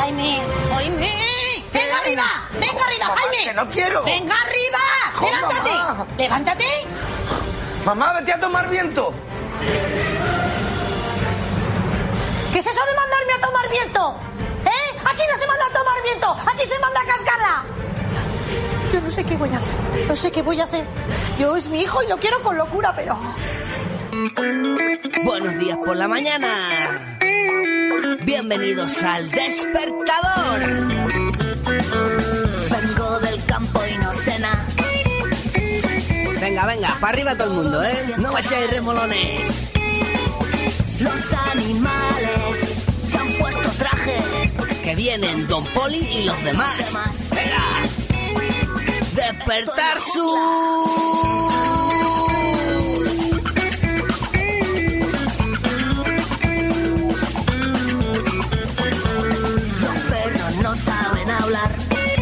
Jaime. ¡Venga arriba, Jaime! ¡Que no quiero! ¡Venga arriba! ¡Levántate! Mamá. ¡Levántate! Mamá, vete a tomar viento. ¿Qué es eso de mandarme a tomar viento? Aquí no se manda a tomar viento, aquí se manda a cascarla. Yo no sé qué voy a hacer. Yo es mi hijo y lo quiero con locura, pero... Buenos días por la mañana. Bienvenidos al despertador. Vengo del campo y no cena. Venga, para arriba todo el mundo, ¿eh? No vayáis remolones. Los animales se han puesto traje. Que vienen Don Poli y los demás. Venga. Despertar Los perros no saben hablar.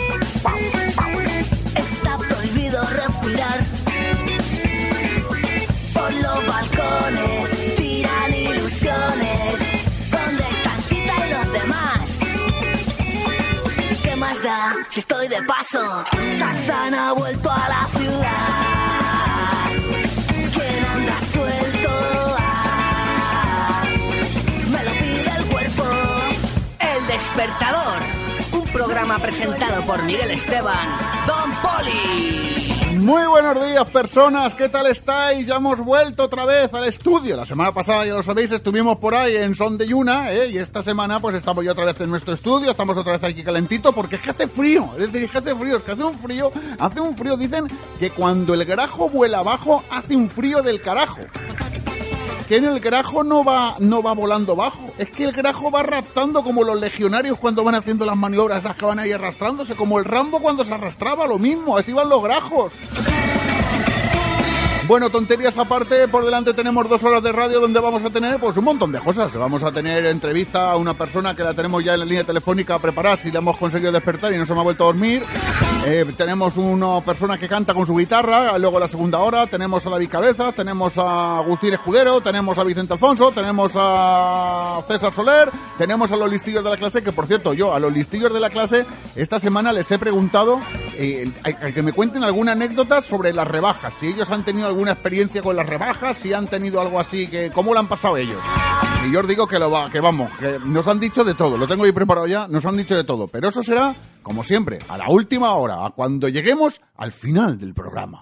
Está prohibido respirar. Por los balcones tiran ilusiones. ¿Dónde están Chita y los demás? ¿Y qué más da si estoy de paso? Tarzán ha vuelto a la ciudad. ¿Quién anda suelto? Me lo pide el cuerpo. El despertador. Un programa presentado por Miguel Esteban, Don Poli. Muy buenos días, personas, ¿qué tal estáis? Ya hemos vuelto otra vez al estudio. La semana pasada, ya lo sabéis, estuvimos por ahí en Son de Yuna, y esta semana pues estamos ya otra vez en nuestro estudio, estamos otra vez aquí calentito, porque es que hace frío, es decir, es que hace un frío, dicen que cuando el grajo vuela abajo, hace un frío del carajo. Que en el grajo no va volando bajo, es que el grajo va raptando como los legionarios cuando van haciendo las maniobras, las que van ahí arrastrándose, como el Rambo cuando se arrastraba, lo mismo, así van los grajos. Bueno, tonterías aparte, por delante tenemos 2 horas de radio donde vamos a tener pues un montón de cosas. Vamos a tener entrevista a una persona que la tenemos ya en la línea telefónica preparada, si la hemos conseguido despertar y no se me ha vuelto a dormir. Tenemos una persona que canta con su guitarra, luego la segunda hora tenemos a David Cabezas, tenemos a Agustín Escudero, tenemos a Vicente Alfonso, tenemos a César Soler, tenemos a los listillos de la clase, que por cierto, yo a los listillos de la clase esta semana les he preguntado que me cuenten alguna anécdota sobre las rebajas, si ellos han tenido alguna experiencia con las rebajas, si han tenido algo así, que cómo lo han pasado ellos. Y yo os digo que nos han dicho de todo, lo tengo ahí preparado ya, nos han dicho de todo, pero eso será, como siempre, a la última hora, a cuando lleguemos al final del programa.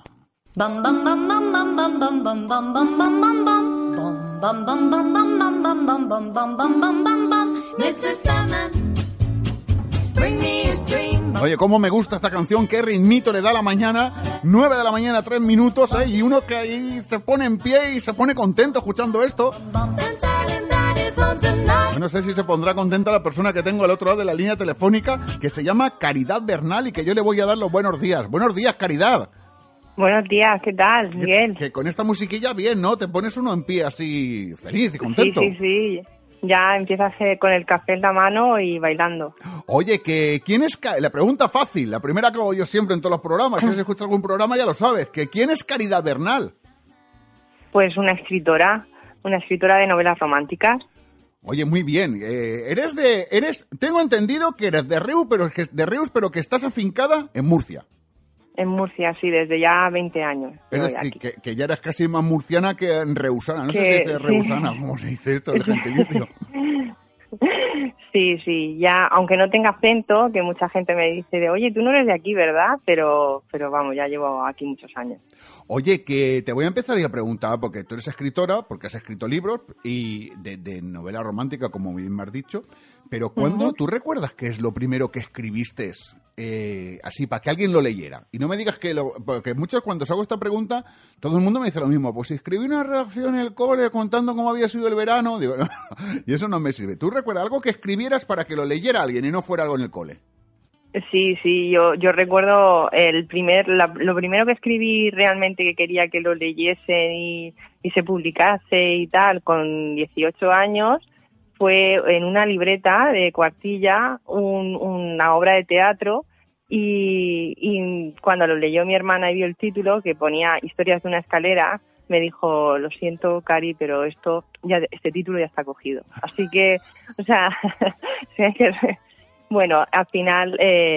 Mr. Sandman, bring me a dream. Oye, cómo me gusta esta canción, qué ritmito le da a la mañana, 9 de la mañana, 3 minutos, y uno que ahí se pone en pie y se pone contento escuchando esto. No sé si se pondrá contenta la persona que tengo al otro lado de la línea telefónica, que se llama Caridad Bernal y que yo le voy a dar los buenos días. Buenos días, Caridad. Buenos días, ¿qué tal? Bien. Que con esta musiquilla bien, ¿no? Te pones uno en pie así feliz y contento. Sí. Ya empieza a hacer con el café en la mano y bailando. Oye, que ¿quién es? La pregunta fácil, la primera que hago yo siempre en todos los programas. Si has escuchado algún programa ya lo sabes. Que ¿quién es Caridad Bernal? Pues una escritora de novelas románticas. Oye, muy bien. Tengo entendido que eres de Reus, pero que estás afincada en Murcia. En Murcia, sí, desde ya 20 años. Es decir, que ya eres casi más murciana que reusana. No sé si dice reusana, ¿cómo se dice esto, el gentilicio? Sí, ya, aunque no tenga acento, que mucha gente me dice de, oye, tú no eres de aquí, ¿verdad? Pero vamos, ya llevo aquí muchos años. Oye, que te voy a empezar a preguntar, porque tú eres escritora, porque has escrito libros y de novela romántica, como bien me has dicho, pero ¿cuándo tú recuerdas qué es lo primero que escribiste así para que alguien lo leyera? Y no me digas porque muchos cuando os hago esta pregunta, todo el mundo me dice lo mismo, pues escribí una redacción en el cole contando cómo había sido el verano, digo, no, y eso no me sirve. ¿Tú recuerdas algo que escribieras para que lo leyera alguien y no fuera algo en el cole? Sí, yo recuerdo lo primero que escribí realmente que quería que lo leyesen y se publicase y tal, con 18 años, fue en una libreta de cuartilla una obra de teatro y cuando lo leyó mi hermana y vio el título, que ponía Historias de una escalera, me dijo, lo siento, Cari, pero este título ya está cogido. Así que, o sea, Bueno, al final,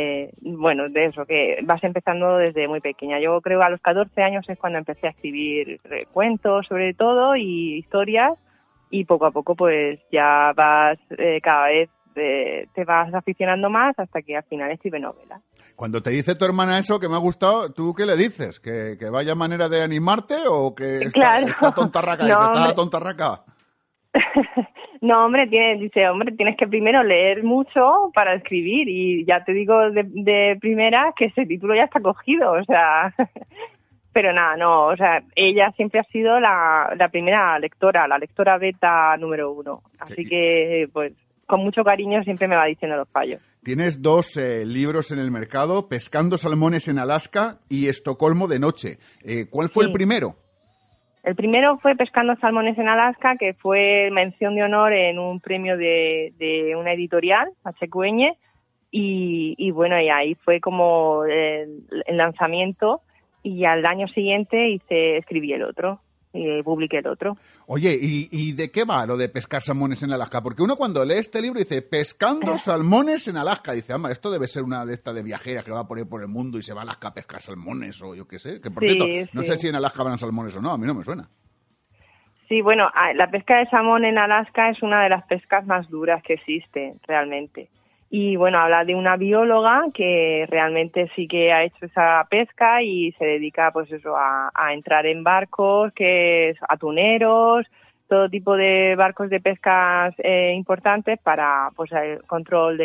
de eso, que vas empezando desde muy pequeña. Yo creo que a los 14 años es cuando empecé a escribir cuentos, sobre todo, y historias, y poco a poco, pues, ya vas, cada vez te vas aficionando más hasta que al final escribe novelas. Cuando te dice tu hermana eso, que me ha gustado, ¿tú qué le dices? ¿Que vaya manera de animarte o que está tontarraca? No, ¿Está tontarraca? No, hombre, tienes que primero leer mucho para escribir, y ya te digo de primera que ese título ya está cogido, o sea, pero nada, no, o sea, ella siempre ha sido la primera lectora, la lectora beta número 1, así sí. Que, pues, con mucho cariño siempre me va diciendo los fallos. Tienes 2 libros en el mercado, Pescando salmones en Alaska y Estocolmo de noche. ¿Cuál fue el primero? El primero fue Pescando salmones en Alaska, que fue mención de honor en un premio de una editorial, Pacheco-Eñe, y bueno, y ahí fue como el lanzamiento, y al año siguiente escribí el otro, y publiqué el otro. Oye, ¿y de qué va lo de pescar salmones en Alaska? Porque uno cuando lee este libro dice, pescando salmones en Alaska, dice, esto debe ser una de estas de viajeras que va a poner por el mundo y se va a Alaska a pescar salmones, o yo qué sé, que por cierto, no sé si en Alaska habrán salmones o no, a mí no me suena. Sí, bueno, la pesca de salmón en Alaska es una de las pescas más duras que existe, realmente. Y bueno, habla de una bióloga que realmente sí que ha hecho esa pesca y se dedica, pues eso, a entrar en barcos, que es atuneros, todo tipo de barcos de pescas importantes para, pues, el control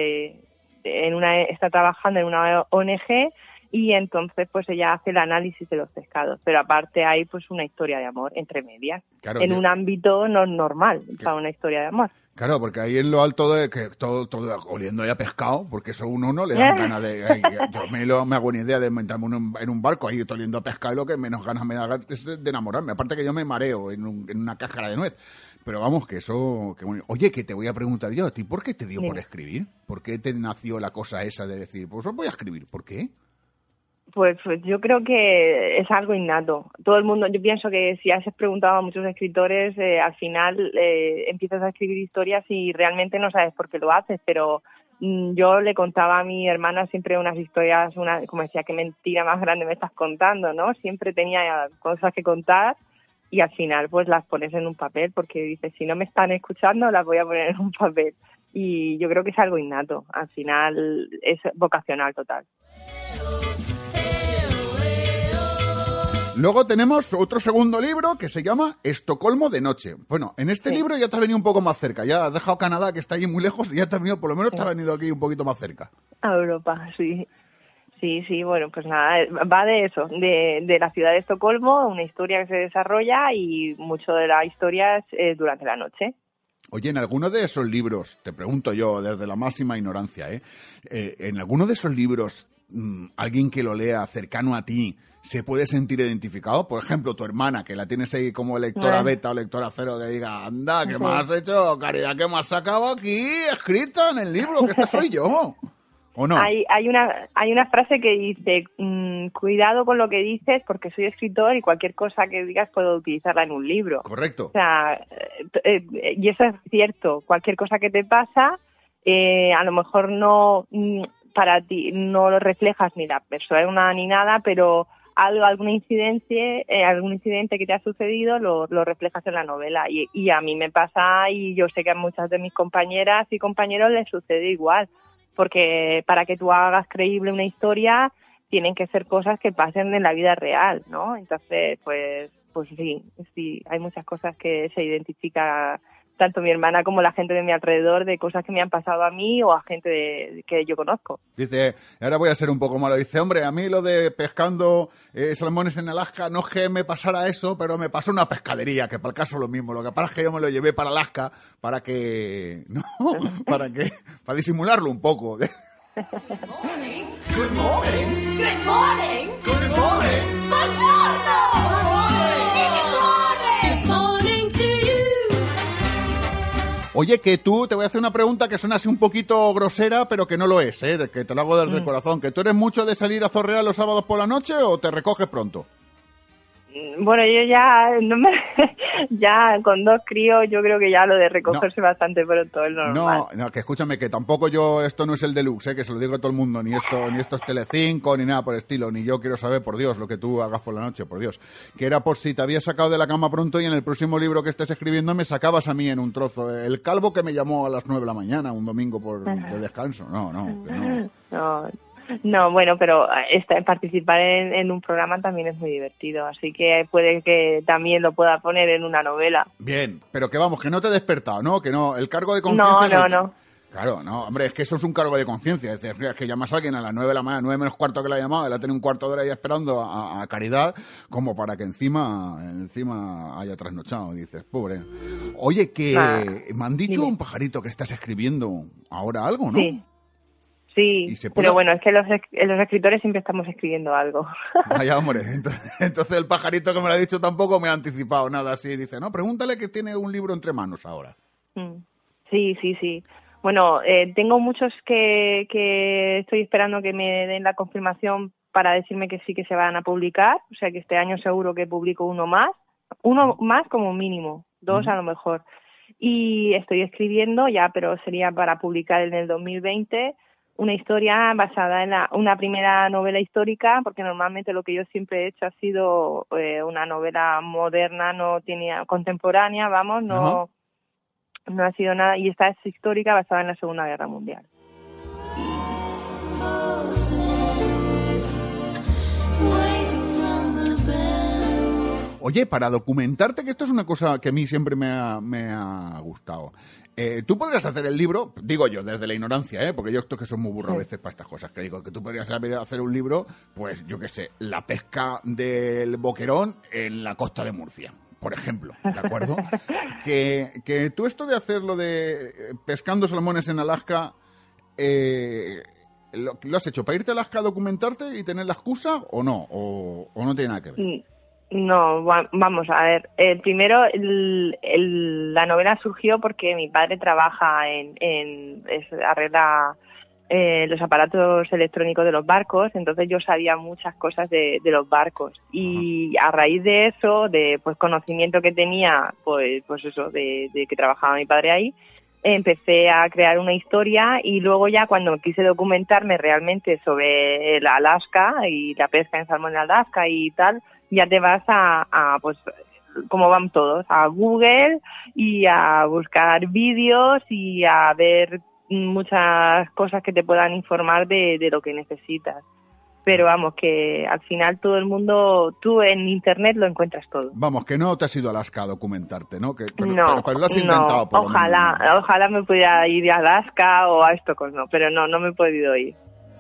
está trabajando en una ONG, y entonces pues ella hace el análisis de los pescados, pero aparte hay pues una historia de amor entre medias, claro, en un ámbito no normal para una historia de amor. Claro, porque ahí en lo alto de que todo oliendo ya pescado, porque eso uno no le da ganas de... yo me hago una idea de montarme en un barco ahí oliendo a pescado, y lo que menos ganas me da es de enamorarme. Aparte que yo me mareo en una cáscara de nuez. Pero vamos, que eso... Oye, que te voy a preguntar yo, ¿a ti por qué te dio por escribir? ¿Por qué te nació la cosa esa de decir, pues voy a escribir? ¿Por qué? Pues yo creo que es algo innato. Todo el mundo, yo pienso que si has preguntado a muchos escritores, al final empiezas a escribir historias y realmente no sabes por qué lo haces, pero yo le contaba a mi hermana siempre unas historias, como decía, qué mentira más grande me estás contando, ¿no? Siempre tenía cosas que contar y al final pues las pones en un papel, porque dices, si no me están escuchando, las voy a poner en un papel. Y yo creo que es algo innato. Al final es vocacional total. Luego tenemos otro segundo libro que se llama Estocolmo de noche. Bueno, en este libro ya te has venido un poco más cerca. Ya has dejado Canadá, que está allí muy lejos, y ya te has venido, por lo menos te has venido aquí un poquito más cerca. A Europa, sí. Sí, bueno, pues nada, va de eso, de la ciudad de Estocolmo, una historia que se desarrolla, y mucho de la historia es durante la noche. Oye, en alguno de esos libros, te pregunto yo desde la máxima ignorancia, en alguno de esos libros, alguien que lo lea cercano a ti, ¿se puede sentir identificado? Por ejemplo, tu hermana, que la tienes ahí como lectora beta o lectora cero, que diga, anda, ¿qué me has hecho, Caridad? ¿Qué me has sacado aquí escrita en el libro? Que esta soy yo. ¿O no? Hay una frase que dice, cuidado con lo que dices, porque soy escritor y cualquier cosa que digas puedo utilizarla en un libro. Correcto. O sea, y eso es cierto. Cualquier cosa que te pasa, a lo mejor no, para ti, no lo reflejas ni la persona ni nada, pero algún incidente que te ha sucedido lo reflejas en la novela, y a mí me pasa, y yo sé que a muchas de mis compañeras y compañeros les sucede igual, porque para que tú hagas creíble una historia tienen que ser cosas que pasen en la vida real, ¿no? Entonces, pues sí, hay muchas cosas que se identifica tanto mi hermana como la gente de mi alrededor, de cosas que me han pasado a mí o a gente que yo conozco. Dice, ahora voy a ser un poco malo, dice, hombre, a mí lo de pescando salmones en Alaska no es que me pasara eso, pero me pasó una pescadería, que para el caso es lo mismo. Lo que pasa es que yo me lo llevé para Alaska para disimularlo un poco. Good morning. Good morning. Good morning. Good morning. Buongiorno. Good morning to you. Oye, que tú, te voy a hacer una pregunta que suena así un poquito grosera, pero que no lo es, que te lo hago desde el corazón. ¿Que tú eres mucho de salir a zorrear los sábados por la noche o te recoges pronto? Bueno, yo ya ya con 2 críos yo creo que ya lo de recogerse bastante pronto es normal. No, que escúchame, que tampoco esto no es el deluxe, que se lo digo a todo el mundo, ni esto es Telecinco, ni nada por el estilo, ni yo quiero saber, por Dios, lo que tú hagas por la noche, por Dios. Que era por si te habías sacado de la cama pronto y en el próximo libro que estés escribiendo me sacabas a mí en un trozo. El calvo que me llamó a las 9 de la mañana, un domingo de descanso. No, bueno, pero participar en un programa también es muy divertido, así que puede que también lo pueda poner en una novela. Bien, pero que vamos, que no te he despertado, ¿no? Que no, el cargo de conciencia... No. Claro, no, hombre, es que eso es un cargo de conciencia. Es decir, es que llamas a alguien a las 9 de la mañana, 9 menos cuarto que la ha llamado, él ha tenido un cuarto de hora ahí esperando a Caridad, como para que encima haya trasnochado. Y dices, pobre. Oye, que me han dicho un pajarito que estás escribiendo ahora algo, ¿no? Sí, pero bueno, es que los escritores siempre estamos escribiendo algo. Vaya, hombre, entonces el pajarito que me lo ha dicho tampoco me ha anticipado nada así. Dice, no, pregúntale que tiene un libro entre manos ahora. Sí. Bueno, tengo muchos que estoy esperando que me den la confirmación para decirme que sí que se van a publicar. O sea que este año seguro que publico uno más como mínimo, 2 a lo mejor. Y estoy escribiendo ya, pero sería para publicar en el 2020... una historia basada en una primera novela histórica, porque normalmente lo que yo siempre he hecho ha sido una novela moderna, contemporánea, no ha sido nada, y esta es histórica basada en la Segunda Guerra Mundial. Oye, para documentarte, que esto es una cosa que a mí siempre me ha gustado. Tú podrías hacer el libro, digo yo, desde la ignorancia, porque yo esto que soy muy burro a veces para estas cosas, que digo que tú podrías hacer un libro, pues yo qué sé, la pesca del boquerón en la costa de Murcia, por ejemplo, ¿de acuerdo? que tú esto de hacerlo de pescando salmones en Alaska, ¿lo has hecho para irte a Alaska a documentarte y tener la excusa o no? ¿O no tiene nada que ver? No, vamos a ver. Primero, la novela surgió porque mi padre trabaja arregla los aparatos electrónicos de los barcos, entonces yo sabía muchas cosas de los barcos y a raíz de eso, de pues conocimiento que tenía, pues eso, de que trabajaba mi padre ahí, empecé a crear una historia y luego ya cuando quise documentarme realmente sobre el Alaska y la pesca en salmón en Alaska y tal, ya te vas a pues como van todos, a Google y a buscar vídeos y a ver muchas cosas que te puedan informar de lo que necesitas. Pero vamos, que al final todo el mundo, tú en internet lo encuentras todo. Vamos, que no te has ido a Alaska a documentarte, ¿no? Pero lo has no, intentado por ojalá me pudiera ir a Alaska o a Estocolmo, pero no me he podido ir.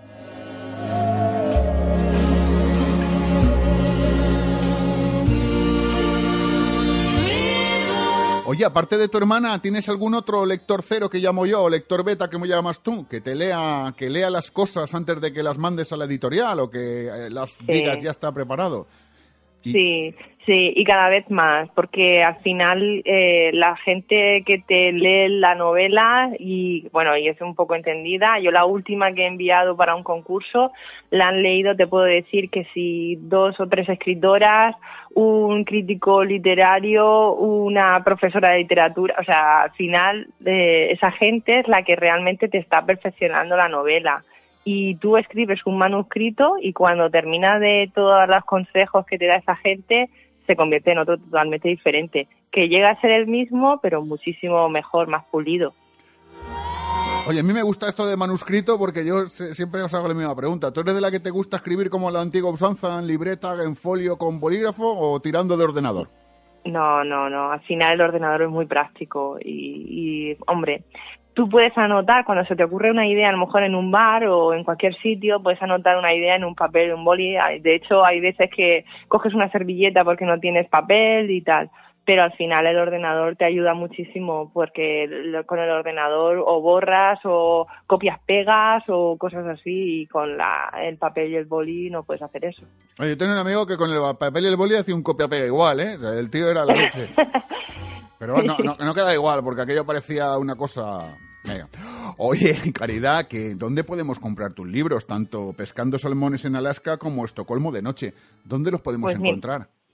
Oye, aparte de tu hermana, ¿tienes algún otro lector cero que llamo yo, o lector beta que me llamas tú, que lea las cosas antes de que las mandes a la editorial o que las digas ya está preparado? Sí, y cada vez más, porque al final la gente que te lee la novela y es un poco entendida. Yo la última que he enviado para un concurso la han leído, te puedo decir que si 2 o 3 escritoras, un crítico literario, una profesora de literatura, o sea, al final esa gente es la que realmente te está perfeccionando la novela. Y tú escribes un manuscrito y cuando terminas de todos los consejos que te da esa gente, se convierte en otro totalmente diferente, que llega a ser el mismo, pero muchísimo mejor, más pulido. Oye, a mí me gusta esto de manuscrito porque yo siempre os hago la misma pregunta. ¿Tú eres de la que te gusta escribir como la antigua usanza, en libreta, en folio, con bolígrafo o tirando de ordenador? No. Al final el ordenador es muy práctico y hombre, tú puedes anotar, cuando se te ocurre una idea, a lo mejor en un bar o en cualquier sitio, puedes anotar una idea en un papel, en un boli. De hecho, hay veces que coges una servilleta porque no tienes papel y tal. Pero al final el ordenador te ayuda muchísimo porque con el ordenador o borras o copias pegas o cosas así y con el papel y el boli no puedes hacer eso. Oye, yo tengo un amigo que con el papel y el boli hacía un copia-pega igual, ¿eh? O sea, el tío era la leche. Pero no queda igual, porque aquello parecía una cosa... Venga. Oye, Caridad, ¿dónde podemos comprar tus libros? Tanto Pescando salmones en Alaska como Estocolmo de noche. ¿Dónde los podemos encontrar?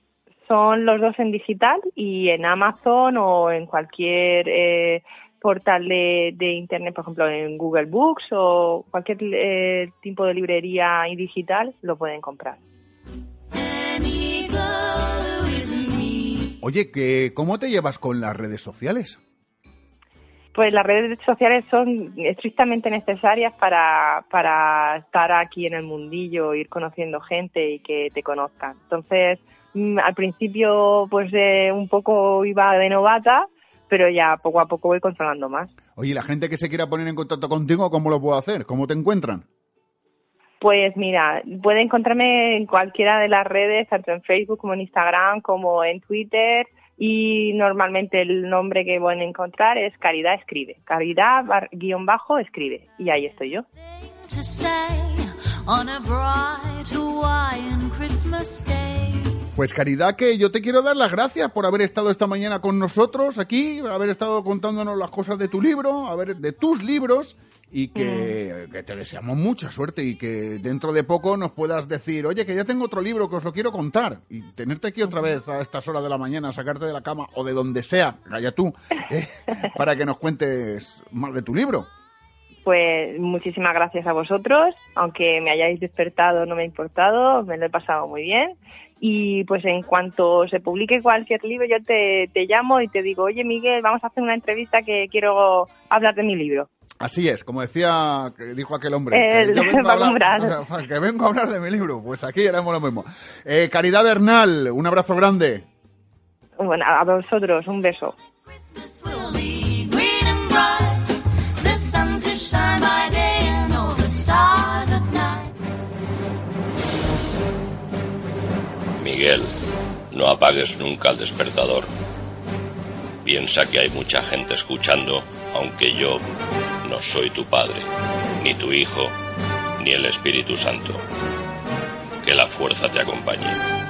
son los dos en digital y en Amazon o en cualquier portal de internet, por ejemplo en Google Books o cualquier tipo de librería digital lo pueden comprar. Oye, ¿cómo te llevas con las redes sociales? Pues las redes sociales son estrictamente necesarias para estar aquí en el mundillo, ir conociendo gente y que te conozcan. Entonces, al principio pues un poco iba de novata, pero ya poco a poco voy controlando más. Oye, la gente que se quiera poner en contacto contigo, ¿cómo lo puedo hacer? ¿Cómo te encuentran? Pues mira, puede encontrarme en cualquiera de las redes, tanto en Facebook como en Instagram, como en Twitter, y normalmente el nombre que van a encontrar es Caridad Escribe, Caridad_Escribe, y ahí estoy yo. Pues Caridad, que yo te quiero dar las gracias por haber estado esta mañana con nosotros aquí, haber estado contándonos las cosas de tu libro, de tus libros, y que te deseamos mucha suerte y que dentro de poco nos puedas decir, oye, que ya tengo otro libro que os lo quiero contar, y tenerte aquí otra vez a estas horas de la mañana, sacarte de la cama o de donde sea, allá tú, para que nos cuentes más de tu libro. Pues muchísimas gracias a vosotros, aunque me hayáis despertado no me ha importado, me lo he pasado muy bien. Y pues en cuanto se publique cualquier libro yo te llamo y te digo, oye Miguel, vamos a hacer una entrevista que quiero hablar de mi libro. Así es, como dijo aquel hombre, que vengo a hablar de mi libro, pues aquí haremos lo mismo. Caridad Bernal, un abrazo grande. Bueno, a vosotros, un beso. Miguel, no apagues nunca el despertador. Piensa que hay mucha gente escuchando, aunque yo no soy tu padre, ni tu hijo, ni el Espíritu Santo. Que la fuerza te acompañe.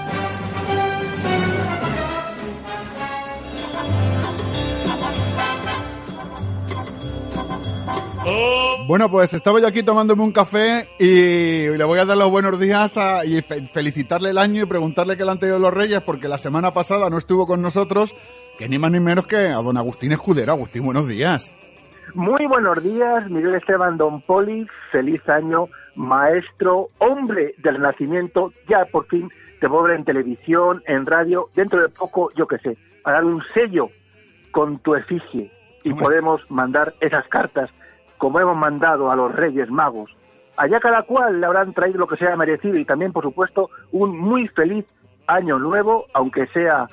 Bueno, pues estaba yo aquí tomándome un café y le voy a dar los buenos días y felicitarle el año y preguntarle qué le han traído los Reyes, porque la semana pasada no estuvo con nosotros, que ni más ni menos que a don Agustín Escudero. Agustín, buenos días. Muy buenos días, Miguel Esteban Don Poli, feliz año, maestro, hombre del Renacimiento, ya por fin te puedo ver en televisión, en radio, dentro de poco, yo qué sé, a dar un sello con tu efigie y podemos mandar esas cartas como hemos mandado a los Reyes Magos. Allá cada cual le habrán traído lo que sea merecido y también, por supuesto, un muy feliz año nuevo, aunque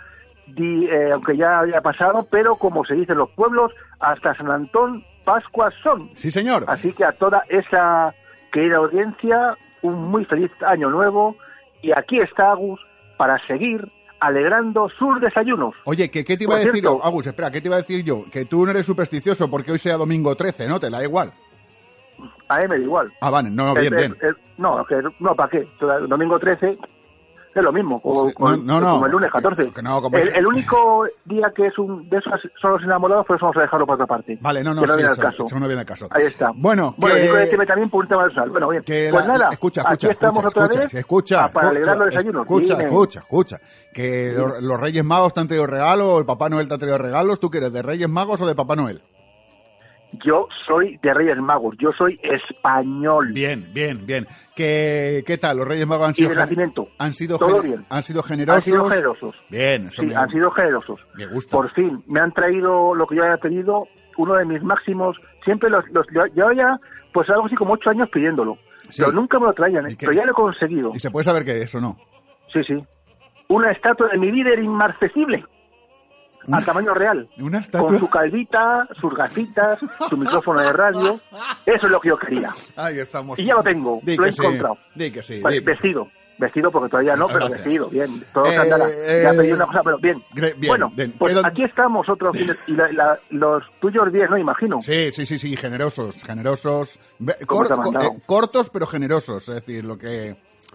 ya haya pasado, pero como se dice en los pueblos, hasta San Antón, Pascuas son. Sí, señor. Así que a toda esa querida audiencia, un muy feliz año nuevo, y aquí está Agus para seguir alegrando sus desayunos. Oye, ¿qué te iba a decir yo? Agus, espera, ¿qué te iba a decir yo? Que tú no eres supersticioso porque hoy sea domingo 13, ¿no? ¿Te da igual? A mí me da igual. Ah, vale, no, bien. No, ¿para qué? Domingo 13 es lo mismo, como el lunes 14. El único día que es de esos son los enamorados, pues vamos a dejarlo por otra parte. Vale, no viene al caso. Eso no viene al caso. Ahí está. Bueno, digo que también por un tema del sal. Bueno, bien. Pues nada, aquí estamos otra vez para alegrar los desayunos. Escucha. Que los Reyes Magos te han traído regalos, el Papá Noel te ha traído regalos. ¿Tú qué eres, de Reyes Magos o de Papá Noel? Yo soy de Reyes Magos, yo soy español. Bien. ¿Qué tal? Los Reyes Magos han sido han sido generosos. Bien, eso han sido generosos. Me gusta. Por fin me han traído lo que yo había pedido, uno de mis máximos. Siempre yo ya pues algo así como 8 años pidiéndolo, pero nunca me lo traían, pero ya lo he conseguido. ¿Y se puede saber qué es o no? Sí. Una estatua de mi líder inmarcesible. A tamaño real, ¿Una estatua? Con su calvita, sus gafitas, su micrófono de radio. Eso es lo que yo quería. Ahí estamos. Y ya lo tengo, lo he encontrado. Di que sí. Vestido porque todavía no, pero vestido, bien. Todo se andará. Ya pedí una cosa, pero bien. Bueno, pues aquí estamos otros fines. Y los tuyos 10, ¿no? Imagino. Sí, generosos. Cortos, pero generosos. Es decir, lo que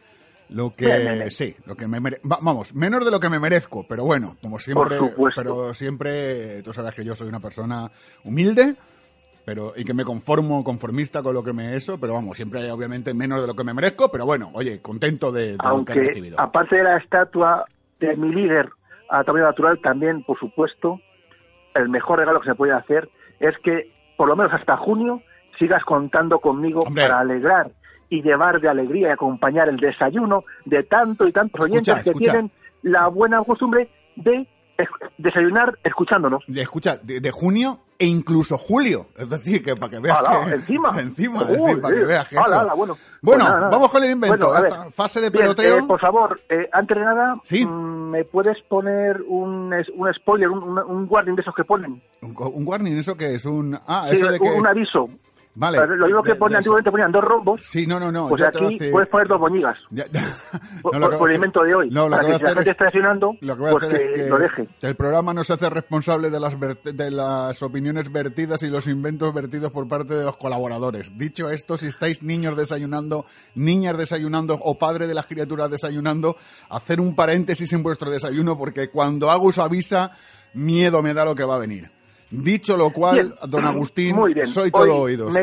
vamos, menos de lo que me merezco, pero bueno, como siempre, pero siempre tú sabes que yo soy una persona humilde, y que me conformista con lo que pero vamos, siempre hay obviamente menos de lo que me merezco, pero bueno, oye, contento de lo que he recibido. Aparte de la estatua de mi líder, a tamaño natural, también, por supuesto, el mejor regalo que se puede hacer es que, por lo menos hasta junio, sigas contando conmigo para alegrar y llevar de alegría y acompañar el desayuno de tanto y tantos oyentes que tienen la buena costumbre de desayunar escuchándonos. De junio e incluso julio. Es decir, que para que veas que... Encima, para que veas que eso... Bueno, pues nada. Vamos con el invento. Bueno, esta fase de peloteo. Por favor, antes de nada, ¿sí? ¿me puedes poner un spoiler, un warning de esos que ponen? ¿Un warning? ¿Eso qué es? Eso de que... Un aviso. Vale. Lo mismo que antiguamente ponían 2 rombos. Sí, no. Pues aquí puedes poner 2 boñigas. Por el invento de hoy. Para que si la gente está desayunando, pues que lo deje. El programa no se hace responsable de las opiniones vertidas y los inventos vertidos por parte de los colaboradores. Dicho esto, si estáis niños desayunando, niñas desayunando o padre de las criaturas desayunando, hacer un paréntesis en vuestro desayuno porque cuando Agus avisa, miedo me da lo que va a venir. Dicho lo cual, bien, don Agustín, muy bien. Soy todo oídos.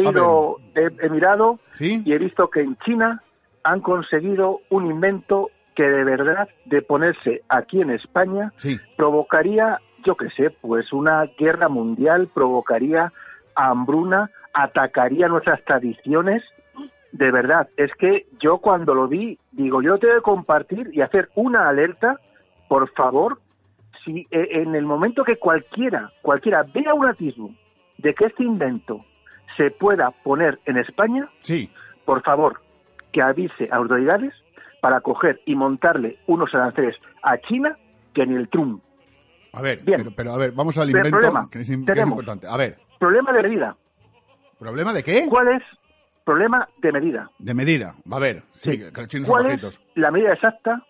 He mirado, ¿sí? Y he visto que en China han conseguido un invento que de verdad, de ponerse aquí en España, sí, provocaría, yo qué sé, pues una guerra mundial, provocaría hambruna, atacaría nuestras tradiciones. De verdad, es que yo cuando lo vi, digo, yo tengo que compartir y hacer una alerta, por favor. Si en el momento que cualquiera vea un atisbo de que este invento se pueda poner en España, sí, por favor, que avise a autoridades para coger y montarle unos aranceles a China que ni el Trump. A ver, pero a ver, vamos al invento, que es importante. A ver. Problema de medida. ¿Problema de qué? ¿Cuál es? Problema de medida. De medida, a ver, sí. Que los chinos son bajitos. ¿Cuál es la medida exacta?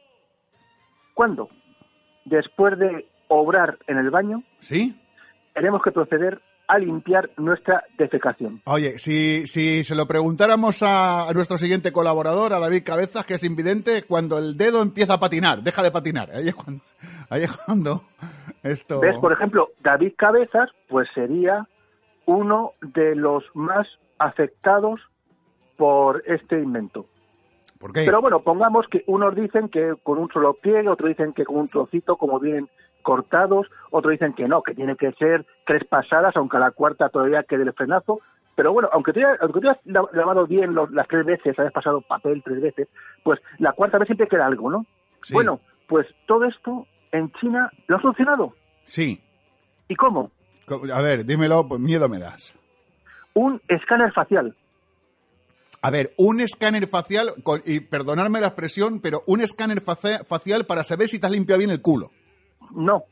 ¿Cuándo? Después de obrar en el baño, ¿sí?, tenemos que proceder a limpiar nuestra defecación. Oye, si se lo preguntáramos a nuestro siguiente colaborador, a David Cabezas, que es invidente, cuando el dedo empieza a patinar, deja de patinar. Ahí es cuando esto... ¿Ves? Por ejemplo, David Cabezas, pues sería uno de los más afectados por este invento. ¿Por qué? Pero bueno, pongamos que unos dicen que con un solo pliegue, otros dicen que con un trocito, como vienen cortados, otros dicen que no, que tiene que ser 3 pasadas, aunque a la cuarta todavía quede el frenazo. Pero bueno, aunque tú hayas lavado bien las 3 veces, hayas pasado papel 3 veces, pues la cuarta vez siempre queda algo, ¿no? Sí. Bueno, pues todo esto en China lo ha solucionado. Sí. ¿Y cómo? A ver, dímelo, pues miedo me das. Un escáner facial. A ver, un escáner facial, y perdonadme la expresión, pero un escáner facial para saber si te has limpiado bien el culo. No.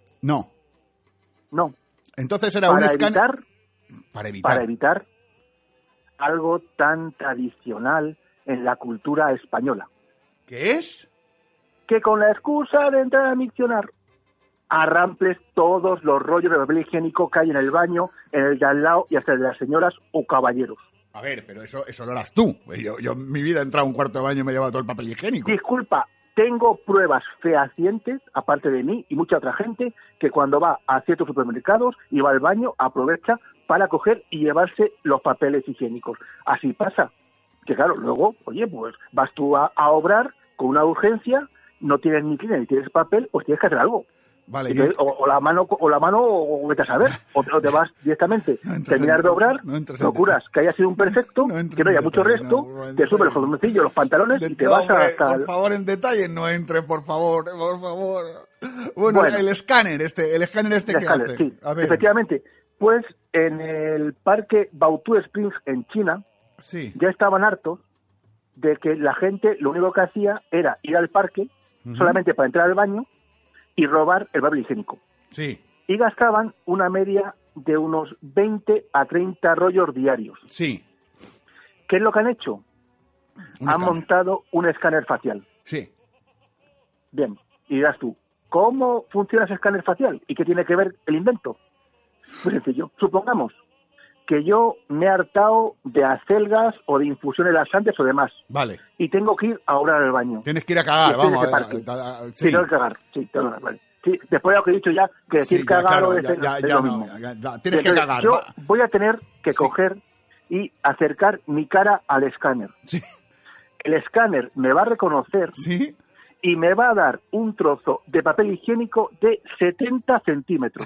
Entonces era un escáner... Para evitar algo tan tradicional en la cultura española. ¿Qué es? Que con la excusa de entrar a miccionar, arramples todos los rollos de papel higiénico que hay en el baño, en el de al lado y hasta el de las señoras o caballeros. A ver, pero eso lo harás tú. Yo en mi vida he entrado a un cuarto de baño y me he llevado todo el papel higiénico. Disculpa, tengo pruebas fehacientes, aparte de mí y mucha otra gente, que cuando va a ciertos supermercados y va al baño, aprovecha para coger y llevarse los papeles higiénicos. Así pasa. Que claro, luego, oye, pues vas tú a obrar con una urgencia, no tienes ni cleaner ni tienes papel, pues tienes que hacer algo. Vale, entonces, o la mano o vete a saber, o te vas directamente, terminar de obrar, procuras que haya sido un perfecto, que no haya mucho resto, te subes los calzoncillos, los pantalones y te vas hasta... Por favor, en detalle, no entre, por favor. Bueno, el escáner que hace. Sí, efectivamente. Pues en el parque Baotou Springs en China, sí, ya estaban hartos de que la gente lo único que hacía era ir al parque solamente para entrar al baño y robar el papel higiénico. Sí. Y gastaban una media de unos 20 a 30 rollos diarios. Sí. ¿Qué es lo que han hecho? Han montado un escáner facial. Sí. Bien, y dirás tú, ¿cómo funciona ese escáner facial? ¿Y qué tiene que ver el invento? Muy sencillo. Supongamos que yo me he hartado de acelgas o de infusiones laxantes o demás. Vale. Y tengo que ir a obrar al baño. Tienes que ir a cagar, vamos. Sí, tengo que cagar. Sí, tengo que cagar, vale. Sí, después de lo que he dicho ya, que decir cagar o decir... Tienes que cagar. Yo voy a tener que coger y acercar mi cara al escáner. Sí. El escáner me va a reconocer... Sí. y me va a dar un trozo de papel higiénico de 70 centímetros.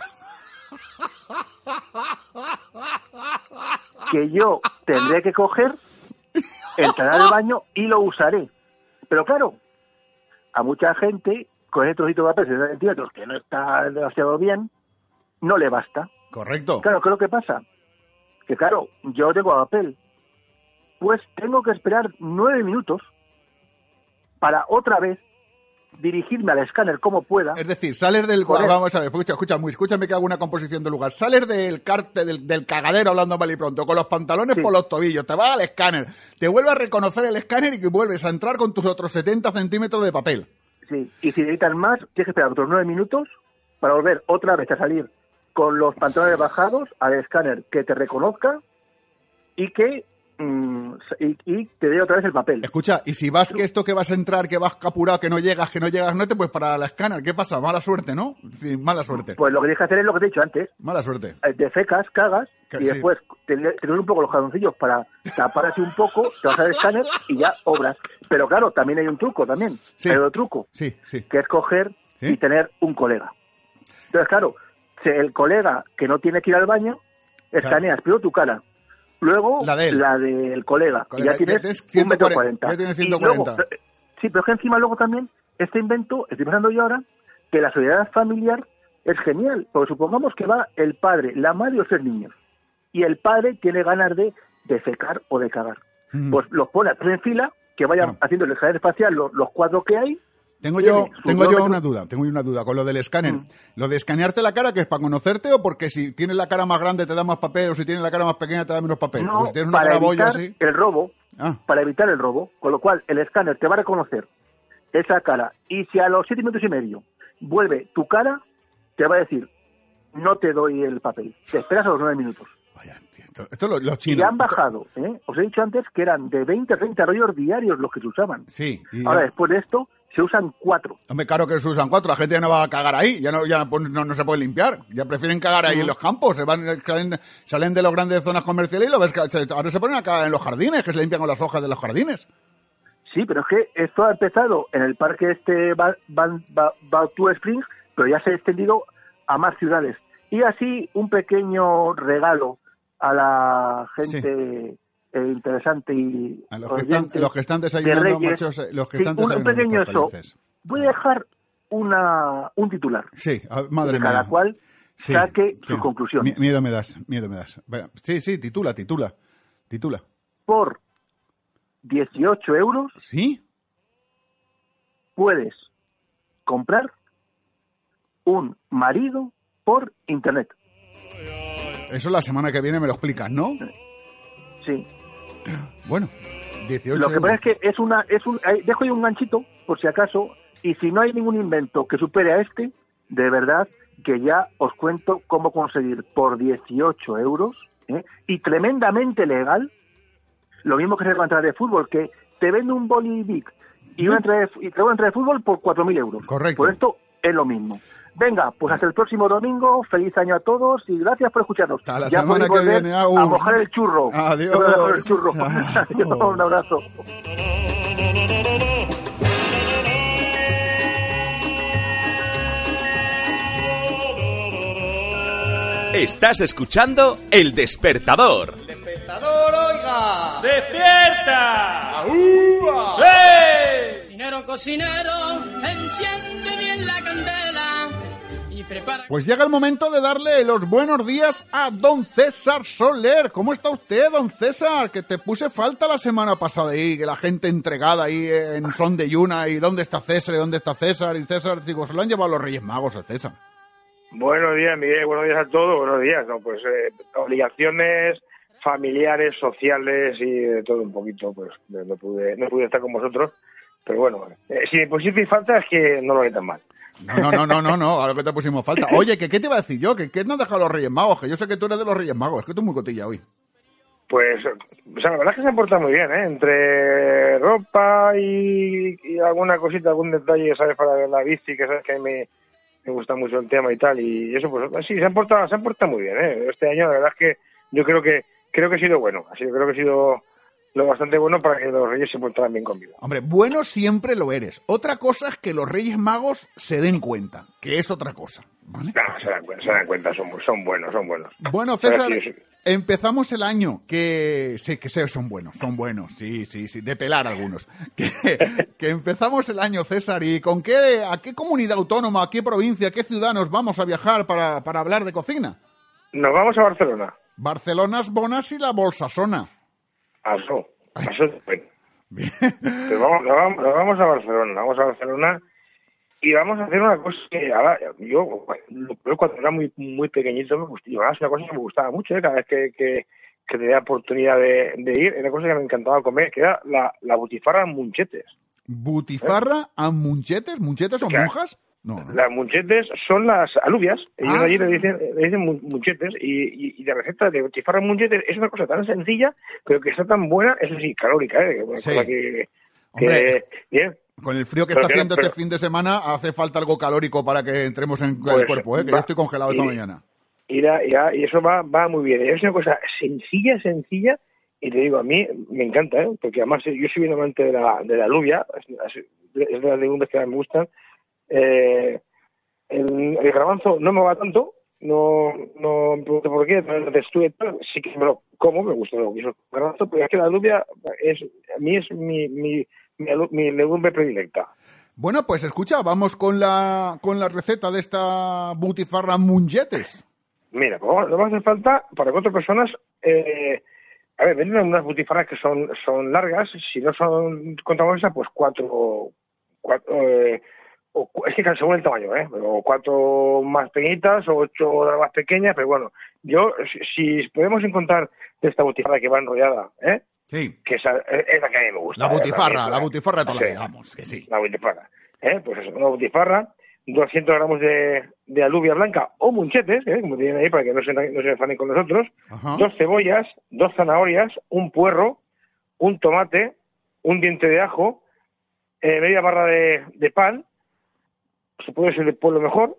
Que yo tendré que coger, entraré al baño y lo usaré. Pero claro, a mucha gente, con ese trocito de papel de 70 centímetros, que no está demasiado bien, no le basta. Correcto. Claro, ¿qué es lo que pasa? Que claro, yo tengo papel, pues tengo que esperar 9 minutos para otra vez dirigirme al escáner como pueda. Es decir, sales del... Vamos a ver, escúchame que hago una composición de lugar. Sales del cagadero, hablando mal y pronto, con los pantalones por los tobillos, te vas al escáner, te vuelves a reconocer el escáner y que vuelves a entrar con tus otros 70 centímetros de papel. Sí, y si necesitas más, tienes que esperar otros 9 minutos para volver otra vez a salir con los pantalones bajados al escáner que te reconozca y que y te dé otra vez el papel. Escucha, y si vas que esto que vas a entrar, que vas apurado, que no llegas, no te puedes parar al escáner, ¿qué pasa? Mala suerte, ¿no? Sí, mala suerte. Pues lo que tienes que hacer es lo que te he dicho antes. Mala suerte. Defecas, cagas, y después te doy un poco los jaloncillos para tapar así un poco, te vas al escáner y ya obras. Pero claro, también hay un truco también. Sí. Hay otro truco. Sí. Que es coger y tener un colega. Entonces, claro, el colega que no tiene que ir al baño, escaneas primero tu cara. Luego, la del colega. Y ya tienes 1,40 m. Ya tienes 140. Sí, pero es que encima luego también, este invento, estoy pensando yo ahora, que la solidaridad familiar es genial. Porque supongamos que va el padre, la madre y los 3 niños. Y el padre tiene ganas de defecar o de cagar. Pues los pone a 3 en fila, que vayan haciendo el escáner espacial los 4 que hay. Tengo yo una duda con lo del escáner. ¿Lo de escanearte la cara que es para conocerte o porque si tienes la cara más grande te da más papel o si tienes la cara más pequeña te da menos papel? No, pues si tienes una para cara evitar así... el robo, para evitar el robo, con lo cual el escáner te va a reconocer esa cara y si a los 7 minutos y medio vuelve tu cara, te va a decir, no te doy el papel, te esperas a los 9 minutos. Vaya, esto los chinos... Y han bajado, os he dicho antes que eran de 20 a 30 rollos diarios los que se usaban. Sí. Ahora, después de esto, se usan 4. Hombre, claro que se usan 4, la gente ya no va a cagar ahí, ya no se puede limpiar, ya prefieren cagar ahí en los campos, salen de las grandes zonas comerciales y lo ves, ahora se ponen a cagar en los jardines, que se limpian con las hojas de los jardines. Sí, pero es que esto ha empezado en el parque Batu Springs, pero ya se ha extendido a más ciudades. Y así un pequeño regalo a la gente... interesante y a los que están desayunando, machos, los que están desayunando. Un pequeño eso. Voy a dejar un titular. Sí, madre mía. Cada cual saque su conclusión. Miedo me das. Sí, titula. Por 18 euros. ¿Sí? Puedes comprar un marido por internet. Eso la semana que viene me lo explicas, ¿no? Sí. Bueno, 18 Lo que pasa es que dejo ahí un ganchito, por si acaso, y si no hay ningún invento que supere a este, de verdad que ya os cuento cómo conseguir por 18 euros, y tremendamente legal, lo mismo que se con entrada de fútbol, que te vende un boli big y te va a entrar de fútbol por 4.000 euros. Correcto. Por esto es lo mismo. Venga, pues hasta el próximo domingo, feliz año a todos y gracias por escucharnos. Hasta la ya semana que viene, a mojar el churro. Adiós. El churro. Adiós, un abrazo. Estás escuchando El Despertador. ¡El despertador, oiga! ¡Despierta! ¡Ahúa! ¡Hey! Cocinero, enciende bien la candela y prepara... Pues llega el momento de darle los buenos días a don César Soler. ¿Cómo está usted, don César? Que te puse falta la semana pasada ahí, que la gente entregada ahí en son de Yuna y ¿dónde está César? ¿Y dónde está César? Y César, digo, se lo han llevado los Reyes Magos a César. Buenos días, Miguel, buenos días a todos, buenos días. No, pues obligaciones familiares, sociales y de todo un poquito, pues no pude estar con vosotros. Pero bueno, si me pusisteis falta es que no lo ve tan mal. No, a lo que te pusimos falta. Oye, ¿qué te iba a decir yo? ¿Qué no han dejado los Reyes Magos? Que yo sé que tú eres de los Reyes Magos, es que tú eres muy cotilla hoy. Pues, o sea, la verdad es que se han portado muy bien, ¿eh? Entre ropa y alguna cosita, algún detalle, ¿sabes? Para la bici, que sabes que a mí me gusta mucho el tema y tal, y eso, pues sí, se han portado muy bien, ¿eh? Este año, la verdad es que yo creo que ha sido bueno, creo que ha sido lo bastante bueno para que los reyes se portaran bien conmigo. Hombre, bueno siempre lo eres. Otra cosa es que los Reyes Magos se den cuenta, que es otra cosa, ¿vale? No, se dan cuenta, son buenos. Bueno, César, sí. empezamos el año, que sí, son buenos, sí, de pelar algunos. Que empezamos el año, César, ¿y a qué comunidad autónoma, a qué provincia, a qué ciudad nos vamos a viajar para hablar de cocina? Nos vamos a Barcelona. Barcelonas bonas y la bolsasona. Eso es bueno. Bien. Nos vamos a Barcelona y vamos a hacer una cosa que ahora yo cuando era muy muy pequeñito me gustaba, es una cosa que me gustaba mucho, cada vez que tenía oportunidad de ir, era una cosa que me encantaba comer, que era la butifarra en munchetes. ¿Butifarra en munchetes? ¿Munchetes son monjas? No. Las munchetes son las alubias. Ellos allí le dicen munchetes y la receta de butifarra en munchetes es una cosa tan sencilla, pero que está tan buena, eso sí, calórica, Sí. Cosa Hombre, bien. Con el frío que está haciendo este fin de semana, hace falta algo calórico para que entremos en el cuerpo, que yo estoy congelado esta mañana. Y eso va muy bien. Es una cosa sencilla, y te digo, a mí me encanta, porque además yo soy un amante de la alubia, es de las legumbres que me gustan. El garbanzo no me va tanto, no me pregunto por qué, la textura y tal, sí que me lo como, me gusta lo que es el garbanzo, pero es que la alubia a mí es mi legumbre predilecta. Bueno, pues escucha, vamos con la receta de esta butifarra munchetes. Mira, pues no va a hacer falta para 4 personas. Venden unas butifarras que son largas, si no son contamos esas, pues 4 es que según el tamaño, pero 4 más pequeñitas o 8 más pequeñas, pero bueno, yo, si podemos encontrar esta butifarra que va enrollada, sí, que es la que a mí me gusta. La butifarra de toda la vida, vamos, que sí. La butifarra, pues eso, una butifarra, 200 gramos de alubia blanca o munchetes, como tienen ahí para que no se enfaden con nosotros, 2 cebollas, 2 zanahorias, un puerro, un tomate, un diente de ajo, media barra de pan, si puede ser de pueblo mejor,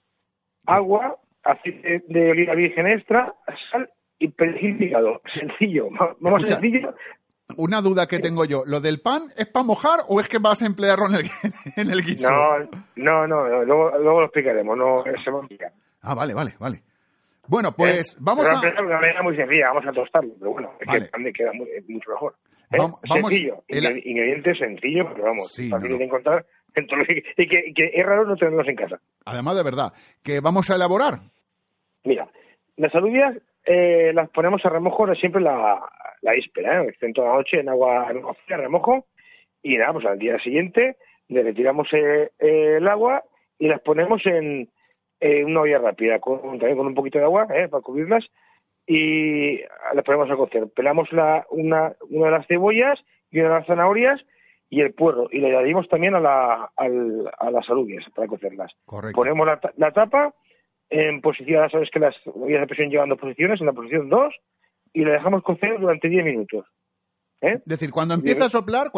agua, aceite de oliva virgen extra, sal y perejil picado. Sencillo, vamos sencillo. Una duda que tengo yo, ¿lo del pan es para mojar o es que vas a emplearlo en el guiso? No, luego lo explicaremos, no se va a explicar. Ah, vale. Bueno, pues vamos a... De una manera muy sencilla, vamos a tostarlo, pero bueno, es que el pan le queda mucho mejor. Sencillo, ingredientes sencillos, pero vamos, fácil de encontrar. Y que es raro no tenerlos en casa. Además, de verdad, ¿qué vamos a elaborar? Mira, las alubias las ponemos a remojo siempre la víspera, estén toda la noche en agua fría, remojo, y nada, pues al día siguiente le retiramos el agua y las ponemos en una olla rápida, también con un poquito de agua para cubrirlas, y las ponemos a cocer. Pelamos una de las cebollas y una de las zanahorias y el puerro, y le añadimos también a las alubias para cocerlas. Correcto. Ponemos la tapa en posición, ya sabes que las ollas de presión llevan 2 posiciones, en la posición 2, y la dejamos cocer durante 10 minutos. Es decir, cuando empieza a soplar,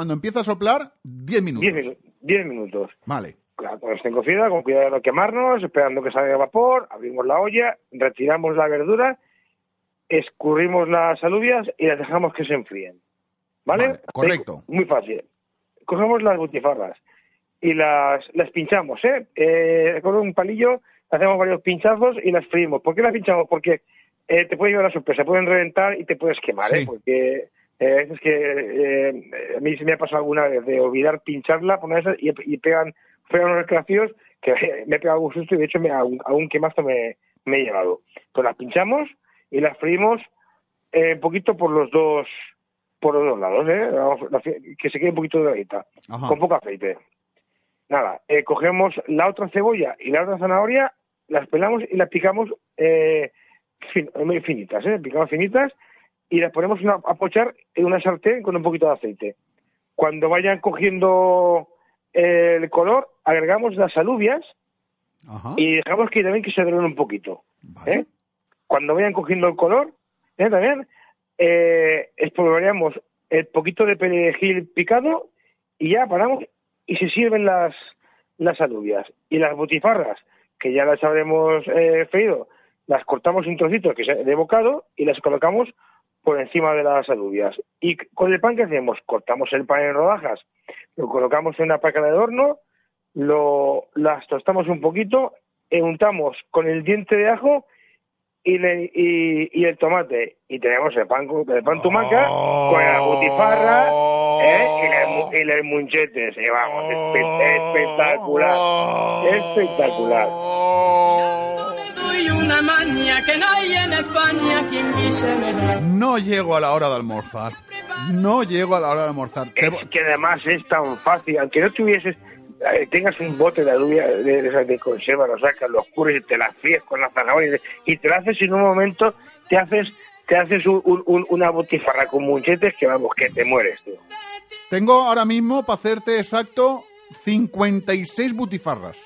10 minutos. 10 minutos. Vale. Claro, cuando esté cocida, con cuidado de no quemarnos, esperando que salga el vapor, abrimos la olla, retiramos la verdura, escurrimos las alubias y las dejamos que se enfríen. ¿Vale? Correcto. Muy fácil. Cogemos las butifarras y las pinchamos, con un palillo hacemos varios pinchazos y las freímos. ¿Por qué las pinchamos? Porque te puede llevar la sorpresa, pueden reventar y te puedes quemar, porque es que a mí se me ha pasado alguna vez de olvidar pincharla, ponerla y pegan unos escalofríos que me he pegado un susto y de hecho algún quemazo me he llevado. Pues las pinchamos y las freímos un poquito por los dos lados, que se quede un poquito doradita, con poco aceite. Nada, cogemos la otra cebolla y la otra zanahoria, las pelamos y las picamos muy finitas, picamos finitas y las ponemos a pochar en una sartén con un poquito de aceite. Cuando vayan cogiendo el color, agregamos las alubias y dejamos que también se doren un poquito. Vale. Cuando vayan cogiendo el color, también espolvoreamos el poquito de perejil picado y ya paramos y se sirven las alubias. Y las butifarras, que ya las habremos freído, las cortamos en trocitos de bocado y las colocamos por encima de las alubias. Y con el pan, ¿qué hacemos? Cortamos el pan en rodajas, lo colocamos en una placa de horno, las tostamos un poquito, untamos con el diente de ajo y el tomate, y tenemos el pan tumaca con la butifarra y los munchetes, y vamos, espectacular. Una maña que no hay en España quien guise mejor. No llego a la hora de almorzar. Es que además es tan fácil, aunque no tengas un bote de alubia de conserva, lo sacas, lo escurres y te las fríes con la zanahoria y te lo haces en un momento, te haces una botifarra con munchetes que vamos, que te mueres, tío. Tengo ahora mismo, para hacerte exacto, 56 butifarras.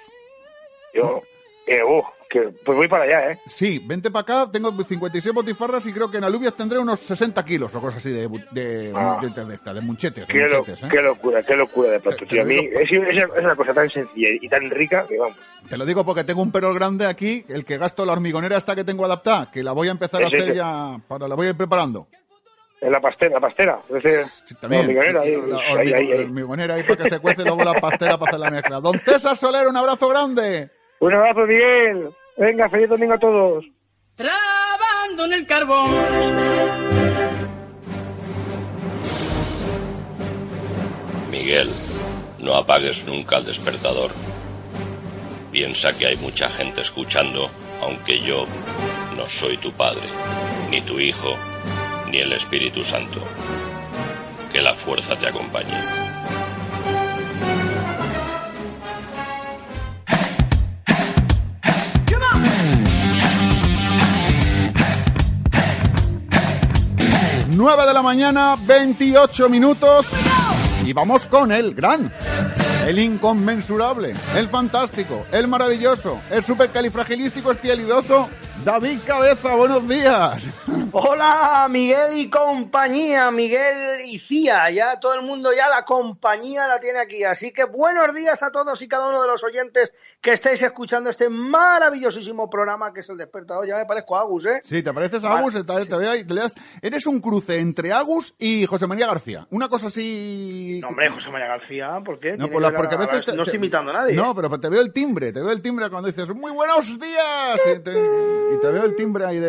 Pues voy para allá, ¿eh? Sí, vente para acá, tengo 56 botifarras y creo que en alubias tendré unos 60 kilos o cosas así de munchetes. Qué locura de plato, tío. A mí es una cosa tan sencilla y tan rica que vamos. Te lo digo porque tengo un perol grande aquí, el que gasto la hormigonera esta que tengo adaptada, que la voy a empezar a hacer ya, la voy a ir preparando. En la pastera. Sí, también. La hormigonera ahí para que se cuece, luego la pastera para hacer la mezcla. Don César Soler, un abrazo grande. Un abrazo, Miguel. Venga, feliz domingo a todos. Trabando en el carbón. Miguel, no apagues nunca el despertador. Piensa que hay mucha gente escuchando, aunque yo no soy tu padre, ni tu hijo, ni el Espíritu Santo. Que la fuerza te acompañe. 9 de la mañana, 28 minutos. Y vamos con el gran, el inconmensurable, el fantástico, el maravilloso, el supercalifragilístico espialidoso, David Cabeza. Buenos días. Hola, Miguel y compañía, Miguel y Cía, ya todo el mundo, ya la compañía la tiene aquí, así que buenos días a todos y cada uno de los oyentes que estáis escuchando este maravillosísimo programa que es El Despertador. Ya me parezco a Agus, ¿eh? Sí, te pareces a Agus, te veo ahí, eres un cruce entre Agus y José María García, una cosa así... No, hombre, José María García, ¿por qué? No, porque a veces... no estoy imitando a nadie. No, pero te veo el timbre cuando dices muy buenos días y te veo el timbre ahí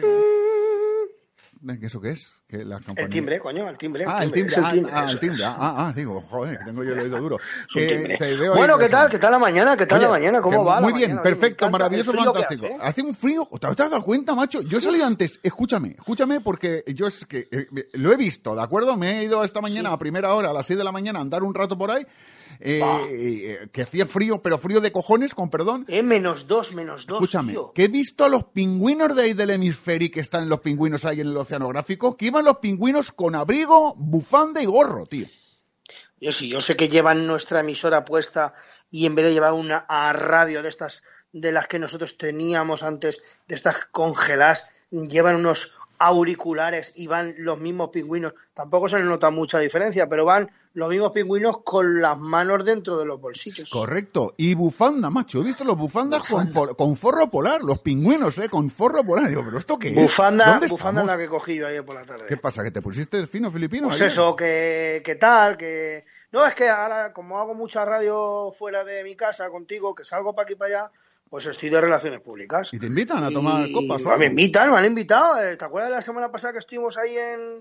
¿Eso qué es? El timbre, coño, el timbre. El timbre. Digo, joder, que tengo yo el oído duro. Bueno, ¿qué tal la mañana? ¿Cómo va? Muy bien, perfecto, maravilloso, fantástico. Hace un frío, ¿te has dado cuenta, macho? Yo salí antes, escúchame, porque yo es que lo he visto, ¿de acuerdo? Me he ido esta mañana a primera hora, a las 6 de la mañana, a andar un rato por ahí. Que hacía frío, pero frío de cojones, con perdón. -2, Escúchame, tío. que he visto a los pingüinos de ahí del hemisferio, que están los pingüinos ahí en el oceanográfico, que iban los pingüinos con abrigo, bufanda y gorro, tío. Yo sé que llevan nuestra emisora puesta y en vez de llevar una radio de estas, de las que nosotros teníamos antes, de estas congeladas, llevan unos auriculares y van los mismos pingüinos. Tampoco se les nota mucha diferencia, pero van los mismos pingüinos con las manos dentro de los bolsillos. Correcto. Y bufanda, macho. He visto los bufandas con forro polar, los pingüinos, con forro polar. Digo, ¿pero esto qué es? Bufanda la que cogí yo ayer por la tarde. ¿Qué pasa? ¿Que te pusiste el fino filipino? Pues ayer? Eso, que tal, que... No, es que ahora, como hago mucha radio fuera de mi casa contigo, que salgo para aquí y para allá, pues estoy de relaciones públicas. ¿Y te invitan a tomar copas o algo? Me han invitado. ¿Te acuerdas de la semana pasada que estuvimos ahí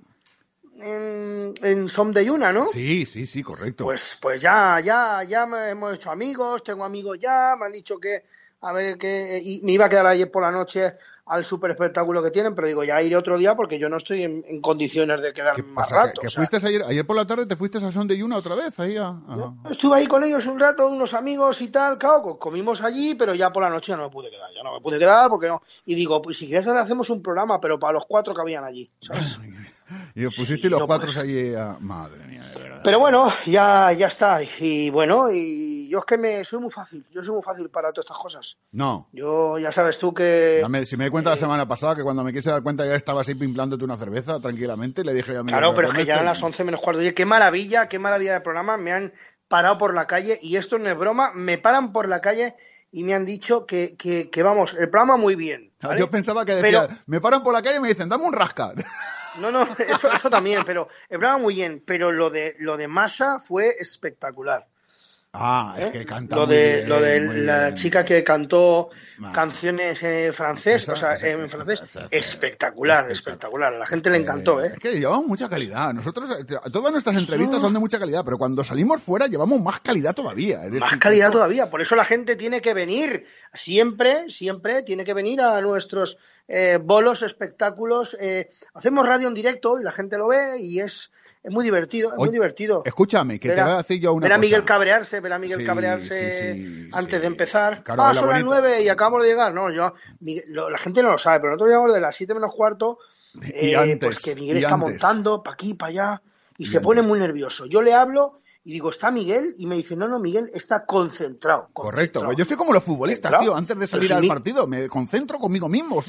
en Som de Yuna, no? Sí, correcto. Pues ya hemos hecho amigos, tengo amigos ya, me han dicho que, a ver, y me iba a quedar ayer por la noche al super espectáculo que tienen, pero digo, ya iré otro día porque yo no estoy en condiciones de quedarme más rato. ¿Que fuiste ayer por la tarde, te fuiste a Som de Yuna otra vez? Estuve ahí con ellos un rato, unos amigos y tal, claro, comimos allí, pero ya por la noche ya no me pude quedar porque no. Y digo, pues si quieres hacemos un programa, pero para los 4 que habían allí, ¿sabes? Y os pusiste los 4 allí Madre mía, de verdad. Pero bueno, ya está. Y bueno, y yo es que soy muy fácil para todas estas cosas. No. Yo, ya sabes tú que... Si me di cuenta la semana pasada que cuando me quise dar cuenta ya estabas ahí pimplándote una cerveza tranquilamente, le dije a mi... Claro, pero es que ya eran las 11 menos cuarto. Oye, qué maravilla de programa. Me han parado por la calle, y esto no es broma, me paran por la calle y me han dicho que vamos, el programa muy bien, ¿vale? Yo pensaba que decía, me paran por la calle y me dicen, dame un rasca. No, eso también, pero el programa muy bien, pero lo de Masha fue espectacular. Es que canta lo muy de bien, lo de muy la bien. chica que cantó canciones en francés, en francés, espectacular. A la gente le encantó, Es que llevamos mucha calidad. Nosotros, todas nuestras entrevistas son de mucha calidad, pero cuando salimos fuera llevamos más calidad todavía. Es decir, Más calidad todavía, por eso la gente tiene que venir, siempre tiene que venir a nuestros bolos, espectáculos. Hacemos radio en directo y la gente lo ve y es muy divertido, muy divertido. Escúchame, que te voy a decir yo una cosa. Ver a Miguel cabrearse antes de empezar. Claro, son las 9 y acabamos de llegar. No, la gente no lo sabe, pero nosotros llegamos de las 7 menos cuarto, Y antes, pues que Miguel y está antes. montando para aquí, para allá, y se pone muy nervioso. Yo le hablo y digo, ¿está Miguel? Y me dice, no, Miguel está concentrado. Correcto, pues yo estoy como los futbolistas, Claro. tío, antes de salir al partido, me concentro conmigo mismo,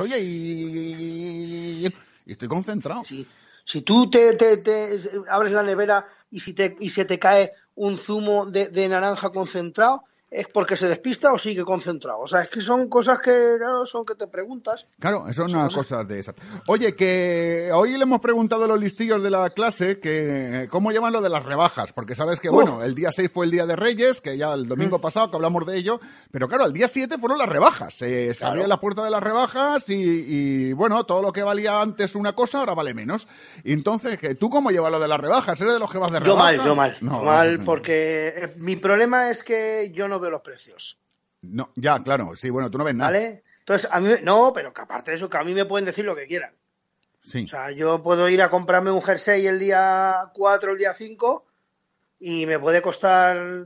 y estoy concentrado. Si tú te abres la nevera y se te cae un zumo de naranja concentrado, ¿es porque se despista o sigue concentrado? O sea, es que son cosas que, claro, son que te preguntas. Claro, eso es una cosa de esas. Oye, que hoy le hemos preguntado a los listillos de la clase que cómo llevan lo de las rebajas, porque sabes que, bueno, el día 6 fue el Día de Reyes, que ya el domingo pasado que hablamos de ello, pero claro, el día 7 fueron las rebajas. Se abrían las puertas de las rebajas y, bueno, todo lo que valía antes una cosa, ahora vale menos. Y entonces, ¿tú cómo llevas lo de las rebajas? ¿Eres de los que vas de rebaja? Yo mal, No, porque mi problema es que yo no veo los precios. No, ya, claro, sí, bueno, tú no ves nada. ¿Vale? Entonces, a mí, no, pero que aparte de eso, que a mí me pueden decir lo que quieran. Sí. O sea, yo puedo ir a comprarme un jersey el día 4, el día 5, y me puede costar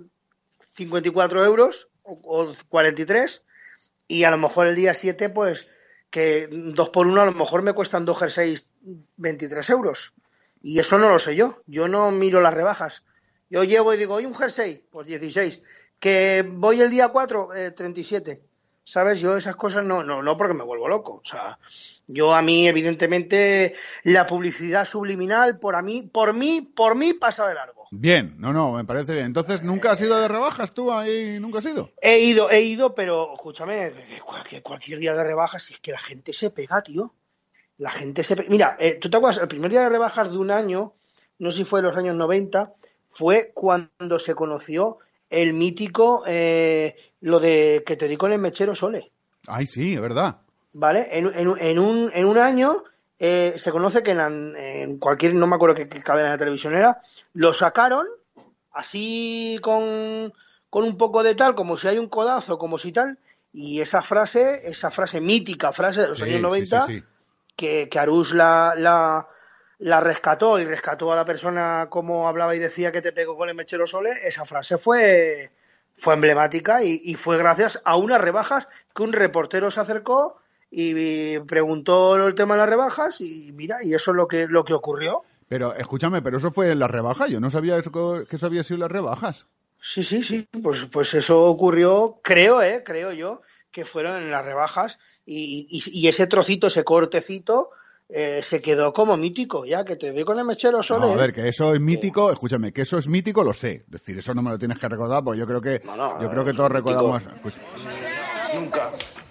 54 euros o 43, y a lo mejor el día 7, pues, que 2 por 1 a lo mejor me cuestan 2 jerseys 23 euros. Y eso no lo sé yo. Yo no miro las rebajas. Yo llego y digo, ¿y un jersey? Pues 16. Que voy el día 4, 37. ¿Sabes? Yo esas cosas no porque me vuelvo loco. O sea, a mí, evidentemente, la publicidad subliminal, por mí pasa de largo. Bien, no, me parece bien. Entonces, ¿nunca has ido de rebajas tú ahí? ¿Nunca has ido? He ido, pero escúchame, que cualquier día de rebajas, es que la gente se pega, tío. La gente se pega. Mira, ¿tú te acuerdas? El primer día de rebajas de un año, no sé si fue en los años 90, fue cuando se conoció el mítico, lo de que te di con el mechero Sole. Ay, sí, es verdad. ¿Vale? En un año se conoce que en cualquier, no me acuerdo qué cadena de televisión era, lo sacaron así con un poco de tal, como si hay un codazo, como si tal, y esa frase mítica frase de los años 90, sí. Que Arús la rescató y rescató a la persona como hablaba y decía que te pegó con el mechero Sole, esa frase fue emblemática y fue gracias a unas rebajas que un reportero se acercó y preguntó el tema de las rebajas y mira, y eso es lo que ocurrió. Pero escúchame, pero eso fue en las rebajas, yo no sabía que eso había sido las rebajas. Sí, pues eso ocurrió, creo yo, que fueron en las rebajas y ese trocito, ese cortecito, se quedó como mítico, ya que te doy con el mechero Sole. No, a ver, que eso es mítico, escúchame, que eso es mítico, lo sé. Es decir, eso no me lo tienes que recordar, porque yo creo que todos recordamos. Nunca.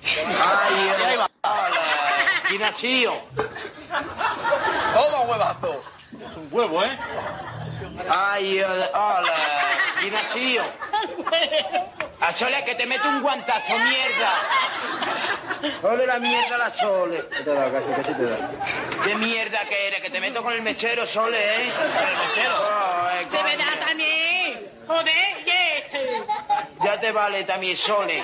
Ay, hola, Ignacio. Toma, huevazo. Es un huevo, ¿eh? Ay, hola, Ignacio. A Sole que te meto un guantazo, mierda. Sole la mierda la Sole. Casi te da. ¿Qué mierda que eres? Que te meto con el mechero, Sole, ¿eh? ¿El mechero? ¡De verdad también! ¡Joder! Ya te vale también, Sole.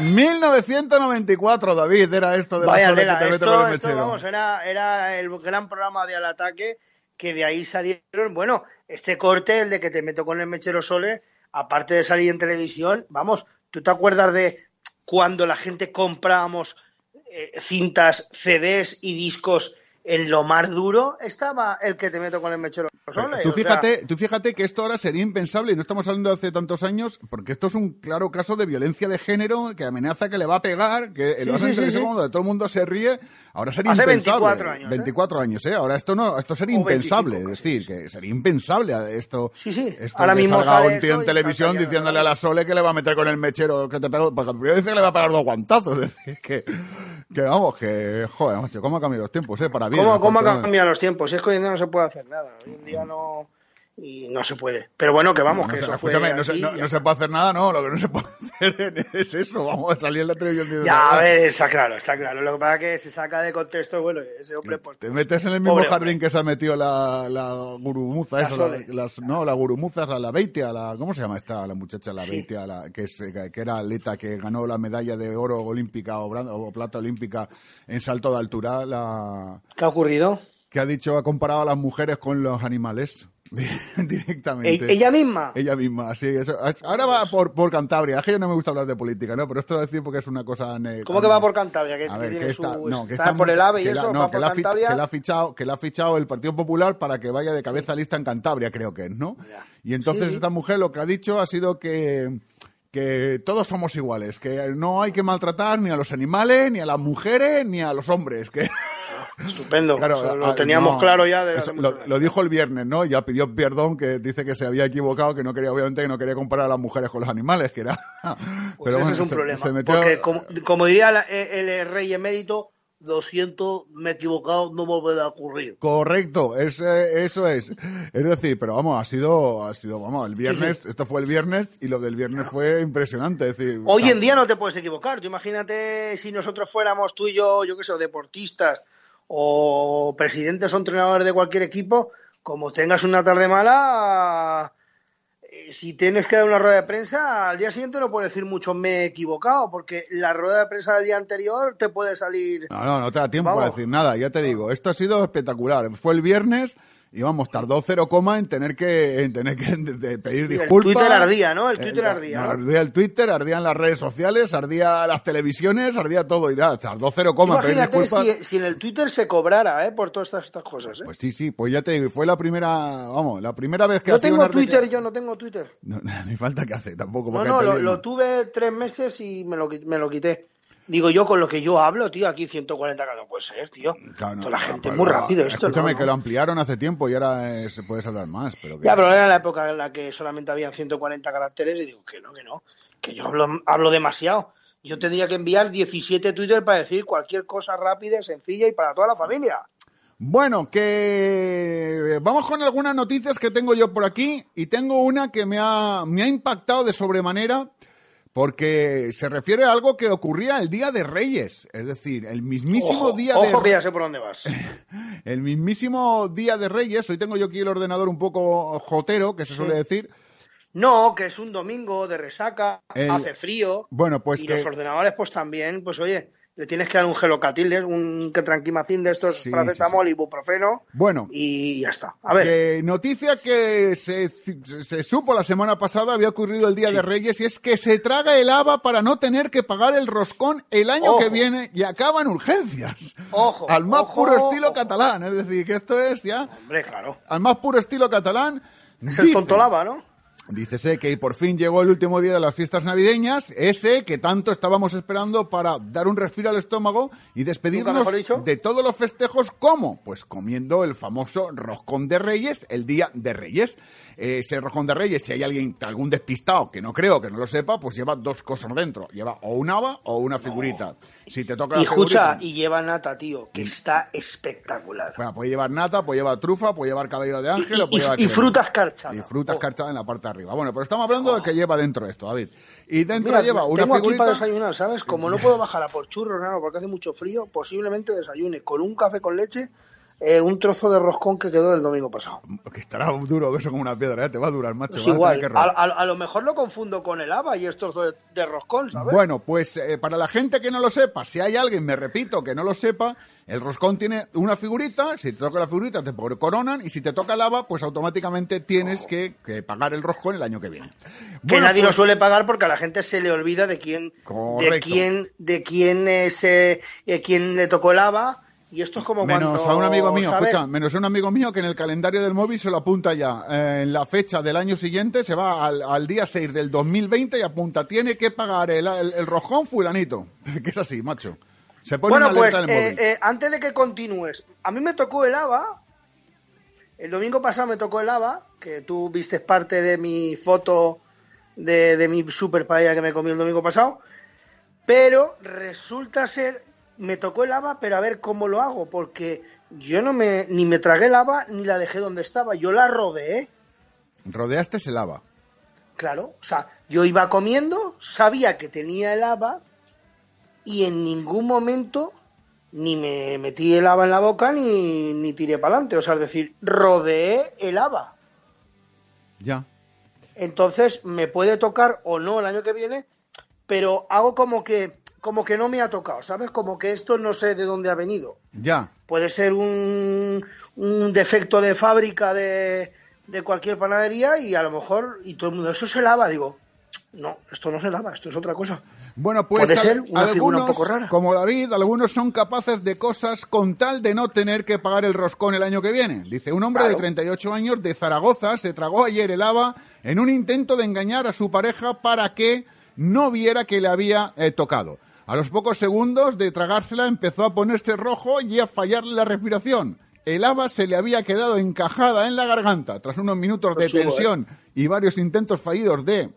1994, David, era esto de la Sole que te mete con el mechero. Vamos, era el gran programa de Al Ataque, que de ahí salieron, bueno, este corte, el de que te meto con el mechero Sole, aparte de salir en televisión, vamos, ¿tú te acuerdas de cuando la gente comprábamos cintas, CDs y discos? En lo más duro estaba el que te meto con el mechero Sole. Tú fíjate que esto ahora sería impensable, y no estamos hablando de hace tantos años, porque esto es un claro caso de violencia de género, que amenaza que le va a pegar, que lo hacen en televisión donde todo el mundo se ríe. Ahora sería hace impensable. 24 años. 24 años, ¿eh? Ahora esto sería impensable, 25, es decir, que sería impensable esto. Sí. Esto ahora que mismo salga sale un tío en televisión diciéndole a la Sole que le va a meter con el mechero que te pegó, porque primero dice que le va a pegar 2 guantazos, es decir, que vamos, que joder, macho, cómo han cambiado los tiempos, para vida. ¿Cómo han cambiado los tiempos? Si es que hoy en día no se puede hacer nada. Hoy en día no... Y no se puede. Pero bueno, que vamos, que eso fue así, no se puede hacer nada, no. Lo que no se puede hacer es eso. Vamos a salir en la televisión. Ya, a ver, está claro. Lo que pasa es que se saca de contexto, bueno, ese hombre... Pues, te metes en el mismo jardín que se ha metido la gurumuza, la gurumuza, la Beitia, ¿cómo se llama esta? La muchacha, la Beitia, que era atleta, que ganó la medalla de oro olímpica o plata olímpica en salto de altura. ¿Qué ha ocurrido? Que ha comparado a las mujeres con los animales. Directamente. ¿Ella misma? Ella misma, sí. Eso. Ahora va por Cantabria. Es que yo no me gusta hablar de política, ¿no? Pero esto lo voy a decir porque es una cosa... ¿Cómo que va por Cantabria? Que está por el AVE y eso, va por Cantabria. Que la ha fichado el Partido Popular para que vaya de cabeza lista en Cantabria, creo que es, ¿no? Ya. Y entonces esta mujer lo que ha dicho ha sido que todos somos iguales, que no hay que maltratar ni a los animales, ni a las mujeres, ni a los hombres, que... Estupendo, claro, lo teníamos claro ya. Lo dijo el viernes, ¿no? Ya pidió perdón, que dice que se había equivocado, que no quería, obviamente, que no quería comparar a las mujeres con los animales, que era... Pues ese es un problema, porque como diría el rey emérito, 200, me he equivocado, no volverá a ocurrir. Correcto, eso es. Es decir, pero vamos, ha sido, vamos, el viernes, esto fue el viernes, y lo del viernes fue impresionante. Es decir, hoy en día no te puedes equivocar. Tú imagínate si nosotros fuéramos tú y yo qué sé, deportistas, o presidentes o entrenadores de cualquier equipo, como tengas una tarde mala, si tienes que dar una rueda de prensa, al día siguiente no puedes decir mucho me he equivocado, porque la rueda de prensa del día anterior te puede salir... No te da tiempo para decir nada, ya te digo, esto ha sido espectacular. Fue el viernes... Y vamos, tardó 0, en tener que pedir disculpas. El Twitter ardía, ¿no? El Twitter ardía. Ardía el Twitter, ardían las redes sociales, ardía las televisiones, ardía todo. Y nada, tardó 0, en pedir disculpas. Si en el Twitter se cobrara, por todas estas cosas, Pues sí, pues ya te digo, fue la primera vez que... No tengo Twitter, yo no tengo Twitter. No, ni falta que hace, tampoco. Lo tuve 3 meses y me lo quité. Digo yo, con lo que yo hablo, tío, aquí 140 no puede ser, tío. Claro, la gente muy rápido esto. Escúchame, que lo ampliaron hace tiempo y ahora se puede hablar más. Pero pero era la época en la que solamente había 140 caracteres y digo que no, que yo hablo demasiado. Yo tendría que enviar 17 Twitter para decir cualquier cosa rápida, sencilla y para toda la familia. Bueno, que vamos con algunas noticias que tengo yo por aquí, y tengo una que me ha impactado de sobremanera, porque se refiere a algo que ocurría el Día de Reyes, es decir, el mismísimo Día de Reyes. Ojo que ya sé por dónde vas. El mismísimo Día de Reyes. Hoy tengo yo aquí el ordenador un poco jotero, que se suele decir. No, que es un domingo de resaca, hace frío. Bueno, pues y los ordenadores, pues también, pues oye, le tienes que dar un gelocatil, un tranquimacín de estos, paracetamol, ibuprofeno. Bueno. Y ya está. A ver. Noticia que se supo la semana pasada, había ocurrido el Día de Reyes, y es que se traga el haba para no tener que pagar el roscón el año que viene, y acaba en urgencias. Ojo. Al más puro estilo catalán, es decir, que esto es ya... Hombre, claro. Al más puro estilo catalán. Es el tontolaba, ¿no? Dícese que por fin llegó el último día de las fiestas navideñas, ese que tanto estábamos esperando para dar un respiro al estómago y despedirnos de todos los festejos. ¿Cómo? Pues comiendo el famoso roscón de Reyes, el Día de Reyes. Ese roscón de Reyes, si hay algún despistado, que no creo que no lo sepa, pues lleva 2 cosas dentro. Lleva o un haba o una figurita. Si te toca la figurita... y lleva nata, tío, que está espectacular. Bueno, puede llevar nata, puede llevar trufa, puede llevar cabello de ángel, puede llevar... Y frutas carchadas. Y frutas carchadas en la parte de arriba. Bueno, pero estamos hablando de que lleva dentro esto, David. Y dentro lleva una tengo figurita... aquí para desayunar, ¿sabes? Como no puedo bajar a por churros, nada, porque hace mucho frío, posiblemente desayune con un café con leche, un trozo de roscón que quedó del domingo pasado. Que estará duro, eso como una piedra, te va a durar, macho. Es igual, a lo mejor lo confundo con el haba y es trozo de roscón, ¿sabes? Bueno, pues para la gente que no lo sepa, si hay alguien, me repito, que no lo sepa, el roscón tiene una figurita, si te toca la figurita te coronan, y si te toca el haba, pues automáticamente tienes que pagar el roscón el año que viene. Que bueno, nadie lo suele pagar porque a la gente se le olvida de quién le tocó el haba. Y esto es como menos a un amigo mío, escucha, menos a un amigo mío que en el calendario del móvil se lo apunta ya. En la fecha del año siguiente se va al día 6 del 2020 y apunta, tiene que pagar el roscón fulanito. Que es así, macho. Se pone una alerta en el móvil. Antes de que continúes, a mí me tocó el haba. El domingo pasado me tocó el haba, que tú viste parte de mi foto de mi super paella que me comí el domingo pasado. Pero resulta ser... Me tocó el haba, pero a ver cómo lo hago, porque yo ni me tragué el haba ni la dejé donde estaba, yo la rodeé. Rodeaste el haba. Claro, o sea, yo iba comiendo, sabía que tenía el haba y en ningún momento ni me metí el haba en la boca ni tiré para adelante, o sea, es decir, rodeé el haba. Ya. Entonces, me puede tocar o no el año que viene, pero hago como que no me ha tocado, ¿sabes? Como que esto no sé de dónde ha venido. Ya. Puede ser un defecto de fábrica de cualquier panadería y a lo mejor, y todo el mundo, eso se lava, digo, no, esto no se lava, esto es otra cosa. Bueno, pues puede ser una figura un poco rara. Como David, algunos son capaces de cosas con tal de no tener que pagar el roscón el año que viene. Dice, un hombre de 38 años de Zaragoza se tragó ayer el haba en un intento de engañar a su pareja para que no viera que le había tocado. A los pocos segundos de tragársela empezó a ponerse rojo y a fallarle la respiración. El haba se le había quedado encajada en la garganta. Tras unos minutos de tensión y varios intentos fallidos de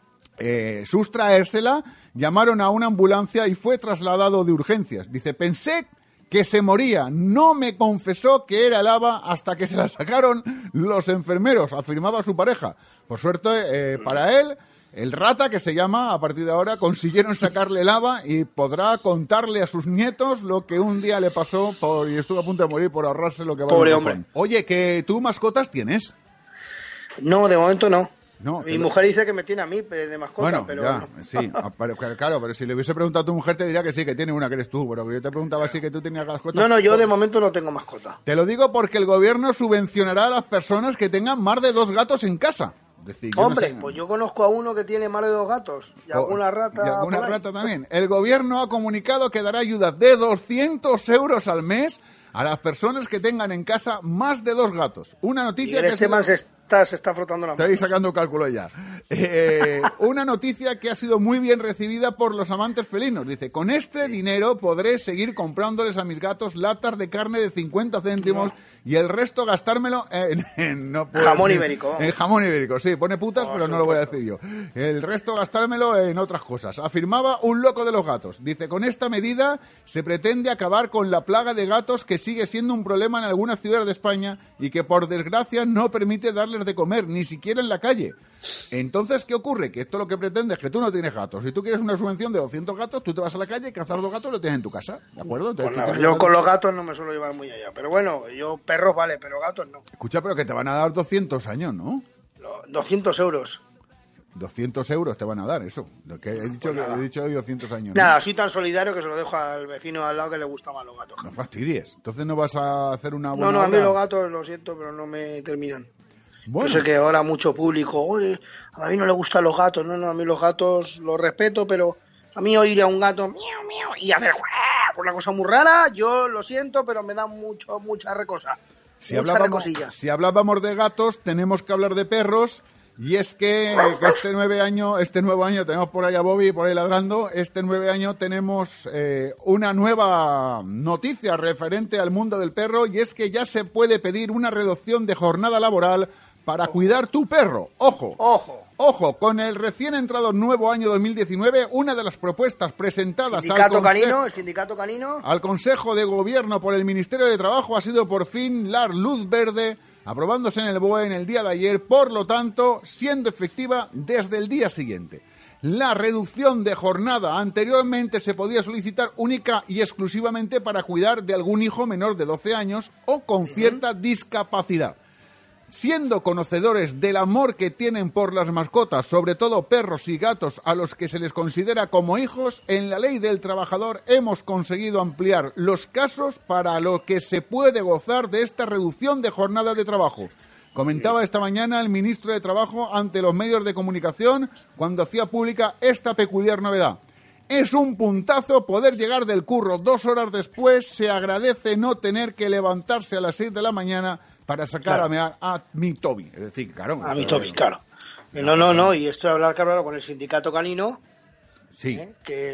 sustraérsela, llamaron a una ambulancia y fue trasladado de urgencias. Dice, pensé que se moría. No me confesó que era el haba hasta que se la sacaron los enfermeros, afirmaba su pareja. Por suerte, para él, el rata, que se llama, a partir de ahora, consiguieron sacarle el haba y podrá contarle a sus nietos lo que un día le pasó y estuvo a punto de morir por ahorrarse lo que va. Pobre hombre. Oye, ¿que tú mascotas tienes? No, de momento no. No, mi mujer dice que me tiene a mí de mascota, bueno, pero... Ya, sí, claro, pero si le hubiese preguntado a tu mujer te diría que sí, que tiene una, que eres tú, pero que yo te preguntaba si que tú tenías mascota. No, yo de momento no tengo mascota. Te lo digo porque el gobierno subvencionará a las personas que tengan más de 2 gatos en casa. Es decir, hombre, no sé, pues yo conozco a uno que tiene más de 2 gatos y alguna rata. Y alguna rata también. El gobierno ha comunicado que dará ayuda de 200 euros al mes a las personas que tengan en casa más de 2 gatos. Una noticia y que man se está frotando la mano. Estoy sacando cálculo ya. Una noticia que ha sido muy bien recibida por los amantes felinos. Dice, con este dinero podré seguir comprándoles a mis gatos latas de carne de 50 céntimos y el resto gastármelo en jamón ibérico. En jamón ibérico, sí. Pone putas, pero no lo voy a decir yo. El resto gastármelo en otras cosas. Afirmaba un loco de los gatos. Dice, con esta medida se pretende acabar con la plaga de gatos que sigue siendo un problema en algunas ciudades de España y que por desgracia no permite darles de comer, ni siquiera en la calle. Entonces, ¿qué ocurre? Que esto lo que pretende es que tú no tienes gatos. Si tú quieres una subvención de 200 gatos, tú te vas a la calle, cazas 2 gatos y lo tienes en tu casa. ¿De acuerdo? Entonces, pues nada, yo con los gatos no me suelo llevar muy allá. Pero bueno, yo perros vale, pero gatos no. Escucha, pero que te van a dar 200 años, ¿no? 200 euros. 200 euros te van a dar, eso. Lo que he dicho, pues he dicho 200 años. Nada, ¿no? Soy tan solidario que se lo dejo al vecino al lado que le gustan más los gatos. No fastidies. Entonces no vas a hacer una buena No, a mí los gatos, lo siento, pero no me terminan. Bueno. Yo sé que ahora mucho público, oye, a mí no le gustan los gatos. No, a mí los gatos los respeto, pero a mí oír a un gato miau, miau, y hacer una cosa muy rara, yo lo siento, pero me da mucha recosa. Si hablábamos de gatos, tenemos que hablar de perros. Y es que este nuevo año tenemos por ahí a Bobby, por ahí ladrando, este 9 año tenemos una nueva noticia referente al mundo del perro, y es que ya se puede pedir una reducción de jornada laboral para cuidar tu perro. Ojo, con el recién entrado nuevo año 2019, una de las propuestas presentadas el sindicato canino al Consejo de Gobierno por el Ministerio de Trabajo ha sido por fin dar luz verde, aprobándose en el BOE en el día de ayer, por lo tanto, siendo efectiva desde el día siguiente. La reducción de jornada anteriormente se podía solicitar única y exclusivamente para cuidar de algún hijo menor de 12 años o con cierta discapacidad. Siendo conocedores del amor que tienen por las mascotas, sobre todo perros y gatos a los que se les considera como hijos, en la Ley del Trabajador hemos conseguido ampliar los casos para lo que se puede gozar de esta reducción de jornada de trabajo. Comentaba esta mañana el ministro de Trabajo ante los medios de comunicación cuando hacía pública esta peculiar novedad. Es un puntazo poder llegar del curro 2 horas después, se agradece no tener que levantarse a las 6 de la mañana para sacar a mear a mi Toby. Es decir, claro. A mi Toby, claro. No, y esto de hablar con el sindicato canino. Sí. Que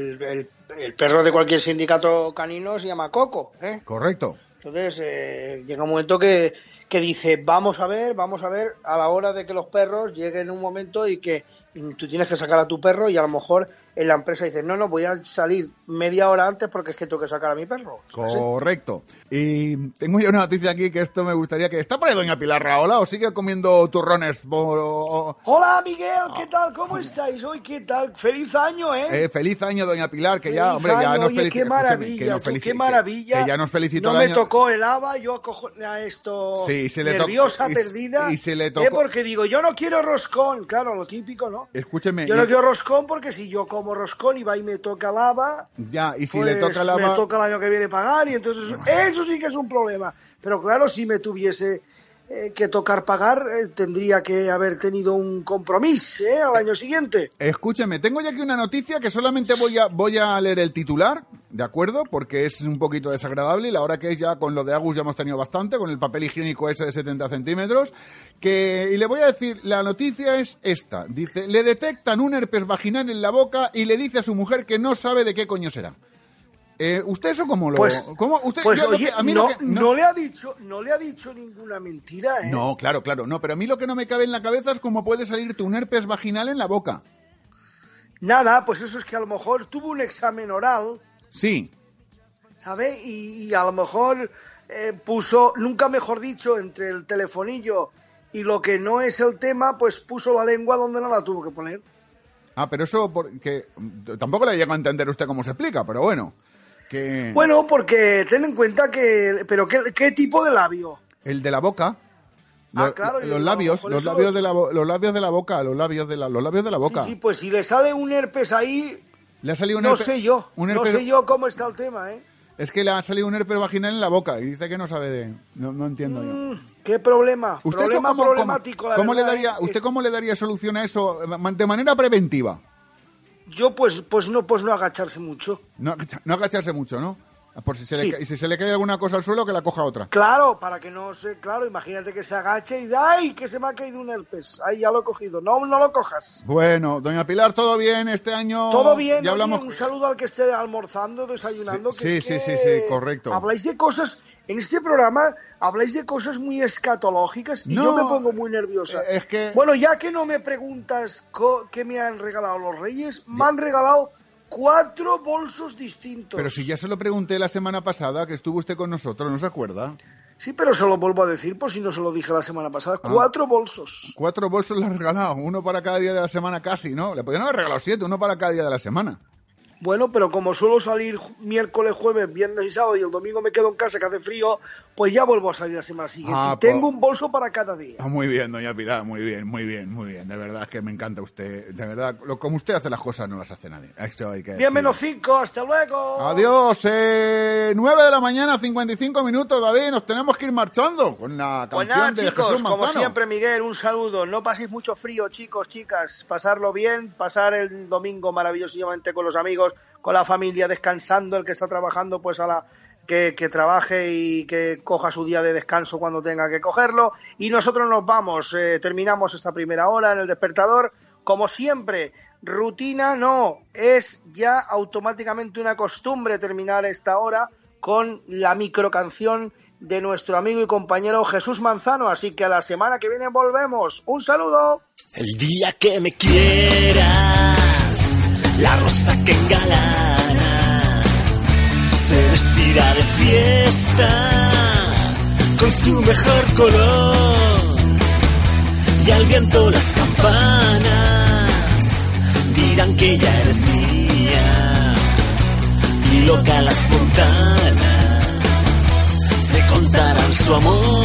el perro de cualquier sindicato canino se llama Coco. Correcto. Entonces, llega un momento que dice, vamos a ver, a la hora de que los perros lleguen un momento y que tú tienes que sacar a tu perro y a lo mejor en la empresa dices, no, voy a salir media hora antes porque es que tengo que sacar a mi perro. Correcto. Y tengo ya una noticia aquí que esto me gustaría que... ¿Está por ahí doña Pilar Rahola o sigue comiendo turrones? Hola, Miguel, ¿qué tal? ¿Cómo estáis hoy? ¿Qué tal? ¡Feliz año, eh! Feliz año, doña Pilar, que feliz ya, hombre, ya año. nos Oye, felicitó. qué maravilla, qué maravilla. Que ya nos felicitó no el me año. tocó el haba, yo acojo a esto Sí, se le nerviosa, tocó, perdida. Y se le tocó. Porque digo, yo no quiero roscón, claro, lo típico, ¿no? Escúcheme. Yo no quiero roscón porque si yo como roscón y va y me toca lava, ya, y si pues le toca lava, me toca el año que viene pagar y entonces eso sí que es un problema. Pero claro, si me tuviese que tocar pagar, tendría que haber tenido un compromiso al año siguiente. Escúcheme, tengo ya aquí una noticia que solamente voy a leer el titular, ¿de acuerdo? Porque es un poquito desagradable y la hora que es ya con lo de Agus ya hemos tenido bastante, con el papel higiénico ese de 70 centímetros, y le voy a decir, la noticia es esta, dice, le detectan un herpes vaginal en la boca y le dice a su mujer que no sabe de qué coño será. ¿Usted eso cómo lo...? ¿cómo? Usted, pues oye, a mí no le ha dicho ninguna mentira, ¿eh? No, claro, no, pero a mí lo que no me cabe en la cabeza es cómo puede salirte un herpes vaginal en la boca. Nada, pues eso es que a lo mejor tuvo un examen oral. Sí. ¿Sabe? Y a lo mejor puso, nunca mejor dicho, entre el telefonillo y lo que no es el tema, pues puso la lengua donde no la tuvo que poner. Ah, pero eso porque tampoco le llego a entender usted cómo se explica, pero bueno. Bueno, porque ten en cuenta que... ¿Pero qué tipo de labio? El de la boca. Claro. Los labios de la boca. Sí, pues si le sale un herpes ahí... Le ha salido un no herpes, sé yo. un herpes, no sé yo cómo está el tema, ¿eh? Es que le ha salido un herpes vaginal en la boca y dice que no sabe de... No entiendo yo. ¿Qué problema? ¿Usted Problemático, ¿Cómo la le verdad, daría, usted cómo le daría solución a eso de manera preventiva? Yo pues no agacharse mucho. No agacharse mucho, ¿no? Por si se le cae alguna cosa al suelo, que la coja otra. Claro, para que no se... Claro, imagínate que se agache y ¡ay! Que se me ha caído un herpes. Ahí ya lo he cogido. No lo cojas. Bueno, doña Pilar, ¿todo bien este año? Todo bien. Ya hablamos... Un saludo al que esté almorzando, desayunando. Sí, correcto. Habláis de cosas... En este programa habláis de cosas muy escatológicas y yo me pongo muy nerviosa. Es que... Bueno, ya que no me preguntas qué me han regalado los Reyes, me han regalado 4 bolsos distintos. Pero si ya se lo pregunté la semana pasada, que estuvo usted con nosotros, ¿no se acuerda? Sí, pero se lo vuelvo a decir por si no se lo dije la semana pasada. 4 bolsos. 4 bolsos le han regalado, uno para cada día de la semana casi, ¿no? Le podían haber regalado 7, uno para cada día de la semana. Bueno, pero como suelo salir miércoles, jueves, viernes y sábado y el domingo me quedo en casa que hace frío, pues ya vuelvo a salir la semana siguiente. Y tengo un bolso para cada día. Muy bien, doña Pilar, muy bien. De verdad es que me encanta usted. De verdad, como usted hace las cosas no las hace nadie. Esto hay que 10 menos 5, hasta luego. Adiós. 9 de la mañana, 55 minutos, David. Nos tenemos que ir marchando con la canción nada, de chicos, Jesús Manzano. Como siempre, Miguel, un saludo. No paséis mucho frío, chicos, chicas. Pasarlo bien, pasar el domingo maravillosamente con los amigos, con la familia, descansando. El que está trabajando, pues que trabaje y que coja su día de descanso cuando tenga que cogerlo. Y nosotros nos vamos, terminamos esta primera hora en el despertador. Como siempre, rutina no, es ya automáticamente una costumbre terminar esta hora con la microcanción de nuestro amigo y compañero Jesús Manzano. Así que a la semana que viene volvemos. ¡Un saludo! El día que me quieras, la rosa que engalana se vestirá de fiesta con su mejor color, y al viento las campanas dirán que ya eres mía, y loca las fontanas se contarán su amor.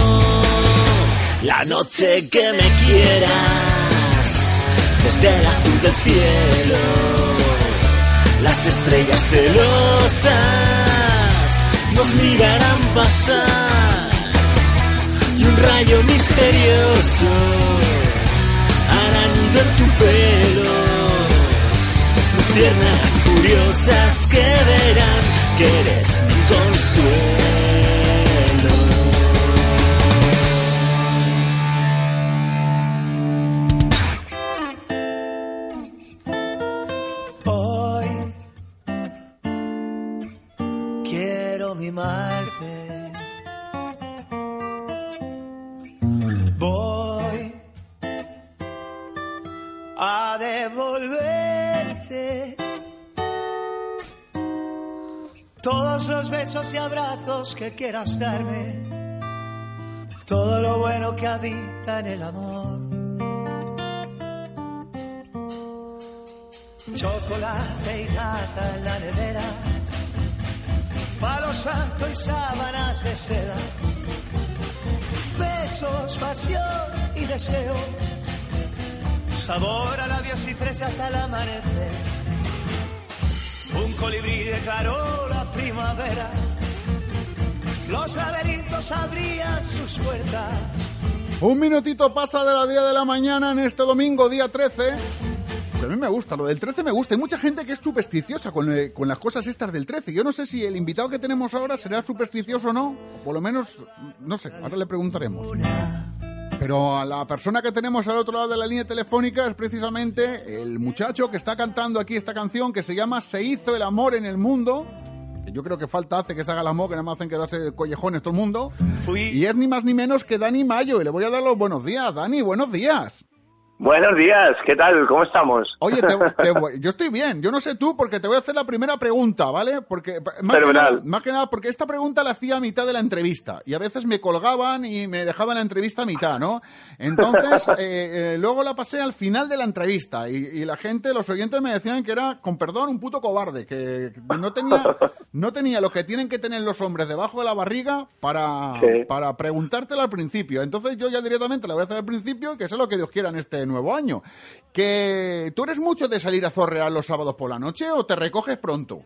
La noche que me quieras, desde el azul del cielo, las estrellas celosas nos mirarán pasar, y un rayo misterioso hará nido en tu pelo, luciérnagas curiosas que verán que eres mi consuelo. mimarte. Voy a envolverte. Todos los besos y abrazos que quieras darme, todo lo bueno que habita en el amor. Chocolate y nata en la nevera, palo santo y sábanas de seda, besos, pasión y deseo, sabor a labios y fresas al amanecer, un colibrí declaró la primavera, los laberintos abrían sus puertas. Un minutito pasa de las 10 de la mañana en este domingo, día 13. A mí me gusta, lo del 13 me gusta. Hay mucha gente que es supersticiosa con las cosas estas del 13. Yo no sé si el invitado que tenemos ahora será supersticioso o no. O por lo menos, no sé, ahora le preguntaremos. Pero a la persona que tenemos al otro lado de la línea telefónica es precisamente el muchacho que está cantando aquí esta canción que se llama Se hizo el amor en el mundo. Que yo creo que falta hace que se haga el amor, que nada más hacen quedarse collejones todo el mundo. Y es ni más ni menos que Dani Mayo. Y le voy a dar los buenos días. Dani, buenos días. Buenos días, ¿qué tal? ¿Cómo estamos? Oye, yo estoy bien, yo no sé tú, porque te voy a hacer la primera pregunta, ¿vale? Porque más que nada, porque esta pregunta la hacía a mitad de la entrevista, y a veces me colgaban y me dejaban la entrevista a mitad, ¿no? Entonces, luego la pasé al final de la entrevista, y la gente, los oyentes me decían que era, con perdón, un puto cobarde, que no tenía lo que tienen que tener los hombres debajo de la barriga para preguntártelo al principio. Entonces yo ya directamente la voy a hacer al principio, y que sea lo que Dios quiera en este nuevo año. Que ¿tú eres mucho de salir a zorrear los sábados por la noche o te recoges pronto?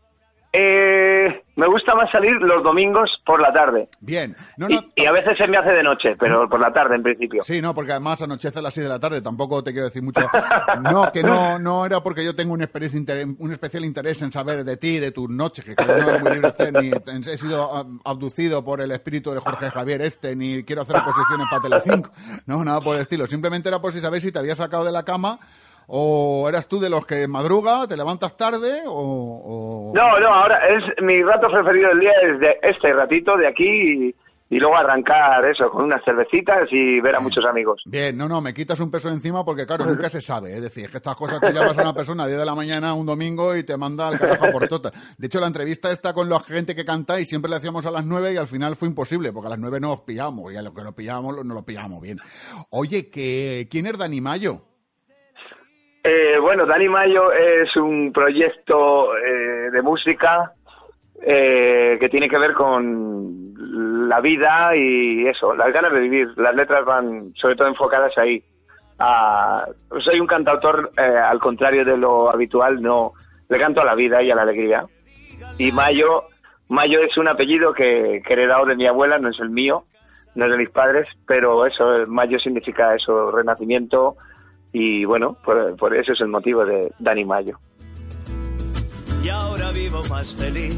Me gusta más salir los domingos por la tarde. Bien. Y a veces se me hace de noche, pero por la tarde en principio. Sí, no, porque además anochece a las 6 de la tarde, tampoco te quiero decir mucho. No, que no era porque yo tengo un especial interés en saber de ti, de tus noches, que no es muy libre hacer, ni he sido abducido por el espíritu de Jorge Javier ni quiero hacer oposiciones para Telecinco. No, nada por el estilo. Simplemente era por saber si te habías sacado de la cama. ¿O eras tú de los que madruga, te levantas tarde o...? No, ahora es mi rato preferido del día, es de este ratito de aquí y luego arrancar eso, con unas cervecitas y ver a muchos amigos. Bien, no, me quitas un peso encima porque claro, nunca se sabe, es decir, es que estas cosas te llamas a una persona a 10 de la mañana un domingo y te manda al carajo por todas. De hecho, la entrevista está con la gente que canta y siempre le hacíamos a las 9 y al final fue imposible, porque a las 9 no nos pillamos y a lo que nos pillamos no lo pillamos bien. Oye, ¿quién es Dani Mayo? Bueno, Dani Mayo es un proyecto de música que tiene que ver con la vida y eso, las ganas de vivir. Las letras van sobre todo enfocadas ahí. Soy un cantautor, al contrario de lo habitual, no le canto a la vida y a la alegría. Y Mayo es un apellido que he heredado de mi abuela, no es el mío, no es de mis padres, pero eso, Mayo significa eso, renacimiento. Y bueno, por eso es el motivo de Dani Mayo. Y ahora vivo más feliz.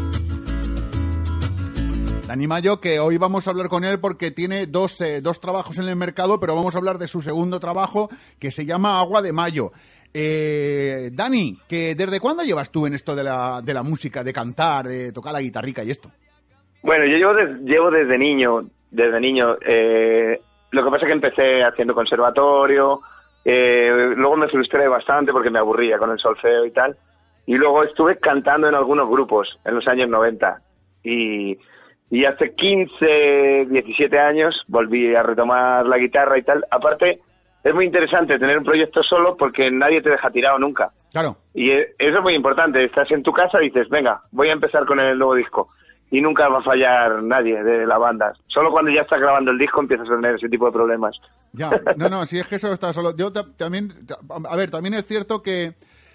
Dani Mayo, que hoy vamos a hablar con él porque tiene dos trabajos en el mercado, pero vamos a hablar de su segundo trabajo, que se llama Agua de Mayo. Dani, ¿desde cuándo llevas tú en esto de la música, de cantar, de tocar la guitarrica y esto? Bueno, yo llevo desde niño. Lo que pasa es que empecé haciendo conservatorio. Luego me frustré bastante porque me aburría con el solfeo y tal, y luego estuve cantando en algunos grupos en los años 90 y hace 15, 17 años volví a retomar la guitarra y tal. Aparte es muy interesante tener un proyecto solo porque nadie te deja tirado nunca. Claro. Y eso es muy importante, estás en tu casa y dices, venga, voy a empezar con el nuevo disco. Y nunca va a fallar nadie de la banda. Solo cuando ya estás grabando el disco empiezas a tener ese tipo de problemas. Ya, no, si es que eso está solo. Yo también, a ver, también es cierto que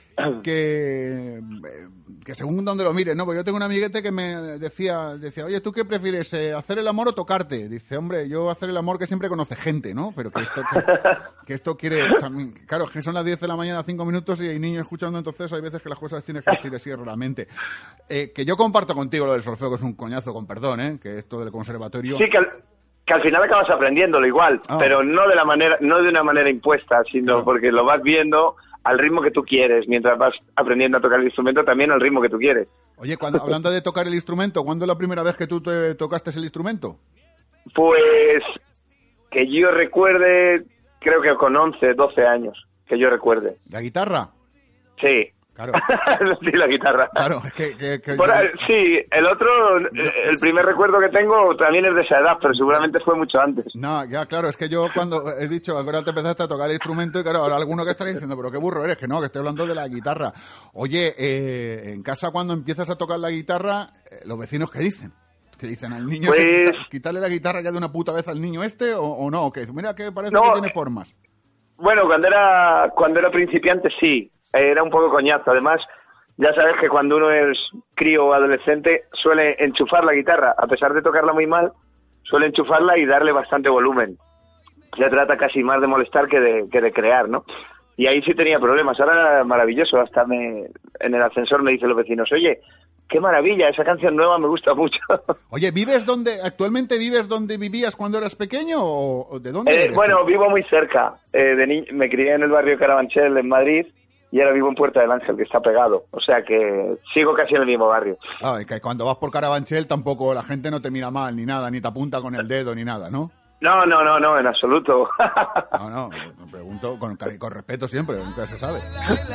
según donde lo mires, ¿no? Porque yo tengo un amiguete que me decía, oye, ¿tú qué prefieres, hacer el amor o tocarte? Dice, hombre, yo hacer el amor que siempre conoce gente, ¿no? Pero que esto quiere también, claro, que son las 10 de la mañana, 5 minutos y hay niños escuchando, entonces hay veces que las cosas tienes que decir así raramente. Que yo comparto contigo lo del solfeo, que es un coñazo, con perdón, que esto del conservatorio... Sí, que al final acabas aprendiéndolo igual, pero no de una manera impuesta, sino porque lo vas viendo al ritmo que tú quieres, mientras vas aprendiendo a tocar el instrumento, también al ritmo que tú quieres. Oye, hablando de tocar el instrumento, ¿cuándo es la primera vez que tú tocaste el instrumento? Pues que yo recuerde, creo que con 11, 12 años. que yo recuerde. ¿La guitarra? Sí. Claro. Sí, la guitarra. Claro, es que sí, el otro, el primer recuerdo que tengo también es de esa edad, pero seguramente fue mucho antes. No, ya, claro, es que yo cuando he dicho, ahora te empezaste a tocar el instrumento y claro, ahora alguno que estará diciendo, pero qué burro eres, que no, que estoy hablando de la guitarra. Oye, en casa cuando empiezas a tocar la guitarra, los vecinos, ¿qué dicen? ¿Qué dicen al niño? Pues... ¿Quitarle la guitarra ya de una puta vez al niño o no? Que mira que parece no, que tiene formas. Bueno, cuando era principiante sí. Era un poco coñazo. Además, ya sabes que cuando uno es crío o adolescente suele enchufar la guitarra. A pesar de tocarla muy mal, suele enchufarla y darle bastante volumen. Se trata casi más de molestar que de crear, ¿no? Y ahí sí tenía problemas. Ahora era maravilloso. Hasta en el ascensor me dicen los vecinos, oye, qué maravilla, esa canción nueva me gusta mucho. Oye, ¿actualmente vives donde vivías cuando eras pequeño o de dónde eres? Bueno, vivo muy cerca. Me crié en el barrio Carabanchel, en Madrid. Y ahora vivo en Puerta del Ángel, que está pegado. O sea que sigo casi en el mismo barrio. Ah, que cuando vas por Carabanchel tampoco la gente no te mira mal ni nada, ni te apunta con el dedo ni nada, ¿no? No, en absoluto. No, me pregunto con respeto siempre, nunca se sabe.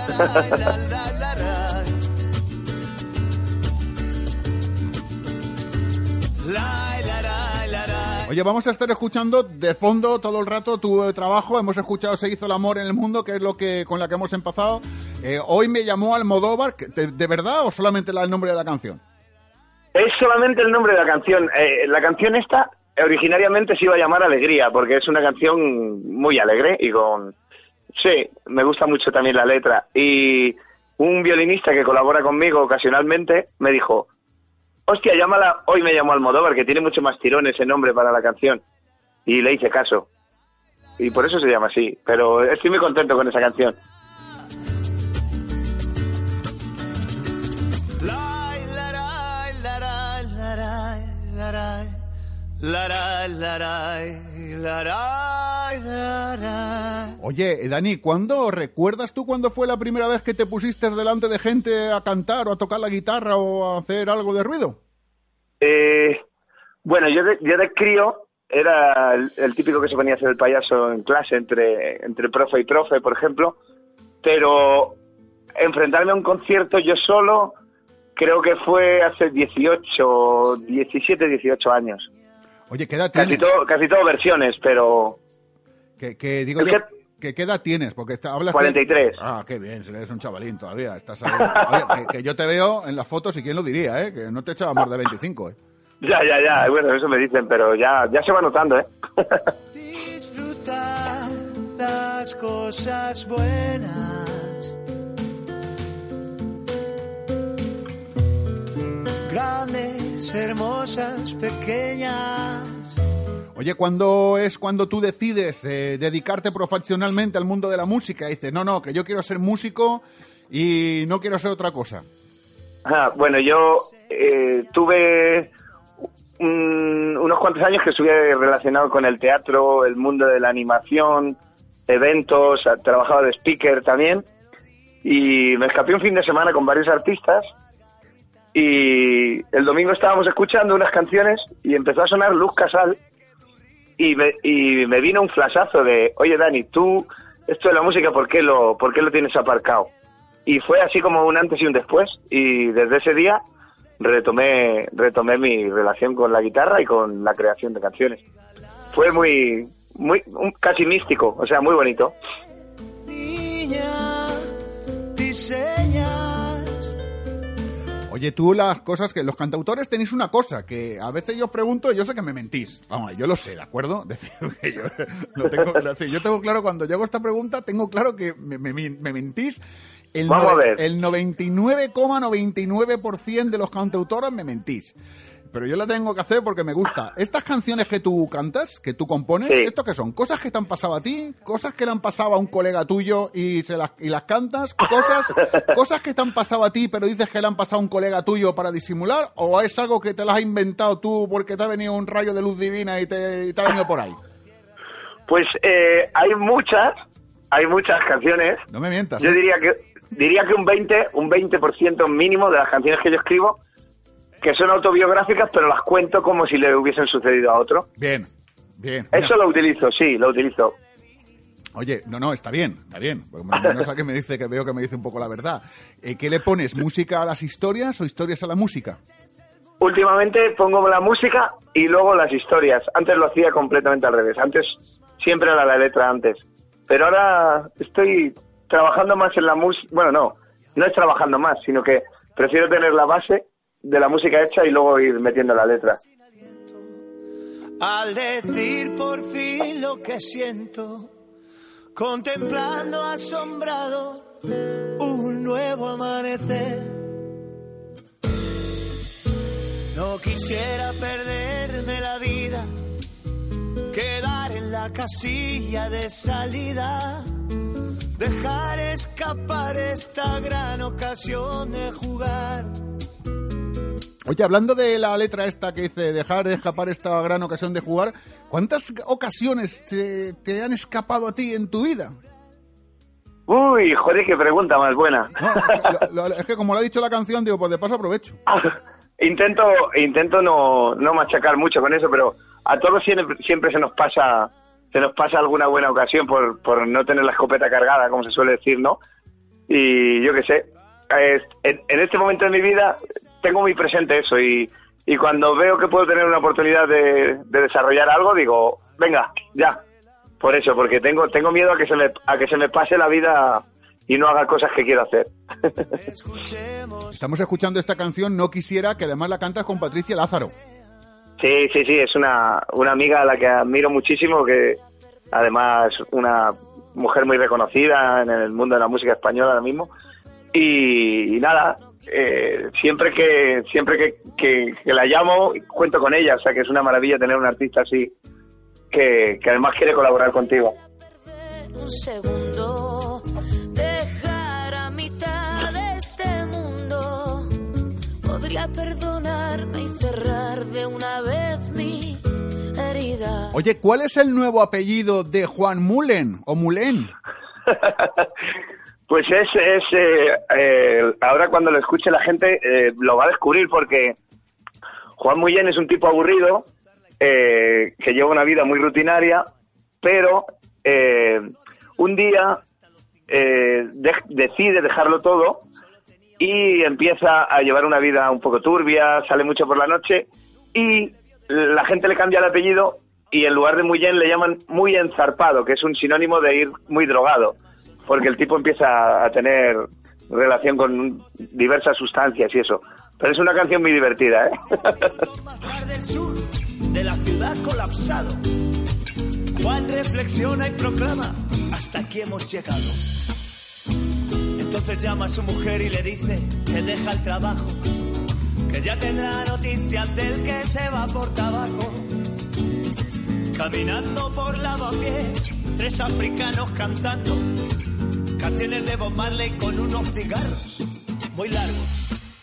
Oye, vamos a estar escuchando de fondo todo el rato tu trabajo. Hemos escuchado Se hizo el amor en el mundo, que es lo que con la que hemos empezado. Hoy me llamó Almodóvar. ¿De verdad o solamente el nombre de la canción? Es solamente el nombre de la canción. La canción esta originariamente se iba a llamar Alegría, porque es una canción muy alegre y con... Sí, me gusta mucho también la letra. Y un violinista que colabora conmigo ocasionalmente me dijo... Hostia, llámala, hoy me llamó Almodóvar, que tiene mucho más tirón ese nombre para la canción. Y le hice caso. Y por eso se llama así. Pero estoy muy contento con esa canción. Oye, Dani, ¿recuerdas tú cuándo fue la primera vez que te pusiste delante de gente a cantar o a tocar la guitarra o a hacer algo de ruido? Bueno, yo de crío era el típico que se ponía a hacer el payaso en clase entre profe y profe, por ejemplo, pero enfrentarme a un concierto yo solo creo que fue hace 17, 18 años. Oye, ¿qué edad tienes? Casi todo versiones, pero... ¿Qué edad tienes? Porque hablas 43. Ah, qué bien, eres un chavalín todavía. Estás ahí. Oye, que yo te veo en las fotos y quién lo diría, ¿eh? Que no te echaba más de 25, ¿eh? Ya. Bueno, eso me dicen, pero ya se va notando, ¿eh? Disfrutar las cosas buenas. Grandes, hermosas, pequeñas. Oye, ¿cuándo es cuando tú decides dedicarte profesionalmente al mundo de la música? Y dices, no, que yo quiero ser músico y no quiero ser otra cosa. Bueno, yo tuve unos cuantos años que estuve relacionado con el teatro, el mundo de la animación, eventos, trabajaba de speaker también, y me escapé un fin de semana con varios artistas, y el domingo estábamos escuchando unas canciones y empezó a sonar Luz Casal, y me vino un flashazo de, oye Dani, tú, esto de la música, ¿por qué lo tienes aparcado? Y fue así como un antes y un después, y desde ese día retomé mi relación con la guitarra y con la creación de canciones. Fue casi místico, o sea, muy bonito. Niña, diseñas. Oye, tú las cosas que los cantautores tenéis una cosa, que a veces yo os pregunto y yo sé que me mentís. Vamos, yo lo sé, ¿de acuerdo? Decir que yo tengo claro, cuando yo hago esta pregunta, tengo claro que me mentís. Vamos a ver. El 99,99% de los cantautores me mentís. Pero yo la tengo que hacer porque me gusta. Estas canciones que tú cantas, que tú compones, sí. ¿Esto qué son? ¿Cosas que te han pasado a ti? ¿Cosas que le han pasado a un colega tuyo y las cantas? ¿Cosas que te han pasado a ti pero dices que le han pasado a un colega tuyo para disimular? ¿O es algo que te lo has inventado tú porque te ha venido un rayo de luz divina y te ha venido por ahí? Pues hay muchas canciones. No me mientas. Yo diría que un 20% mínimo de las canciones que yo escribo que son autobiográficas, pero las cuento como si le hubiesen sucedido a otro. Bien. Eso lo utilizo, sí, lo utilizo. Oye, no, está bien. Porque menos a que me dice, que veo que me dice un poco la verdad. ¿Qué le pones? ¿Música a las historias o historias a la música? Últimamente pongo la música y luego las historias. Antes lo hacía completamente al revés. Antes siempre era la letra antes. Pero ahora estoy trabajando más en la música. Bueno, no es trabajando más, sino que prefiero tener la base de la música hecha y luego ir metiendo la letra. Al decir por fin lo que siento, contemplando asombrado un nuevo amanecer. No quisiera perderme la vida, quedar en la casilla de salida, dejar escapar esta gran ocasión de jugar. Oye, hablando de la letra esta que dice dejar escapar esta gran ocasión de jugar, ¿cuántas ocasiones te han escapado a ti en tu vida? Uy, joder, qué pregunta más buena. No, es que como lo ha dicho la canción, digo, pues de paso aprovecho. Intento no machacar mucho con eso, pero a todos siempre se nos pasa alguna buena ocasión por no tener la escopeta cargada, como se suele decir, ¿no? Y yo qué sé, en este momento de mi vida tengo muy presente eso y cuando veo que puedo tener una oportunidad de desarrollar algo, digo, venga, ya. Por eso, porque tengo miedo a que se me pase la vida y no haga cosas que quiero hacer. Estamos escuchando esta canción, No Quisiera, que además la cantas con Patricia Lázaro. Sí, es una amiga a la que admiro muchísimo, que además una mujer muy reconocida en el mundo de la música española ahora mismo. Y nada, siempre que la llamo, cuento con ella, o sea que es una maravilla tener un artista así que además quiere colaborar contigo. Un segundo, dejar a mitad de este mundo. Podría perdonarme y cerrar de una vez mis heridas. Oye, ¿cuál es el nuevo apellido de Juan Mullen o Mulén? Pues ahora cuando lo escuche la gente lo va a descubrir, porque Juan Mullen es un tipo aburrido que lleva una vida muy rutinaria, pero un día decide dejarlo todo y empieza a llevar una vida un poco turbia, sale mucho por la noche y la gente le cambia el apellido y en lugar de Mullen le llaman muy enzarpado, que es un sinónimo de ir muy drogado, porque el tipo empieza a tener relación con diversas sustancias y eso. Pero es una canción muy divertida, ¿eh? Del sur, de la ciudad colapsado, Juan reflexiona y proclama: hasta aquí hemos llegado. Entonces llama a su mujer y le dice que deja el trabajo, que ya tendrá noticias del que se va por tabaco. Caminando por Lavapiés, 3 africanos cantando canciones de Bob Marley con unos cigarros muy largos.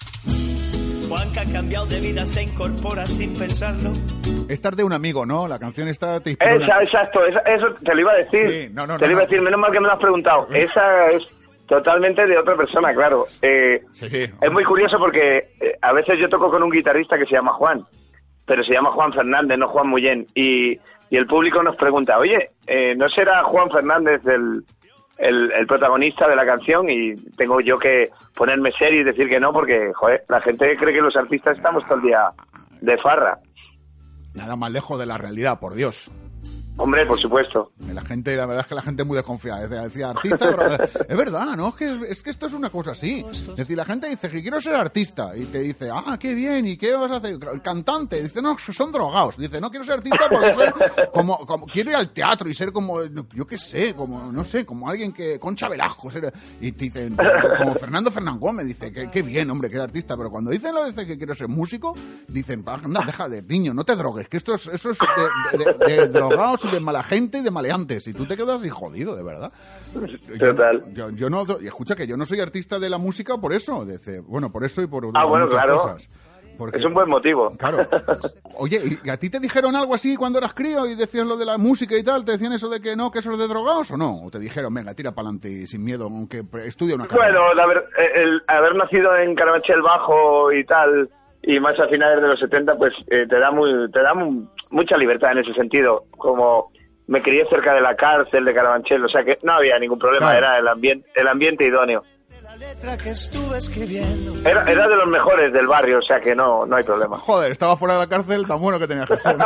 Juan, que ha cambiado de vida, se incorpora sin pensarlo. Esta es de un amigo, ¿no? La canción está... Exacto, eso te lo iba a decir. Sí, te lo iba a decir, menos mal que me lo has preguntado. Esa es totalmente de otra persona, claro. Sí. Es muy curioso porque a veces yo toco con un guitarrista que se llama Juan, pero se llama Juan Fernández, no Juan Mullen. Y el público nos pregunta, oye, ¿no será Juan Fernández el protagonista de la canción? Y tengo yo que ponerme serio y decir que no, porque, joder, la gente cree que los artistas estamos todo el día de farra. Nada más lejos de la realidad, por Dios. Hombre, por supuesto. La verdad es que la gente es muy desconfiada. Decía artista, pero es verdad, ¿no? Es que esto es una cosa así. Es decir, la gente dice que quiero ser artista y te dice, qué bien, ¿y qué vas a hacer? Cantante. Dice, no, son drogados. Dice, no quiero ser artista porque soy como quiero ir al teatro y ser como, yo qué sé, como, no sé, como alguien que, Concha Velasco. Y te dicen, como Fernando Fernán Gómez, dice, qué bien, hombre, que es artista. Pero cuando dicen lo de que quiero ser músico, dicen, anda, deja de niño, no te drogues, que eso es de drogados, de mala gente y de maleantes, y tú te quedas y jodido, de verdad. Total. Yo no, y escucha que yo no soy artista de la música por eso, por eso y por bueno, muchas claro. cosas. Porque, es un buen motivo. Claro. Oye, ¿y a ti te dijeron algo así cuando eras crío y decías lo de la música y tal? ¿Te decían eso de que no, que eso es de drogados o no? ¿O te dijeron, venga, tira para adelante y sin miedo, aunque estudia una carrera? Bueno, el haber nacido en Carabanchel Bajo y tal, y más a finales de los 70, pues te da mucha libertad en ese sentido, como me crié cerca de la cárcel de Carabanchel, o sea que no había ningún problema, Claro. era el ambiente idóneo. letra que estuve escribiendo. Era de los mejores del barrio, o sea que no hay problema. Joder, estaba fuera de la cárcel, tan bueno que tenías que ser.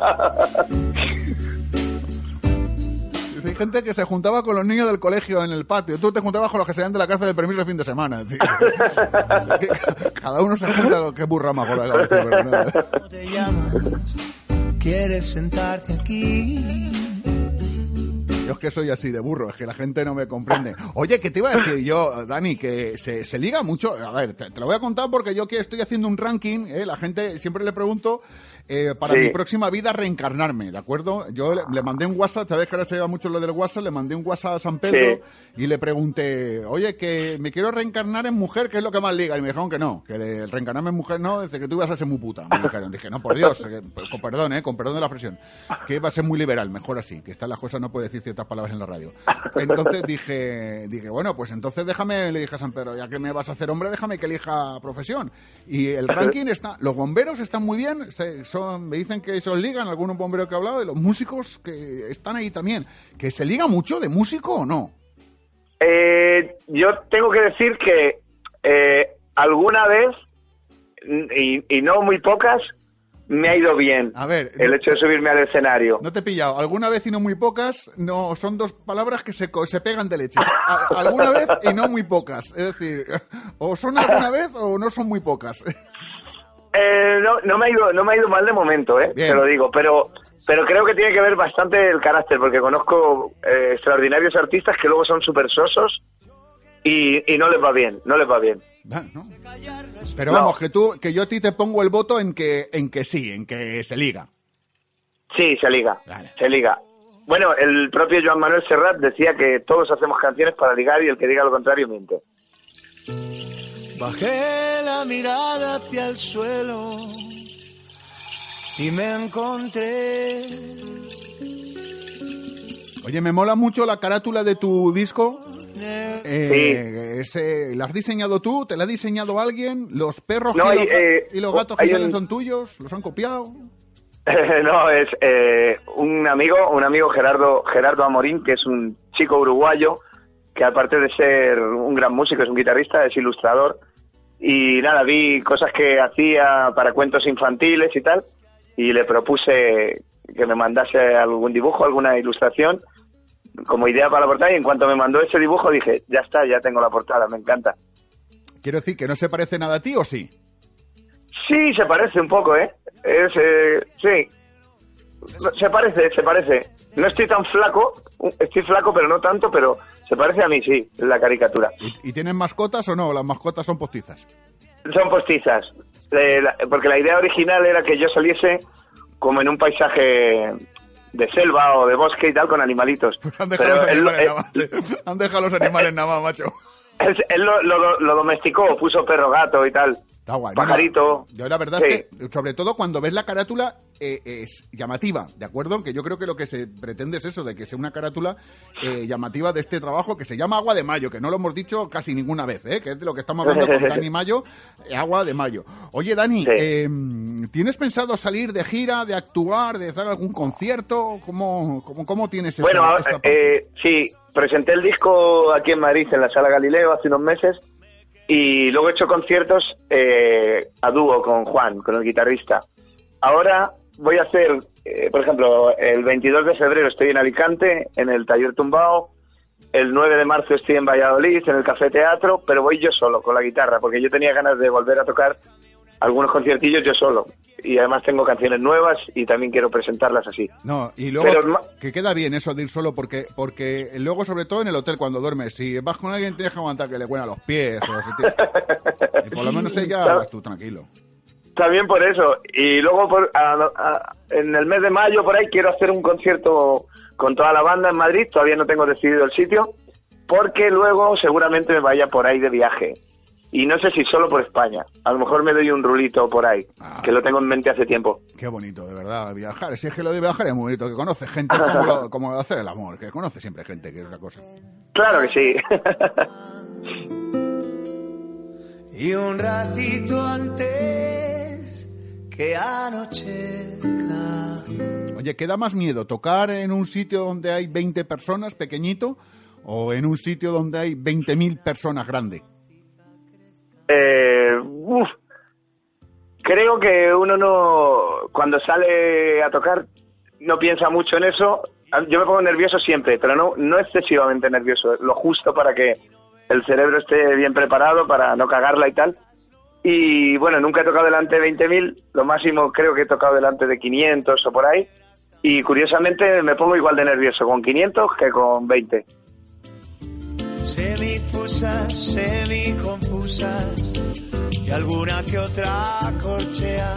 Hay gente que se juntaba con los niños del colegio en el patio. Tú te juntabas con los que salían de la cárcel de permiso de fin de semana. Es decir, cada uno se junta con qué burra más gorda cabeza, pero no. ¿Cómo te llamas? ¿Quieres sentarte aquí? Yo es que soy así de burro, es que la gente no me comprende. Oye, ¿qué te iba a decir yo, Dani? Que se liga mucho. A ver, te lo voy a contar porque yo que estoy haciendo un ranking, la gente siempre le pregunto para mi próxima vida reencarnarme, ¿de acuerdo? Yo le mandé un WhatsApp, sabes que ahora se lleva mucho lo del WhatsApp, le mandé un WhatsApp a San Pedro y le pregunté, oye, que me quiero reencarnar en mujer, ¿qué es lo que más liga? Y me dijeron que no, que de reencarnarme en mujer no, desde que tú ibas a ser muy puta. Me dijeron, dije, no, por Dios, con perdón de la expresión, que iba a ser muy liberal, mejor así, que están las cosas, no puedo decir ciertas palabras en la radio. Entonces dije, bueno, pues entonces déjame, le dije a San Pedro, ya que me vas a hacer hombre, déjame que elija profesión. Y el ranking está, los bomberos están muy bien, me dicen que se os ligan, algunos bomberos que he hablado, y los músicos que están ahí también. ¿Que se liga mucho de músico o no? Yo tengo que decir que alguna vez, y no muy pocas, me ha ido bien. A ver, el hecho de subirme al escenario. No te he pillado. Alguna vez y no muy pocas, no son dos palabras que se pegan de leches. Alguna vez y no muy pocas. Es decir, o son alguna vez o no son muy pocas. No me ha ido mal de momento, te lo digo, pero creo que tiene que ver bastante el carácter, porque conozco extraordinarios artistas que luego son súper sosos y no les va bien. ¿No? Pero vamos, que yo a ti te pongo el voto en que sí, en que se liga. Sí, se liga, se liga. Bueno, el propio Joan Manuel Serrat decía que todos hacemos canciones para ligar y el que diga lo contrario miente. Bajé la mirada hacia el suelo y me encontré. Oye, me mola mucho la carátula de tu disco. Sí. ¿La has diseñado tú? ¿Te la ha diseñado alguien? ¿Los perros y los gatos que salen son tuyos? ¿Los han copiado? No, es un amigo Gerardo Amorín, que es un chico uruguayo que aparte de ser un gran músico, es un guitarrista, es ilustrador. Y nada, vi cosas que hacía para cuentos infantiles y tal, y le propuse que me mandase algún dibujo, alguna ilustración, como idea para la portada, y en cuanto me mandó ese dibujo dije, ya está, ya tengo la portada, me encanta. Quiero decir, ¿que no se parece nada a ti o sí? Sí, se parece un poco, sí. Se parece. No estoy tan flaco, estoy flaco, pero no tanto, pero se parece a mí, sí, la caricatura. ¿Y tienen mascotas o no? ¿Las mascotas son postizas? Son postizas, porque la idea original era que yo saliese como en un paisaje de selva o de bosque y tal, con animalitos. Pues han dejado los animales nada más. Han dejado los animales nada más, macho. Él lo domesticó, puso perro, gato y tal. Está guay. Pajarito. Yo la verdad es que, sobre todo cuando ves la carátula, es llamativa, ¿de acuerdo? Que yo creo que lo que se pretende es eso, de que sea una carátula llamativa de este trabajo que se llama Agua de Mayo, que no lo hemos dicho casi ninguna vez, que es de lo que estamos hablando con Dani Mayo, Agua de Mayo. Oye, Dani, ¿tienes pensado salir de gira, de actuar, de dar algún concierto? ¿Cómo tienes eso? Bueno, sí, presenté el disco aquí en Madrid, en la Sala Galileo, hace unos meses. Y luego he hecho conciertos a dúo con Juan, con el guitarrista. Ahora voy a hacer, por ejemplo, el 22 de febrero estoy en Alicante, en el Taller Tumbao. El 9 de marzo estoy en Valladolid, en el Café Teatro, pero voy yo solo, con la guitarra, porque yo tenía ganas de volver a tocar algunos conciertillos yo solo. Y además tengo canciones nuevas y también quiero presentarlas así. No, y luego que queda bien eso de ir solo, porque luego, sobre todo en el hotel cuando duermes, si vas con alguien tienes que aguantar que le huela los pies o así. Y por lo menos ella vas tú tranquilo. También por eso. Y luego en el mes de mayo por ahí quiero hacer un concierto con toda la banda en Madrid. Todavía no tengo decidido el sitio, porque luego seguramente me vaya por ahí de viaje. Y no sé si solo por España. A lo mejor me doy un rulito por ahí, que lo tengo en mente hace tiempo. Qué bonito, de verdad, viajar. Si es que lo de viajar es muy bonito, que conoce gente como lo de hacer el amor, que conoce siempre gente, que es una cosa. Claro que sí. Y un ratito antes que anochezca. Oye, ¿qué da más miedo? ¿Tocar en un sitio donde hay 20 personas, pequeñito, o en un sitio donde hay 20.000 personas, grande? Creo que uno no, cuando sale a tocar, no piensa mucho en eso. Yo me pongo nervioso siempre, pero no excesivamente nervioso, lo justo para que el cerebro esté bien preparado para no cagarla y tal. Y bueno, nunca he tocado delante de 20.000, lo máximo creo que he tocado delante de 500 o por ahí. Y curiosamente me pongo igual de nervioso con 500 que con 20. Semifusas, semiconfusas y alguna que otra corchea.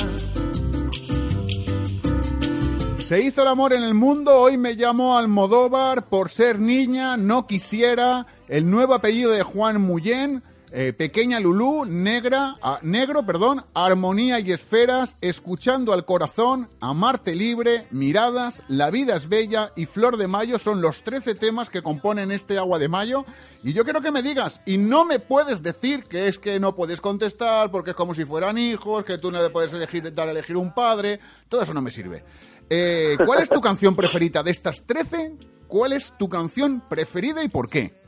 Se hizo el amor en el mundo, hoy me llamo Almodóvar, por ser niña no quisiera, el nuevo apellido de Juan Mullén, pequeña Lulú, negro, armonía y esferas, escuchando al corazón, amarte libre, miradas, la vida es bella y flor de mayo son los 13 temas que componen este Agua de Mayo. Y yo quiero que me digas, y no me puedes decir que es que no puedes contestar porque es como si fueran hijos, que tú no le puedes dar a elegir un padre, todo eso no me sirve. ¿Cuál es tu canción preferida de estas 13? ¿Cuál es tu canción preferida y por qué?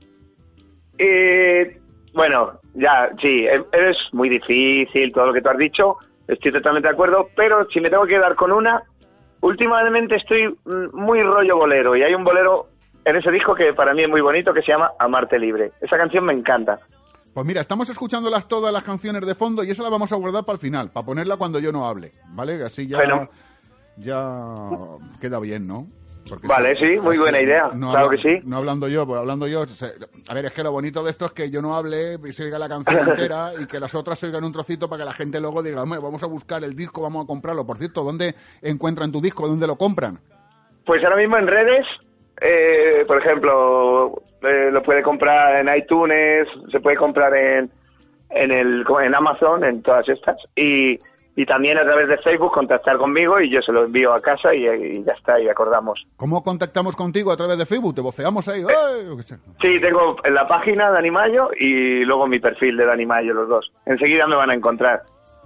Bueno, ya, sí, es muy difícil todo lo que tú has dicho, estoy totalmente de acuerdo, pero si me tengo que dar con una, últimamente estoy muy rollo bolero, y hay un bolero en ese disco que para mí es muy bonito, que se llama Amarte Libre. Esa canción me encanta. Pues mira, estamos escuchándolas todas las canciones de fondo y esa la vamos a guardar para el final, para ponerla cuando yo no hable, ¿vale? Así ya... Bueno. Ya queda bien, ¿no? Porque vale, sí, muy buena idea, claro que sí. No hablando yo, pues hablando yo... A ver, es que lo bonito de esto es que yo no hable y se oiga la canción entera y que las otras se oigan un trocito para que la gente luego diga, vamos a buscar el disco, vamos a comprarlo. Por cierto, ¿dónde encuentran tu disco? ¿Dónde lo compran? Pues ahora mismo en redes, por ejemplo, lo puede comprar en iTunes, se puede comprar en Amazon, en todas estas, y también a través de Facebook contactar conmigo y yo se lo envío a casa y ya está, y acordamos. ¿Cómo contactamos contigo a través de Facebook? ¿Te voceamos ahí? Sí, tengo en la página Dani Mayo y luego mi perfil de Dani Mayo, los dos. Enseguida me van a encontrar.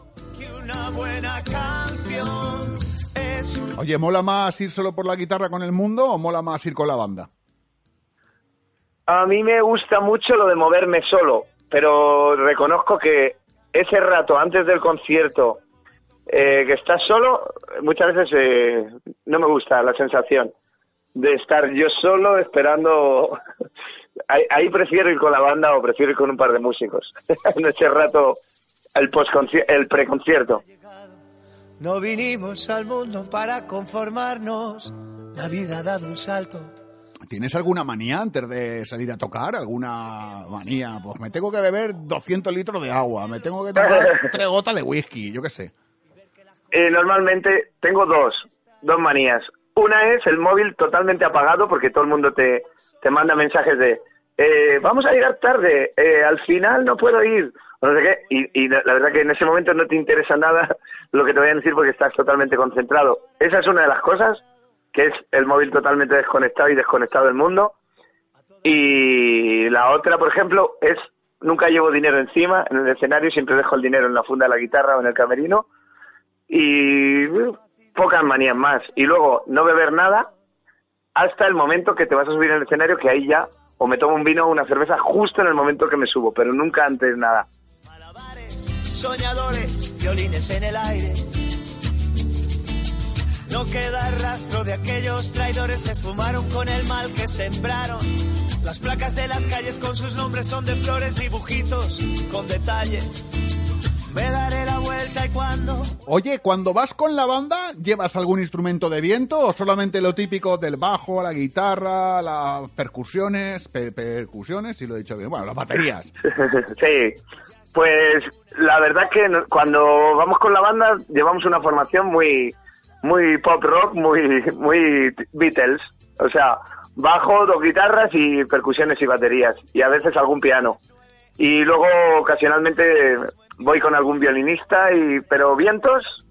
Oye, ¿mola más ir solo por la guitarra con el mundo o mola más ir con la banda? A mí me gusta mucho lo de moverme solo, pero reconozco que ese rato antes del concierto... que estás solo, muchas veces no me gusta la sensación de estar yo solo esperando. Ahí prefiero ir con la banda o prefiero ir con un par de músicos en ese rato, el preconcierto. No vinimos al mundo para conformarnos, la vida ha dado un salto. ¿Tienes alguna manía antes de salir a tocar? ¿Alguna manía? Pues me tengo que beber 200 litros de agua, me tengo que tomar 3 gotas de whisky, yo qué sé. Normalmente tengo dos manías. Una es el móvil totalmente apagado porque todo el mundo te manda mensajes de vamos a llegar tarde, al final no puedo ir, o no sé qué, y la verdad que en ese momento no te interesa nada lo que te voy a decir porque estás totalmente concentrado. Esa es una de las cosas, que es el móvil totalmente desconectado y desconectado del mundo. Y la otra, por ejemplo, es nunca llevo dinero encima en el escenario, siempre dejo el dinero en la funda de la guitarra o en el camerino. Y pocas manías más. Y luego no beber nada hasta el momento que te vas a subir en el escenario, que ahí ya o me tomo un vino o una cerveza justo en el momento que me subo, pero nunca antes nada. Soñadores, violines en el aire. No queda rastro de aquellos traidores, se esfumaron con el mal que sembraron. Las placas de las calles con sus nombres son de flores, dibujitos con detalles. Me daré la vuelta y cuando... Oye, cuando vas con la banda, ¿llevas algún instrumento de viento o solamente lo típico del bajo, la guitarra, las percusiones, si lo he dicho bien, bueno, las baterías? Sí, pues la verdad que cuando vamos con la banda llevamos una formación muy pop rock, muy Beatles, o sea, bajo, 2 guitarras y percusiones y baterías, y a veces algún piano. Y luego ocasionalmente voy con algún violinista, pero vientos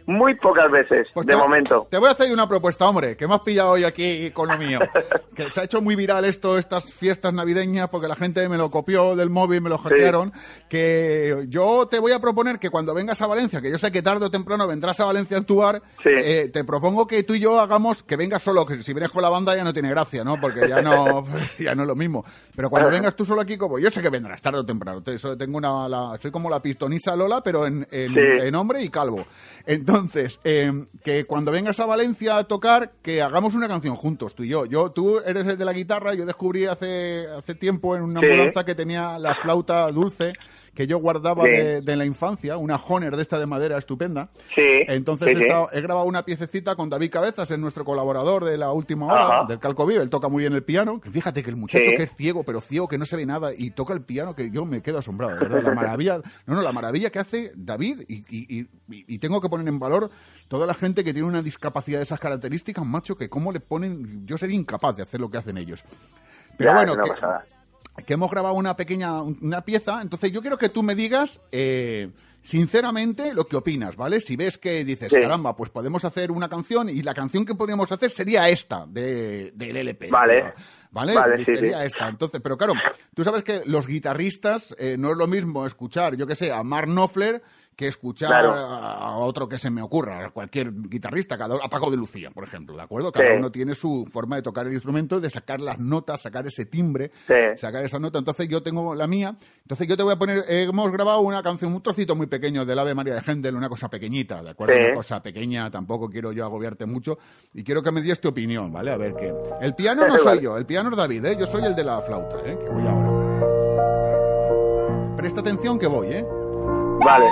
muy pocas veces, Pues de momento. Te voy a hacer una propuesta, hombre, que me has pillado hoy aquí con lo mío. Que se ha hecho muy viral estas fiestas navideñas, porque la gente me lo copió del móvil, me lo hackearon. Sí. Que yo te voy a proponer que cuando vengas a Valencia, que yo sé que tarde o temprano vendrás a Valencia a actuar, sí. Te propongo que tú y yo hagamos, que vengas solo, que si vienes con la banda ya no tiene gracia, ¿no? Porque ya no es lo mismo. Pero cuando vengas tú solo aquí, como yo sé que vendrás tarde o temprano. Tengo soy como la pistonisa Lola, pero en hombre y calvo. Entonces, que cuando vengas a Valencia a tocar, que hagamos una canción juntos, tú y yo. Tú eres el de la guitarra, yo descubrí hace tiempo en una mudanza que tenía la flauta dulce, que yo guardaba de la infancia, una Honer de esta de madera estupenda. Sí. Entonces he grabado una piececita con David Cabezas, es nuestro colaborador de la última hora, del Calco Vive. Él toca muy bien el piano, que fíjate que el muchacho que es ciego, pero ciego, que no se ve nada, y toca el piano, que yo me quedo asombrado, ¿verdad? La maravilla que hace David, y tengo que poner en valor toda la gente que tiene una discapacidad de esas características, macho, que cómo le ponen, yo sería incapaz de hacer lo que hacen ellos. Pero ya, bueno, que hemos grabado una pieza, entonces yo quiero que tú me digas sinceramente lo que opinas, ¿vale? Si ves que dices, caramba, pues podemos hacer una canción, y la canción que podríamos hacer sería esta del LP. Vale. ¿Vale? Sería esta. Entonces, pero claro, tú sabes que los guitarristas no es lo mismo escuchar, yo qué sé, a Mark Knopfler que escuchar a otro que se me ocurra, a cualquier guitarrista, a Paco de Lucía, por ejemplo, ¿de acuerdo? Cada uno tiene su forma de tocar el instrumento, de sacar las notas, sacar ese timbre, sacar esa nota. Entonces yo tengo la mía, entonces yo te voy a poner, hemos grabado una canción, un trocito muy pequeño del Ave María de Händel, una cosa pequeñita, ¿de acuerdo? Una cosa pequeña, tampoco quiero yo agobiarte mucho, y quiero que me des tu opinión, ¿vale? A ver qué. El piano no soy yo, el piano es David, yo soy el de la flauta, que voy ahora. Presta atención que voy, Vale.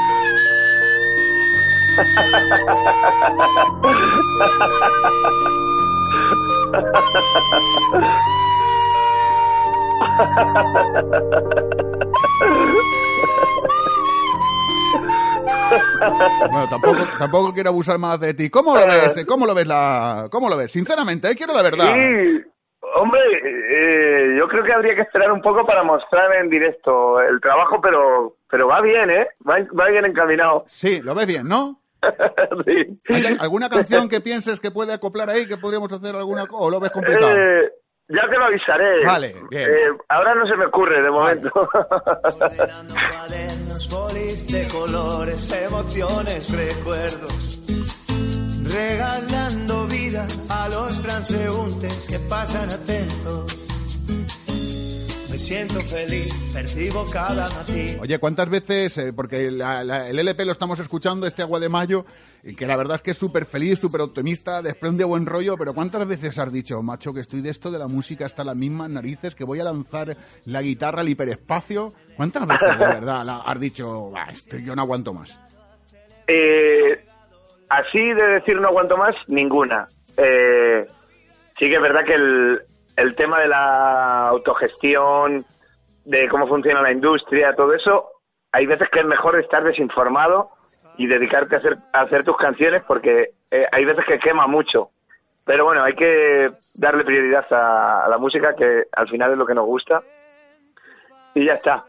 Bueno, tampoco quiero abusar más de ti. ¿Cómo lo ves? ¿Cómo lo ves? Sinceramente, quiero la verdad. Sí, hombre, yo creo que habría que esperar un poco para mostrar en directo el trabajo, pero va bien, va bien encaminado. Sí, lo ves bien, ¿no? Sí. ¿Hay alguna canción que pienses que puede acoplar ahí, que podríamos hacer alguna o lo ves complicado? Ya te lo avisaré. Vale, bien. Ahora no se me ocurre de momento. Ordenando cuadernos, bolis de colores, emociones, recuerdos, regalando vida a los transeúntes que pasan atentos. Me siento feliz, percibo cada matiz. Oye, ¿cuántas veces, porque el LP lo estamos escuchando, este Agua de Mayo, que la verdad es que es súper feliz, súper optimista, desprende buen rollo, pero ¿cuántas veces has dicho, macho, que estoy de esto de la música hasta las mismas narices, que voy a lanzar la guitarra al hiperespacio? ¿Cuántas veces de verdad has dicho, yo no aguanto más? Así de decir no aguanto más, ninguna. Sí que es verdad que el tema de la autogestión, de cómo funciona la industria, todo eso, hay veces que es mejor estar desinformado y dedicarte a hacer tus canciones, porque hay veces que quema mucho. Pero bueno, hay que darle prioridad a la música, que al final es lo que nos gusta, y ya está.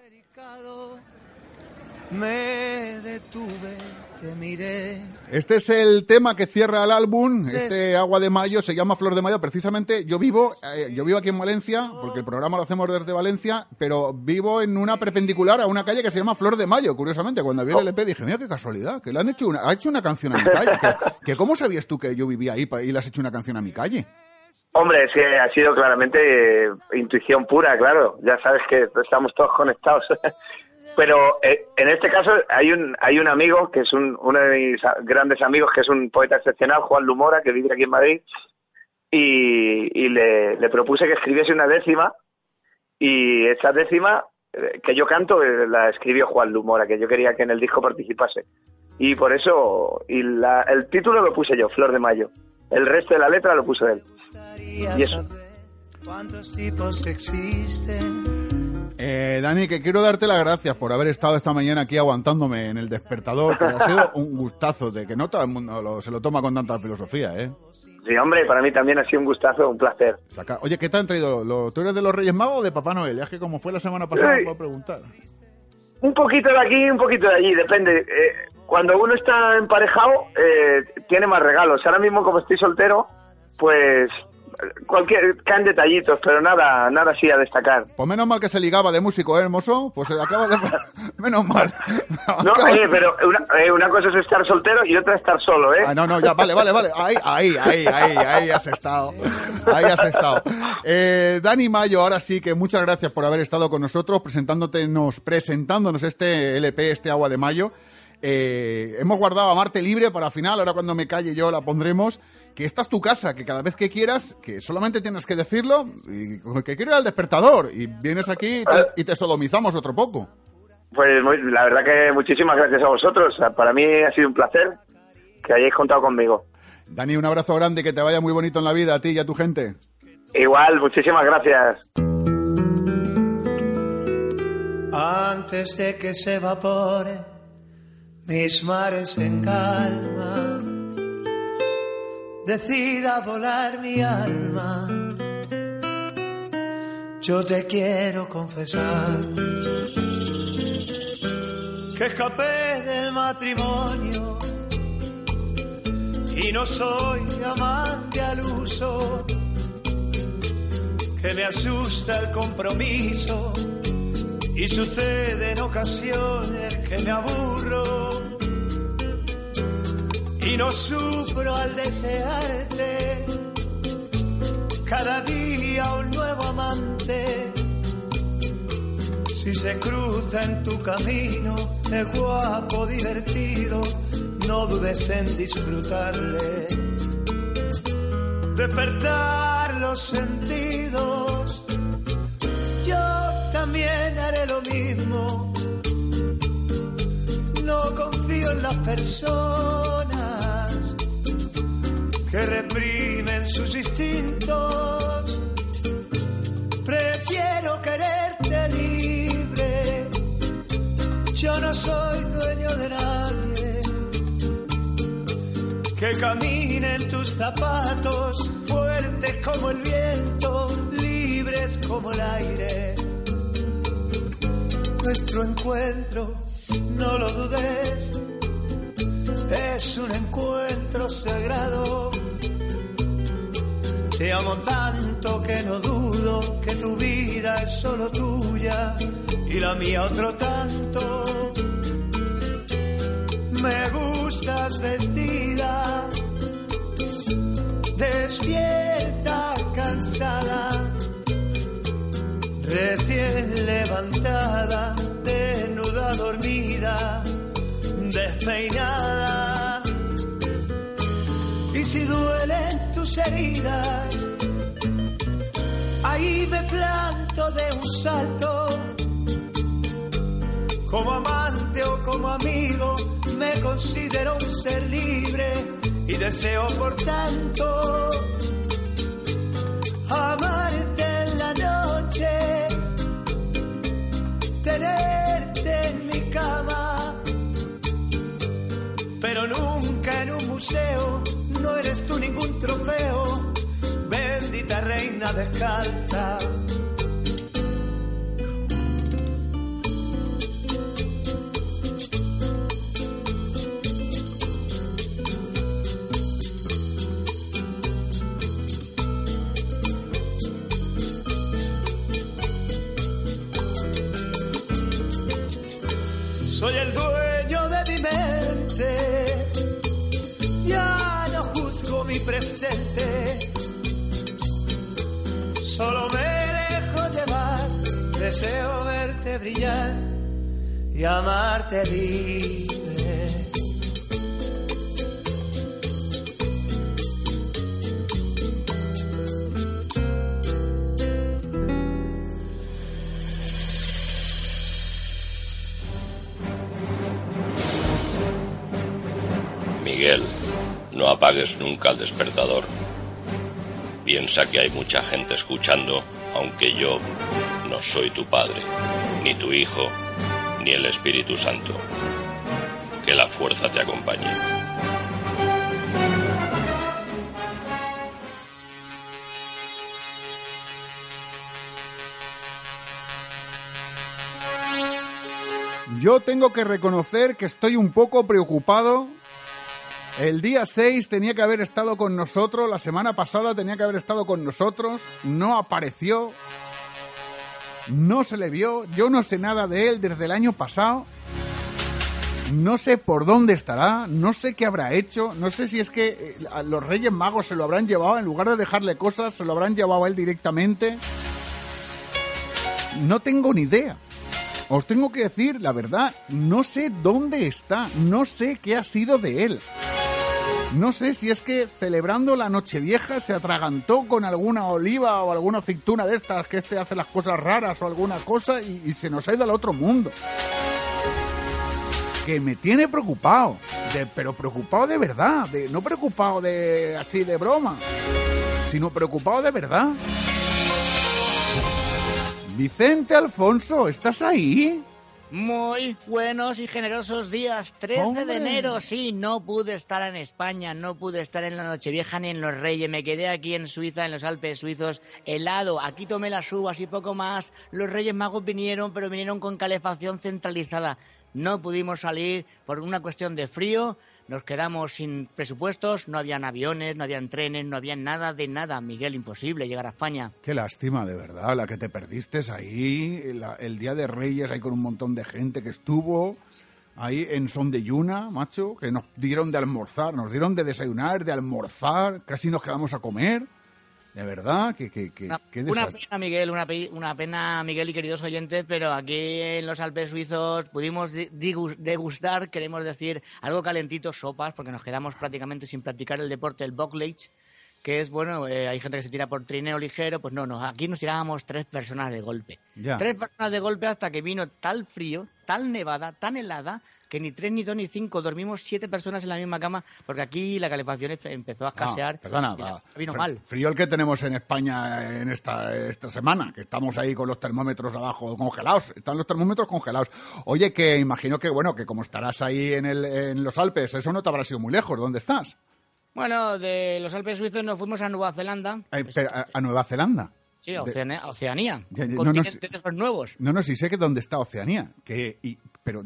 Me detuve, te miré. Este es el tema que cierra el álbum, este Agua de Mayo, se llama Flor de Mayo. Precisamente yo vivo aquí en Valencia, porque el programa lo hacemos desde Valencia, pero vivo en una perpendicular a una calle que se llama Flor de Mayo. Curiosamente, cuando vi el LP dije, mira qué casualidad, que le han hecho ha hecho una canción a mi calle. que ¿cómo sabías tú que yo vivía ahí y le has hecho una canción a mi calle? Hombre, es que ha sido claramente intuición pura, claro. Ya sabes que estamos todos conectados. Pero en este caso hay un amigo que es uno de mis grandes amigos, que es un poeta excepcional, Juan Lumora, que vive aquí en Madrid, y le propuse que escribiese una décima, y esa décima que yo canto la escribió Juan Lumora, que yo quería que en el disco participase, y por eso el título lo puse yo, Flor de Mayo. El resto de la letra lo puso él. Y eso. ¿Cuántos tipos existen? Dani, que quiero darte las gracias por haber estado esta mañana aquí aguantándome en el despertador, que ha sido un gustazo, de que no todo el mundo se lo toma con tanta filosofía, Sí, hombre, para mí también ha sido un gustazo, un placer. Oye, ¿qué te han traído? ¿Tú eres de los Reyes Magos o de Papá Noel? Ya es que como fue la semana pasada, puedo preguntar. Un poquito de aquí, un poquito de allí, depende. cuando uno está emparejado, tiene más regalos. Ahora mismo, como estoy soltero, pues caen detallitos, pero nada así a destacar. Pues menos mal que se ligaba de músico, hermoso. Pues se acaba de... menos mal. No, pero una cosa es estar soltero y otra estar solo, ¿eh? Ah, no, ya, vale. Ahí has estado. Ahí has estado. Dani Mayo, ahora sí que muchas gracias por haber estado con nosotros, presentándonos este LP, este Agua de Mayo. Hemos guardado a Marte Libre para final, ahora cuando me calle yo la pondremos. Que esta es tu casa, que cada vez que quieras, que solamente tienes que decirlo, y que quiero ir al despertador, y vienes aquí y te sodomizamos otro poco. Pues la verdad que muchísimas gracias a vosotros. Para mí ha sido un placer que hayáis contado conmigo. Dani, un abrazo grande, que te vaya muy bonito en la vida a ti y a tu gente. Igual, muchísimas gracias. Antes de que se evaporen mis mares en calma, decida volar mi alma, yo te quiero confesar que escapé del matrimonio y no soy amante al uso, que me asusta el compromiso y sucede en ocasiones que me aburro y no sufro al desearte cada día un nuevo amante. Si se cruza en tu camino, es guapo, divertido, no dudes en disfrutarle. Despertar los sentidos, yo también haré lo mismo. No confío en las personas que reprimen sus instintos. Prefiero quererte libre. Yo no soy dueño de nadie. Que camine en tus zapatos, fuertes como el viento, libres como el aire. Nuestro encuentro, no lo dudes, es un encuentro sagrado. Te amo tanto que no dudo que tu vida es solo tuya y la mía otro tanto. Me gustas vestida, despierta, cansada, recién levantada, desnuda, dormida, despeinada. Y si duelen tus heridas, ahí me planto de un salto. Como amante o como amigo, me considero un ser libre y deseo por tanto amarte en la noche, tenerte en mi cama, pero nunca en un museo. No eres tú ningún trofeo, bendita reina descalza. Soy el dueño de mi mente, ya no juzgo mi presente, solo me dejo llevar, deseo verte brillar y amarte libre. Miguel, no apagues nunca el despertador. Piensa que hay mucha gente escuchando, aunque yo no soy tu padre, ni tu hijo, ni el Espíritu Santo. Que la fuerza te acompañe. Yo tengo que reconocer que estoy un poco preocupado. El día 6 tenía que haber estado con nosotros, la semana pasada tenía que haber estado con nosotros, no apareció, no se le vio, yo no sé nada de él desde el año pasado, no sé por dónde estará, no sé qué habrá hecho, no sé si es que a los Reyes Magos se lo habrán llevado, en lugar de dejarle cosas, se lo habrán llevado a él directamente. No tengo ni idea. Os tengo que decir la verdad, no sé dónde está, no sé qué ha sido de él. No sé si es que celebrando la Nochevieja se atragantó con alguna oliva o alguna aceituna de estas, que hace las cosas raras o alguna cosa y se nos ha ido al otro mundo. Que me tiene preocupado, pero preocupado de verdad, no preocupado de así de broma, sino preocupado de verdad. Vicente Alfonso, ¿estás ahí? Muy buenos y generosos días. 13 ¡Hombre! de enero, sí, no pude estar en España, no pude estar en la Nochevieja ni en los Reyes. Me quedé aquí en Suiza, en los Alpes suizos, helado. Aquí tomé las uvas y poco más. Los Reyes Magos vinieron, pero vinieron con calefacción centralizada. No pudimos salir por una cuestión de frío. Nos quedamos sin presupuestos, no habían aviones, no habían trenes, no había nada de nada. Miguel, imposible llegar a España. Qué lástima, de verdad, la que te perdiste ahí, el Día de Reyes, ahí con un montón de gente que estuvo ahí en Son de Yuna, macho, que nos dieron de almorzar, nos dieron de desayunar, de almorzar, casi nos quedamos a comer. De verdad, qué Una pena, Miguel, una pena, Miguel y queridos oyentes, pero aquí en los Alpes suizos pudimos degustar, queremos decir, algo calentito, sopas, porque nos quedamos prácticamente sin practicar el deporte, el bobsleigh, que es, bueno, hay gente que se tira por trineo ligero, pues no, aquí nos tirábamos 3 personas de golpe. Ya. 3 personas de golpe hasta que vino tal frío, tal nevada, tan helada, que ni 3, ni 2, ni 5, dormimos 7 personas en la misma cama, porque aquí la calefacción empezó a escasear. Perdona, vino mal. Frío el que tenemos en España en esta semana, que estamos ahí con los termómetros abajo congelados, están los termómetros congelados. Oye, que imagino que, bueno, que como estarás ahí en los Alpes, eso no te habrá sido muy lejos, ¿dónde estás? Bueno, de los Alpes suizos nos fuimos a Nueva Zelanda. ¿A Nueva Zelanda? Sí, Oceanía. No, Continentes de esos nuevos. No, sí sé que dónde está Oceanía. Pero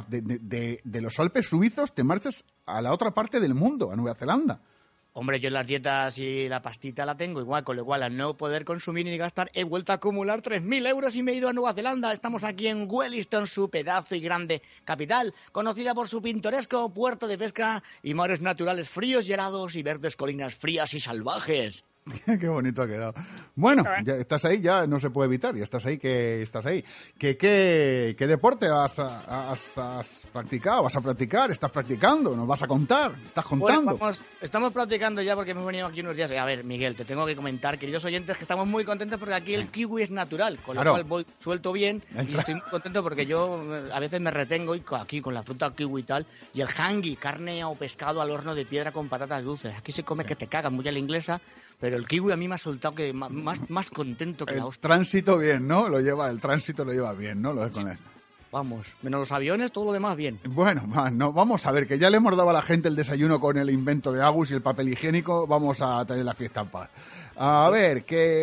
de los Alpes suizos te marchas a la otra parte del mundo, a Nueva Zelanda. Hombre, yo las dietas y la pastita la tengo igual, con lo cual al no poder consumir ni gastar he vuelto a acumular 3.000 euros y me he ido a Nueva Zelanda. Estamos aquí en Wellington, su pedazo y grande capital, conocida por su pintoresco puerto de pesca y mares naturales fríos y helados y verdes colinas frías y salvajes. Qué bonito ha quedado. Bueno, ya estás ahí, ya no se puede evitar, ya estás ahí, que estás ahí. ¿Qué deporte has practicado? ¿Vas a practicar? ¿Estás practicando? ¿Nos vas a contar? ¿Estás contando? Bueno, estamos practicando ya porque hemos venido aquí unos días. A ver, Miguel, te tengo que comentar, queridos oyentes, que estamos muy contentos porque aquí el kiwi es natural, con lo cual voy suelto bien y estoy muy contento porque yo a veces me retengo y aquí con la fruta kiwi y tal, y el hangi, carne o pescado al horno de piedra con patatas dulces. Aquí se come que te cagas, muy a la inglesa, pero el kiwi a mí me ha soltado que más contento que la hostia. El tránsito bien, ¿no? El tránsito lo lleva bien, ¿no? Lo de con él. Vamos, menos los aviones, todo lo demás bien. Bueno, vamos a ver, que ya le hemos dado a la gente el desayuno con el invento de Agus y el papel higiénico, vamos a tener la fiesta en paz. A ver,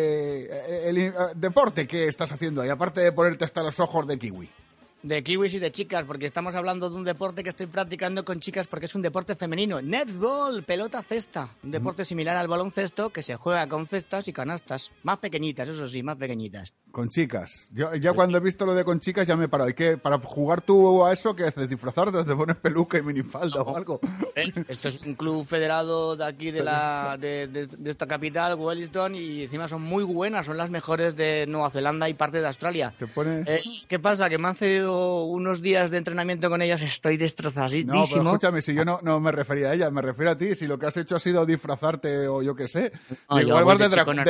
el deporte que estás haciendo ahí, aparte de ponerte hasta los ojos de kiwi. De kiwis y de chicas, porque estamos hablando de un deporte que estoy practicando con chicas porque es un deporte femenino. Netball, pelota cesta. Un deporte similar al baloncesto que se juega con cestas y canastas. Más pequeñitas, eso sí, más pequeñitas. Con chicas. Yo ya cuando he visto lo de con chicas ya me he parado. ¿Y qué? ¿Para jugar tú a eso qué haces? ¿Disfrazarte? ¿Te pones peluca y minifalda o algo? Esto es un club federado de aquí de esta capital, Wellington, y encima son muy buenas, son las mejores de Nueva Zelanda y parte de Australia. ¿Te pones? ¿Qué pasa? Que me han cedido unos días de entrenamiento con ellas, estoy destrozadísimo. No, pero escúchame, si yo no me refería a ella, me refiero a ti. Si lo que has hecho ha sido disfrazarte o yo qué sé. Igual vas de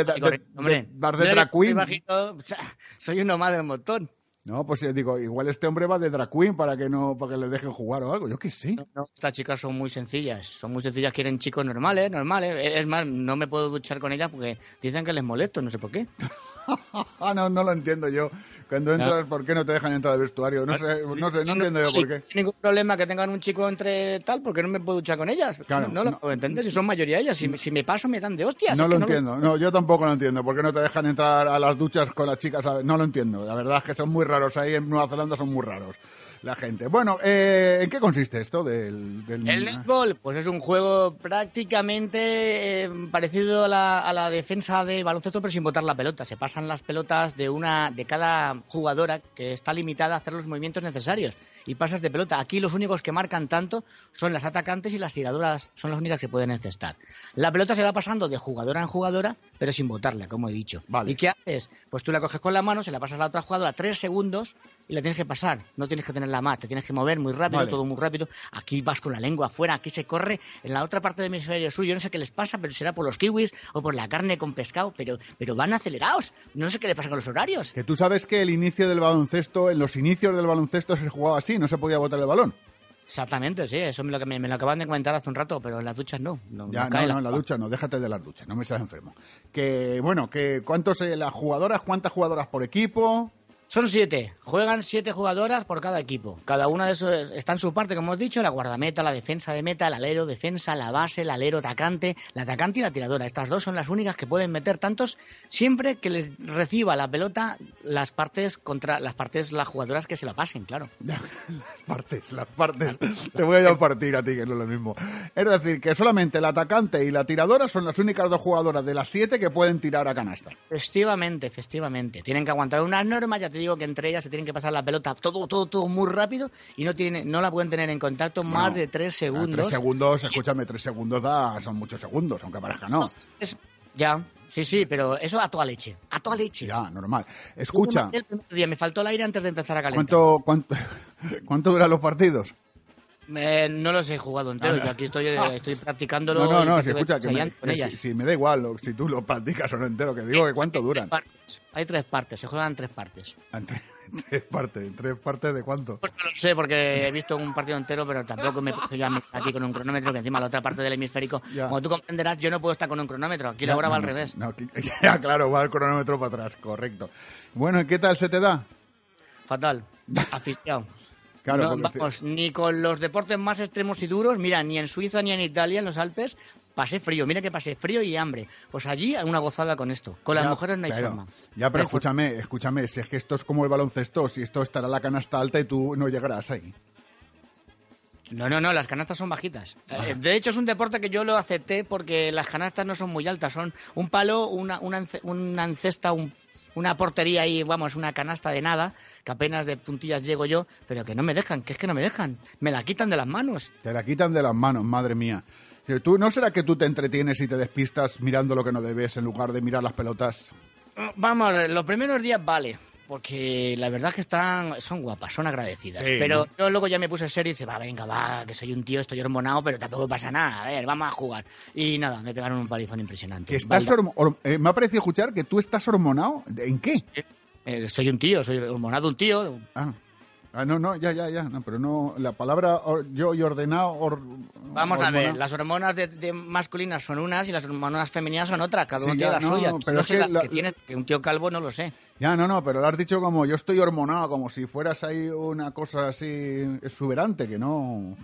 drag queen. Soy uno más del montón. No, pues digo, igual este hombre va de drag queen para que le dejen jugar o algo, yo qué sé. No, estas chicas son muy sencillas, quieren chicos normales. Es más, no me puedo duchar con ellas porque dicen que les molesto, no sé por qué. No lo entiendo yo. Cuando entras, ¿por qué no te dejan entrar al vestuario? No sé, no entiendo yo por qué. No hay ningún problema que tengan un chico entre tal, porque no me puedo duchar con ellas. Claro, no lo puedo entender, si son mayoría ellas. Si me paso, me dan de hostias. No lo entiendo. No, yo tampoco lo entiendo. ¿Por qué no te dejan entrar a las duchas con las chicas? No lo entiendo. La verdad es que son muy raros. Ahí en Nueva Zelanda son muy raros la gente. Bueno, ¿en qué consiste esto del... El netball, pues es un juego prácticamente parecido a la defensa de baloncesto, pero sin botar la pelota. Se pasan las pelotas de cada jugadora, que está limitada a hacer los movimientos necesarios, y pasas de pelota. Aquí los únicos que marcan tanto son las atacantes y las tiradoras, son las únicas que pueden encestar. La pelota se va pasando de jugadora en jugadora, pero sin botarla, como he dicho. Vale. ¿Y qué haces? Pues tú la coges con la mano, se la pasas a la otra jugadora 3 segundos y la tienes que pasar. No tienes que tenerla más, te tienes que mover muy rápido, vale. todo muy rápido. Aquí vas con la lengua afuera, aquí se corre. En la otra parte del hemisferio sur, yo no sé qué les pasa, pero será por los kiwis o por la carne con pescado, pero van acelerados. No sé qué les pasa con los horarios. Que tú sabes que el inicio del baloncesto, en los inicios del baloncesto se jugaba así, no se podía botar el balón. Exactamente, sí, eso me lo acaban de comentar hace un rato, pero en las duchas no. En la ducha no, déjate de las duchas, no me seas enfermo. Que, bueno, ¿cuántas jugadoras por equipo? Son 7. Juegan 7 jugadoras por cada equipo. Cada una de esos está en su parte, como hemos dicho, la guardameta, la defensa de meta, el alero, defensa, la base, el alero, atacante, la atacante y la tiradora. Estas dos son las únicas que pueden meter tantos siempre que les reciba la pelota las jugadoras que se la pasen, claro. Las partes. Te voy a partir a ti, que no es lo mismo. Es decir, que solamente la atacante y la tiradora son las únicas 2 jugadoras de las 7 que pueden tirar a canasta. Festivamente. Tienen que aguantar unas normas, ya te digo que entre ellas se tienen que pasar la pelota todo muy rápido y no la pueden tener en contacto más de 3 segundos. 3 segundos, escúchame, 3 segundos son muchos segundos, aunque parezca no. Sí, pero eso a toda leche. Ya, normal. Escucha. El primer día me faltó el aire antes de empezar a calentar. ¿Cuánto duran los partidos? No los he jugado enteros, yo aquí estoy practicándolo. No, si escucha, si me da igual si tú lo practicas o no entero, que digo que cuánto duran. Hay 3 partes, se juegan 3 partes. ¿En 3 partes de cuánto? Pues no lo sé, porque he visto un partido entero, pero tampoco me pongo yo aquí con un cronómetro, que encima la otra parte del hemisférico, como tú comprenderás, yo no puedo estar con un cronómetro, aquí la hora va al revés. Ya, claro, va el cronómetro para atrás, correcto. Bueno, ¿y qué tal se te da? Fatal, asfixiado. Claro, ni con los deportes más extremos y duros, mira, ni en Suiza ni en Italia, en los Alpes, pasé frío. Mira que pasé frío y hambre. Pues allí una gozada con esto. Con las mujeres no hay forma. Ya, pero escúchame, si es que esto es como el baloncesto, si esto estará la canasta alta y tú no llegarás ahí. No, las canastas son bajitas. De hecho, es un deporte que yo lo acepté porque las canastas no son muy altas. Son un palo, una cesta, una portería ahí, una canasta de nada, que apenas de puntillas llego yo, pero que no me dejan, me la quitan de las manos. Te la quitan de las manos, madre mía. ¿No será que tú te entretienes y te despistas mirando lo que no debes en lugar de mirar las pelotas? Vamos, los primeros días vale, porque la verdad es que son guapas, son agradecidas. Sí, pero ¿no? yo luego ya me puse serio y dice, venga, que soy un tío, estoy hormonado, pero tampoco pasa nada, a ver, vamos a jugar. Y nada, me pegaron un palizón impresionante. Que estás me ha parecido escuchar que tú estás hormonado. ¿En qué? Sí. Soy un tío, soy hormonado un tío. Ya. No, pero no, la palabra yo y ordenado... Vamos a ver, las hormonas de masculinas son unas y las hormonas femeninas son otras, cada uno tiene la suya. Pero no sé las que tiene, que un tío calvo no lo sé. Ya, pero lo has dicho como yo estoy hormonado, como si fueras ahí una cosa así exuberante, que no.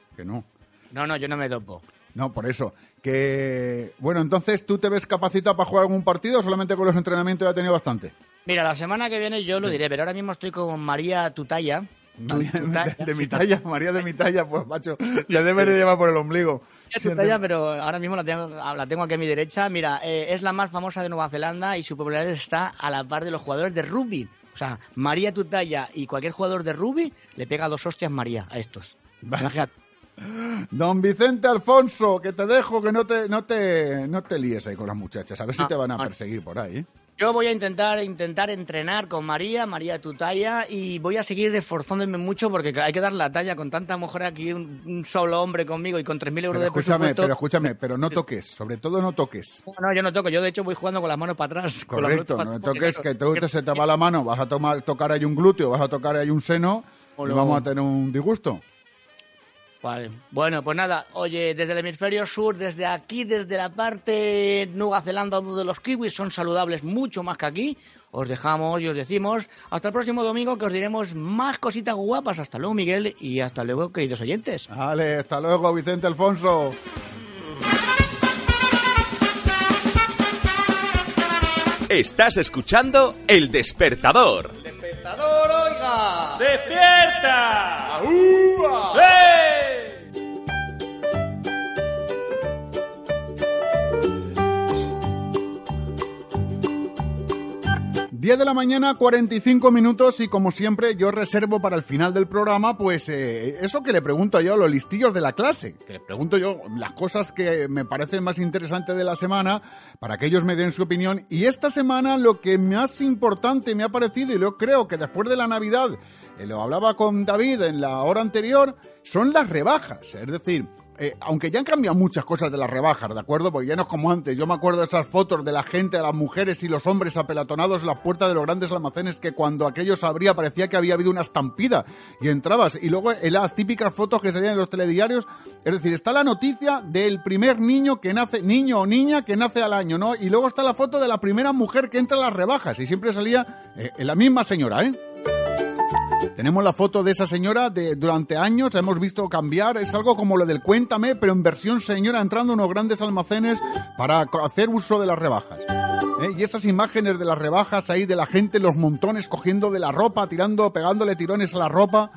No, yo no me dopo. No, por eso. Bueno, entonces, ¿tú te ves capacitado para jugar algún partido o solamente con los entrenamientos ya has tenido bastante? Mira, la semana que viene yo lo diré, pero ahora mismo estoy con María Tutaya. De mi talla, María de mi talla, pues macho, ya debería llevar por el ombligo. Tutaya, pero ahora mismo la tengo aquí a mi derecha. Mira, es la más famosa de Nueva Zelanda y su popularidad está a la par de los jugadores de rugby. O sea, María Tutaya y cualquier jugador de rugby le pega 2 hostias María a estos. Imagínate. Don Vicente Alfonso, que te dejo, que no te líes ahí con las muchachas, a ver si te van a perseguir por ahí, ¿eh? Yo voy a intentar entrenar con María Tutaya, y voy a seguir esforzándome mucho porque hay que dar la talla con tanta mujer aquí, un solo hombre conmigo y con 3.000 euros de presupuesto. Pero escúchame, no toques, sobre todo no toques. No, yo no toco, yo de hecho voy jugando con las manos para atrás. Correcto, no toques, que se te va la mano, vas a tocar ahí un glúteo, vas a tocar ahí un seno y vamos a tener un disgusto. Vale. Bueno, pues nada, oye, desde el hemisferio sur, desde aquí, desde la parte Nueva Zelanda, donde los kiwis son saludables mucho más que aquí, os dejamos y os decimos hasta el próximo domingo, que os diremos más cositas guapas. Hasta luego, Miguel, y hasta luego, queridos oyentes. Vale, hasta luego, Vicente Alfonso. Estás escuchando El Despertador. ¡El despertador, oiga! ¡Despierta! ¡Ahúa! ¡Hey! 10 de la mañana, 45 minutos, y como siempre yo reservo para el final del programa pues eso que le pregunto yo a los listillos de la clase, que le pregunto yo las cosas que me parecen más interesantes de la semana para que ellos me den su opinión. Y esta semana lo que más importante me ha parecido, y yo creo que después de la Navidad, lo hablaba con David en la hora anterior, son las rebajas. Es decir, aunque ya han cambiado muchas cosas de las rebajas, ¿de acuerdo? Porque ya no es como antes. Yo me acuerdo de esas fotos de la gente, de las mujeres y los hombres apelatonados en las puertas de los grandes almacenes, que cuando aquello se abría parecía que había habido una estampida y entrabas. Y luego en las típicas fotos que salían en los telediarios, es decir, está la noticia del primer niño que nace, niño o niña que nace al año, ¿no? Y luego está la foto de la primera mujer que entra a las rebajas, y siempre salía la misma señora, ¿eh? Tenemos la foto de esa señora durante años, la hemos visto cambiar, es algo como lo del Cuéntame, pero en versión señora entrando en unos grandes almacenes para hacer uso de las rebajas. Y esas imágenes de las rebajas ahí, de la gente, los montones cogiendo de la ropa, tirando, pegándole tirones a la ropa,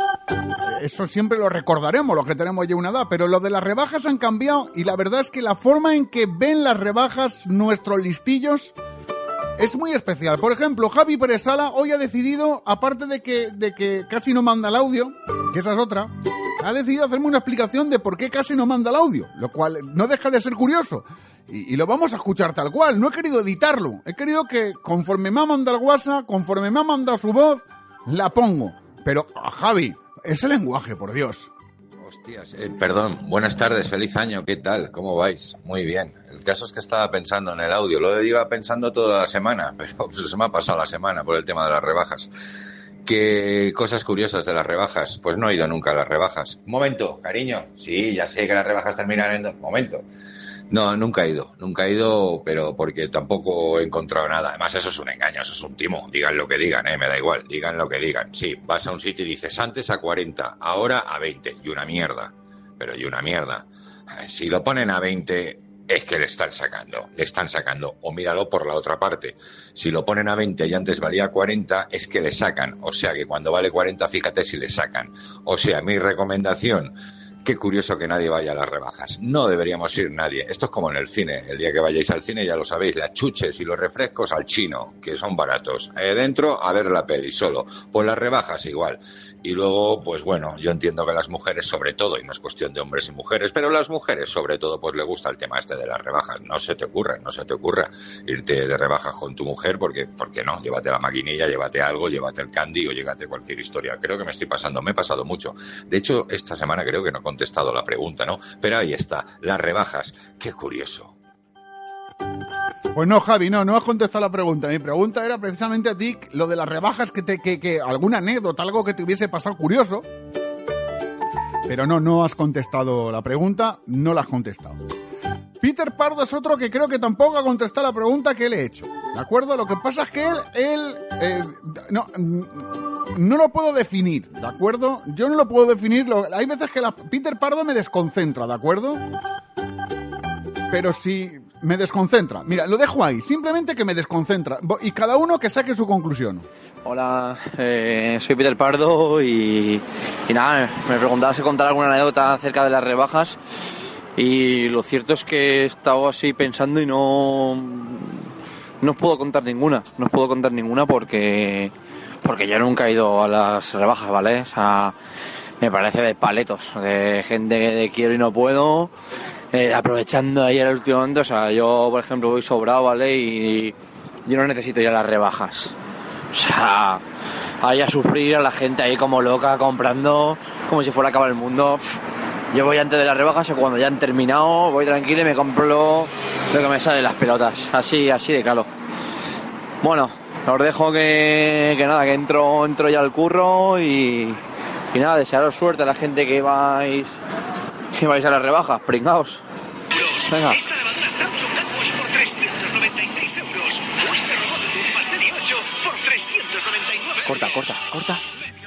eso siempre lo recordaremos, los que tenemos ya una edad, pero lo de las rebajas han cambiado, y la verdad es que la forma en que ven las rebajas nuestros listillos es muy especial. Por ejemplo, Javi Pérez Sala hoy ha decidido, aparte de que casi no manda el audio, que esa es otra, ha decidido hacerme una explicación de por qué casi no manda el audio, lo cual no deja de ser curioso. Y lo vamos a escuchar tal cual. No he querido editarlo. He querido que, conforme me ha mandado el WhatsApp, conforme me ha mandado su voz, la pongo. Pero, Javi, ese lenguaje, por Dios. Hostias, perdón, buenas tardes, feliz año, ¿qué tal? ¿Cómo vais? Muy bien. El caso es que estaba pensando en el audio, lo iba pensando toda la semana, pero pues, se me ha pasado la semana por el tema de las rebajas. ¿Qué cosas curiosas de las rebajas? Pues no he ido nunca a las rebajas. Un momento, cariño. Sí, ya sé que las rebajas terminan en... Un momento. No, nunca he ido, pero porque tampoco he encontrado nada. Además, eso es un engaño, eso es un timo. Digan lo que digan, me da igual, digan lo que digan. Sí, vas a un sitio y dices, antes a 40, ahora a 20, y una mierda. Pero y una mierda. Si lo ponen a 20, es que le están sacando. O míralo por la otra parte. Si lo ponen a 20 y antes valía 40, es que le sacan. O sea que cuando vale 40, fíjate si le sacan. O sea, mi recomendación... Qué curioso que nadie vaya a las rebajas. No deberíamos ir nadie. Esto es como en el cine. El día que vayáis al cine, ya lo sabéis, las chuches y los refrescos al chino, que son baratos. Dentro, a ver la peli solo. Pues las rebajas igual. Y luego, pues bueno, yo entiendo que las mujeres sobre todo, y no es cuestión de hombres y mujeres, pero las mujeres sobre todo, pues le gusta el tema este de las rebajas. No se te ocurra irte de rebajas con tu mujer, porque no, llévate la maquinilla, llévate algo, llévate el candy o llévate cualquier historia. Creo que me he pasado mucho. De hecho, esta semana creo que no he contestado la pregunta, ¿no? Pero ahí está, las rebajas. Qué curioso. Pues no, Javi, no has contestado la pregunta. Mi pregunta era precisamente a ti, lo de las rebajas, que alguna anécdota, algo que te hubiese pasado curioso. Pero no has contestado la pregunta, no la has contestado. Peter Pardo es otro que creo que tampoco ha contestado la pregunta que le he hecho, ¿de acuerdo? Lo que pasa es que él no lo puedo definir, ¿de acuerdo? Yo no lo puedo definir. Hay veces que Peter Pardo me desconcentra, ¿de acuerdo? Pero si me desconcentra, mira, lo dejo ahí, simplemente que me desconcentra, y cada uno que saque su conclusión. Hola, soy Peter Pardo y nada, me preguntaba si contar alguna anécdota acerca de las rebajas, y lo cierto es que he estado así pensando y no os puedo contar ninguna, porque yo nunca he ido a las rebajas, ¿vale? O sea, me parece de paletos, de gente de quiero y no puedo, aprovechando ahí el último momento. O sea, yo, por ejemplo, voy sobrado, ¿vale? Y yo no necesito ir a las rebajas. O sea, ahí a sufrir, a la gente ahí como loca, comprando, como si fuera a acabar el mundo. Yo voy antes de las rebajas o cuando ya han terminado, voy tranquilo y me compro lo que me sale de las pelotas. Así de claro. Bueno, os dejo que entro ya al curro y Y nada, desearos suerte a la gente que vais a las rebajas, pringaos. Venga. Esta lavadora Samsung Atmos por 396 euros. O este robot Lumba Serie 8 por 399. Corta.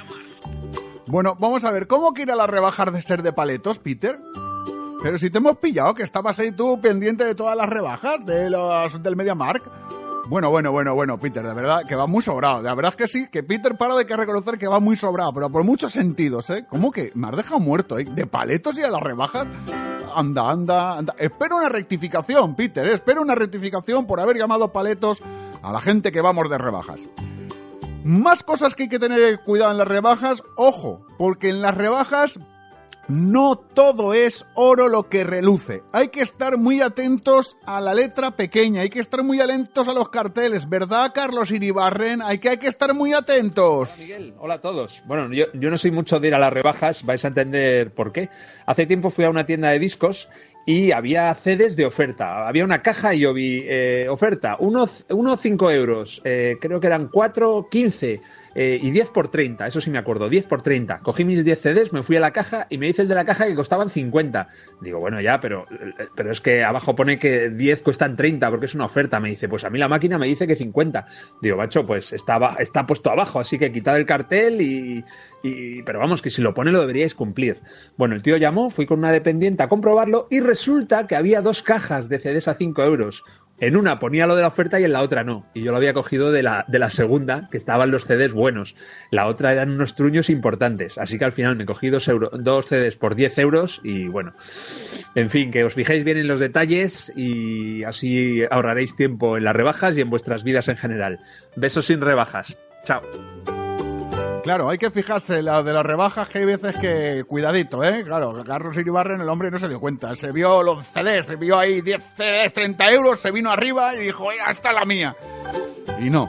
Bueno, vamos a ver, ¿cómo que ir a las rebajas de ser de paletos, Peter? Pero si te hemos pillado, que estabas ahí tú pendiente de todas las rebajas del MediaMarkt. Bueno, Peter, de verdad que va muy sobrado. La verdad es que sí, que Peter para de que reconocer que va muy sobrado, pero por muchos sentidos, ¿eh? ¿Cómo que? Me has dejado muerto, ¿eh? ¿De paletos y a las rebajas? Anda. Espero una rectificación, Peter, ¿eh? Espero una rectificación por haber llamado paletos a la gente que vamos de rebajas. Más cosas que hay que tener cuidado en las rebajas. Ojo, porque en las rebajas no todo es oro lo que reluce. Hay que estar muy atentos a la letra pequeña, hay que estar muy atentos a los carteles, ¿verdad, Carlos Iribarren? Hay que estar muy atentos. Hola, Miguel, hola a todos. Bueno, yo no soy mucho de ir a las rebajas, vais a entender por qué. Hace tiempo fui a una tienda de discos y había CDs de oferta. Había una caja y yo vi oferta, 5 euros, creo que eran 4, 15 y 10 por 30, eso sí me acuerdo, 10 por 30. Cogí mis 10 CDs, me fui a la caja y me dice el de la caja que costaban 50. Digo, bueno, ya, pero es que abajo pone que 10 cuestan 30 porque es una oferta. Me dice, pues a mí la máquina me dice que 50. Digo, macho, pues está puesto abajo, así que quitad el cartel pero vamos, que si lo pone lo deberíais cumplir. Bueno, el tío llamó, fui con una dependiente a comprobarlo y resulta que había 2 cajas de CDs a 5 euros. En una ponía lo de la oferta y en la otra no. Y yo lo había cogido de la segunda, que estaban los CDs buenos. La otra eran unos truños importantes. Así que al final me cogí 2 CDs por 10 euros y bueno. En fin, que os fijéis bien en los detalles y así ahorraréis tiempo en las rebajas y en vuestras vidas en general. Besos sin rebajas. Chao. Claro, hay que fijarse la de las rebajas, que hay veces que... Cuidadito, ¿eh? Claro, Carlos Iribarren, el hombre no se dio cuenta. Se vio los CDs, se vio ahí 10 CDs, 30 euros, se vino arriba y dijo, ¡ya está la mía! Y no.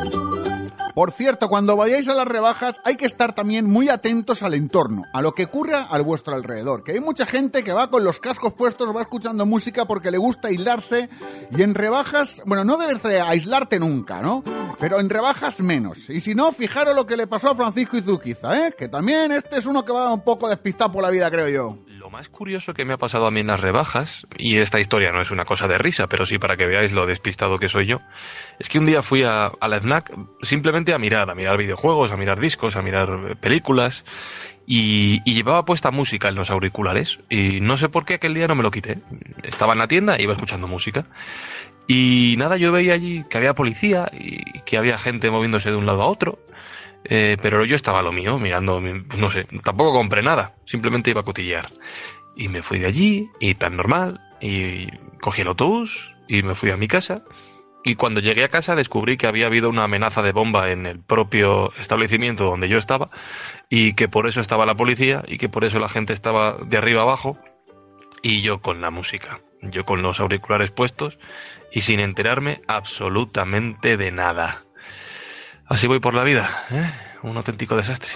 Por cierto, cuando vayáis a las rebajas hay que estar también muy atentos al entorno, a lo que ocurra a vuestro alrededor. Que hay mucha gente que va con los cascos puestos, va escuchando música porque le gusta aislarse, y en rebajas, bueno, no debes de aislarte nunca, ¿no? Pero en rebajas menos. Y si no, fijaros lo que le pasó a Francisco Izurquiza, ¿eh? Que también este es uno que va un poco despistado por la vida, creo yo. Lo más curioso que me ha pasado a mí en las rebajas, y esta historia no es una cosa de risa, pero sí para que veáis lo despistado que soy yo, es que un día fui a la FNAC simplemente a mirar videojuegos, a mirar discos, a mirar películas, y llevaba puesta música en los auriculares, y no sé por qué aquel día no me lo quité. Estaba en la tienda e iba escuchando música. Y nada, yo veía allí que había policía y que había gente moviéndose de un lado a otro. Pero yo estaba a lo mío, mirando, no sé, tampoco compré nada, simplemente iba a cotillear. Y me fui de allí, y tan normal, y cogí el autobús, y me fui a mi casa. Y cuando llegué a casa descubrí que había habido una amenaza de bomba en el propio establecimiento donde yo estaba, y que por eso estaba la policía, y que por eso la gente estaba de arriba abajo, y yo con la música, yo con los auriculares puestos, y sin enterarme absolutamente de nada. Así voy por la vida, ¿eh? Un auténtico desastre.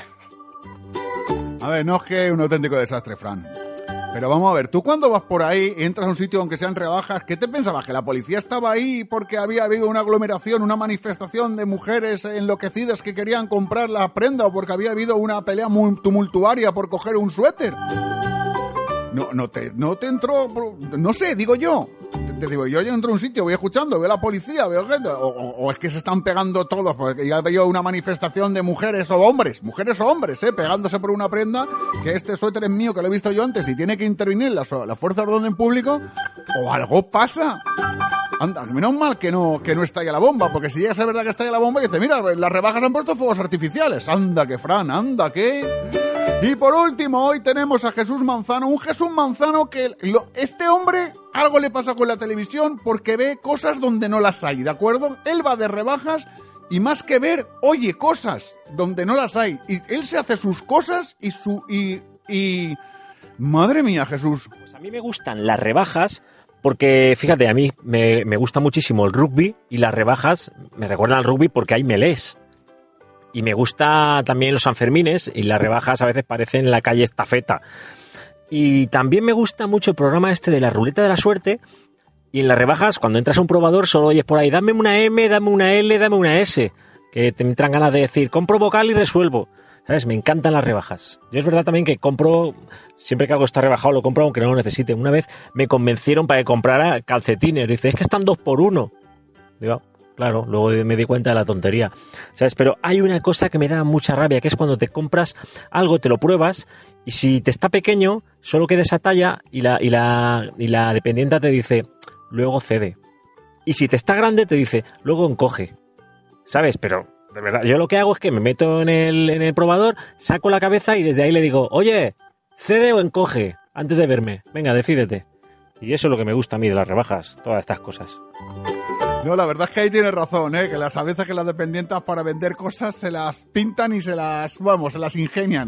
A ver, no es que un auténtico desastre, Fran. Pero vamos a ver, tú cuando vas por ahí y entras a un sitio aunque sean rebajas, ¿qué te pensabas? ¿Que la policía estaba ahí porque había habido una aglomeración, una manifestación de mujeres enloquecidas que querían comprar la prenda, o porque había habido una pelea muy tumultuaria por coger un suéter? No te entró, no sé, digo yo. Te digo, yo entro a un sitio, voy escuchando, veo a la policía, veo gente, o es que se están pegando todos, porque ya veo una manifestación de mujeres o hombres, pegándose por una prenda, que este suéter es mío, que lo he visto yo antes, y tiene que intervenir la fuerza de orden público, o algo pasa. Anda, menos mal que no estalla la bomba, porque si ya es verdad que estalla la bomba, y dice, mira, las rebajas han puesto fuegos artificiales. Anda que, Fran, anda que... Y por último, hoy tenemos a Jesús Manzano, un Jesús Manzano que este hombre algo le pasa con la televisión porque ve cosas donde no las hay, ¿de acuerdo? Él va de rebajas y más que ver, oye cosas donde no las hay. Y él se hace sus cosas y... Madre mía, Jesús. Pues a mí me gustan las rebajas porque, fíjate, a mí me gusta muchísimo el rugby, y las rebajas me recuerdan al rugby porque hay melés. Y me gusta también los Sanfermines, y las rebajas a veces parecen la calle Estafeta. Y también me gusta mucho el programa este de la ruleta de la suerte. Y en las rebajas, cuando entras a un probador, solo oyes por ahí, dame una M, dame una L, dame una S. Que te entran ganas de decir, compro vocal y resuelvo. ¿Sabes? Me encantan las rebajas. Yo es verdad también que compro, siempre que algo está rebajado lo compro aunque no lo necesite. Una vez me convencieron para que comprara calcetines. Dice, es que están 2 por 1. Digo, claro, luego me di cuenta de la tontería. ¿Sabes? Pero hay una cosa que me da mucha rabia, que es cuando te compras algo, te lo pruebas, y si te está pequeño, solo queda esa talla y la dependienta te dice, luego cede. Y si te está grande, te dice, luego encoge. ¿Sabes? Pero, de verdad, yo lo que hago es que me meto en el probador, saco la cabeza y desde ahí le digo, oye, ¿cede o encoge? Antes de verme. Venga, decídete. Y eso es lo que me gusta a mí de las rebajas, todas estas cosas. No, la verdad es que ahí tienes razón, que a veces que las dependientas para vender cosas se las pintan y se las ingenian.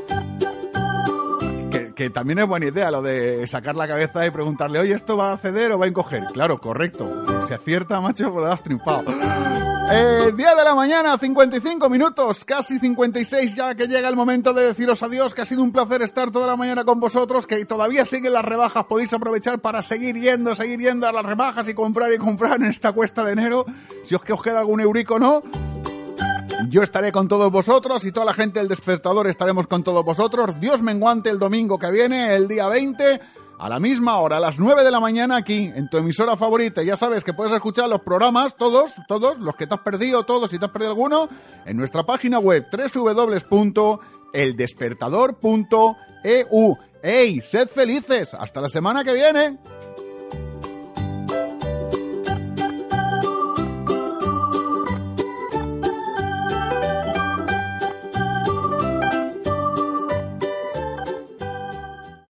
Que también es buena idea lo de sacar la cabeza y preguntarle, oye, ¿esto va a ceder o va a encoger? Claro, correcto. Si acierta, macho, pues lo has triunfado. 10 de la mañana, 55 minutos, casi 56 ya, que llega el momento de deciros adiós, que ha sido un placer estar toda la mañana con vosotros, que todavía siguen las rebajas, podéis aprovechar para seguir yendo a las rebajas y comprar en esta cuesta de enero, si os queda algún eurico, ¿no? Yo estaré con todos vosotros y toda la gente del Despertador estaremos con todos vosotros. Dios menguante el domingo que viene, el día 20, a la misma hora, a las 9 de la mañana aquí, en tu emisora favorita. Ya sabes que puedes escuchar los programas, todos, los que te has perdido, todos, si te has perdido alguno, en nuestra página web www.eldespertador.eu. ¡Ey, sed felices! ¡Hasta la semana que viene!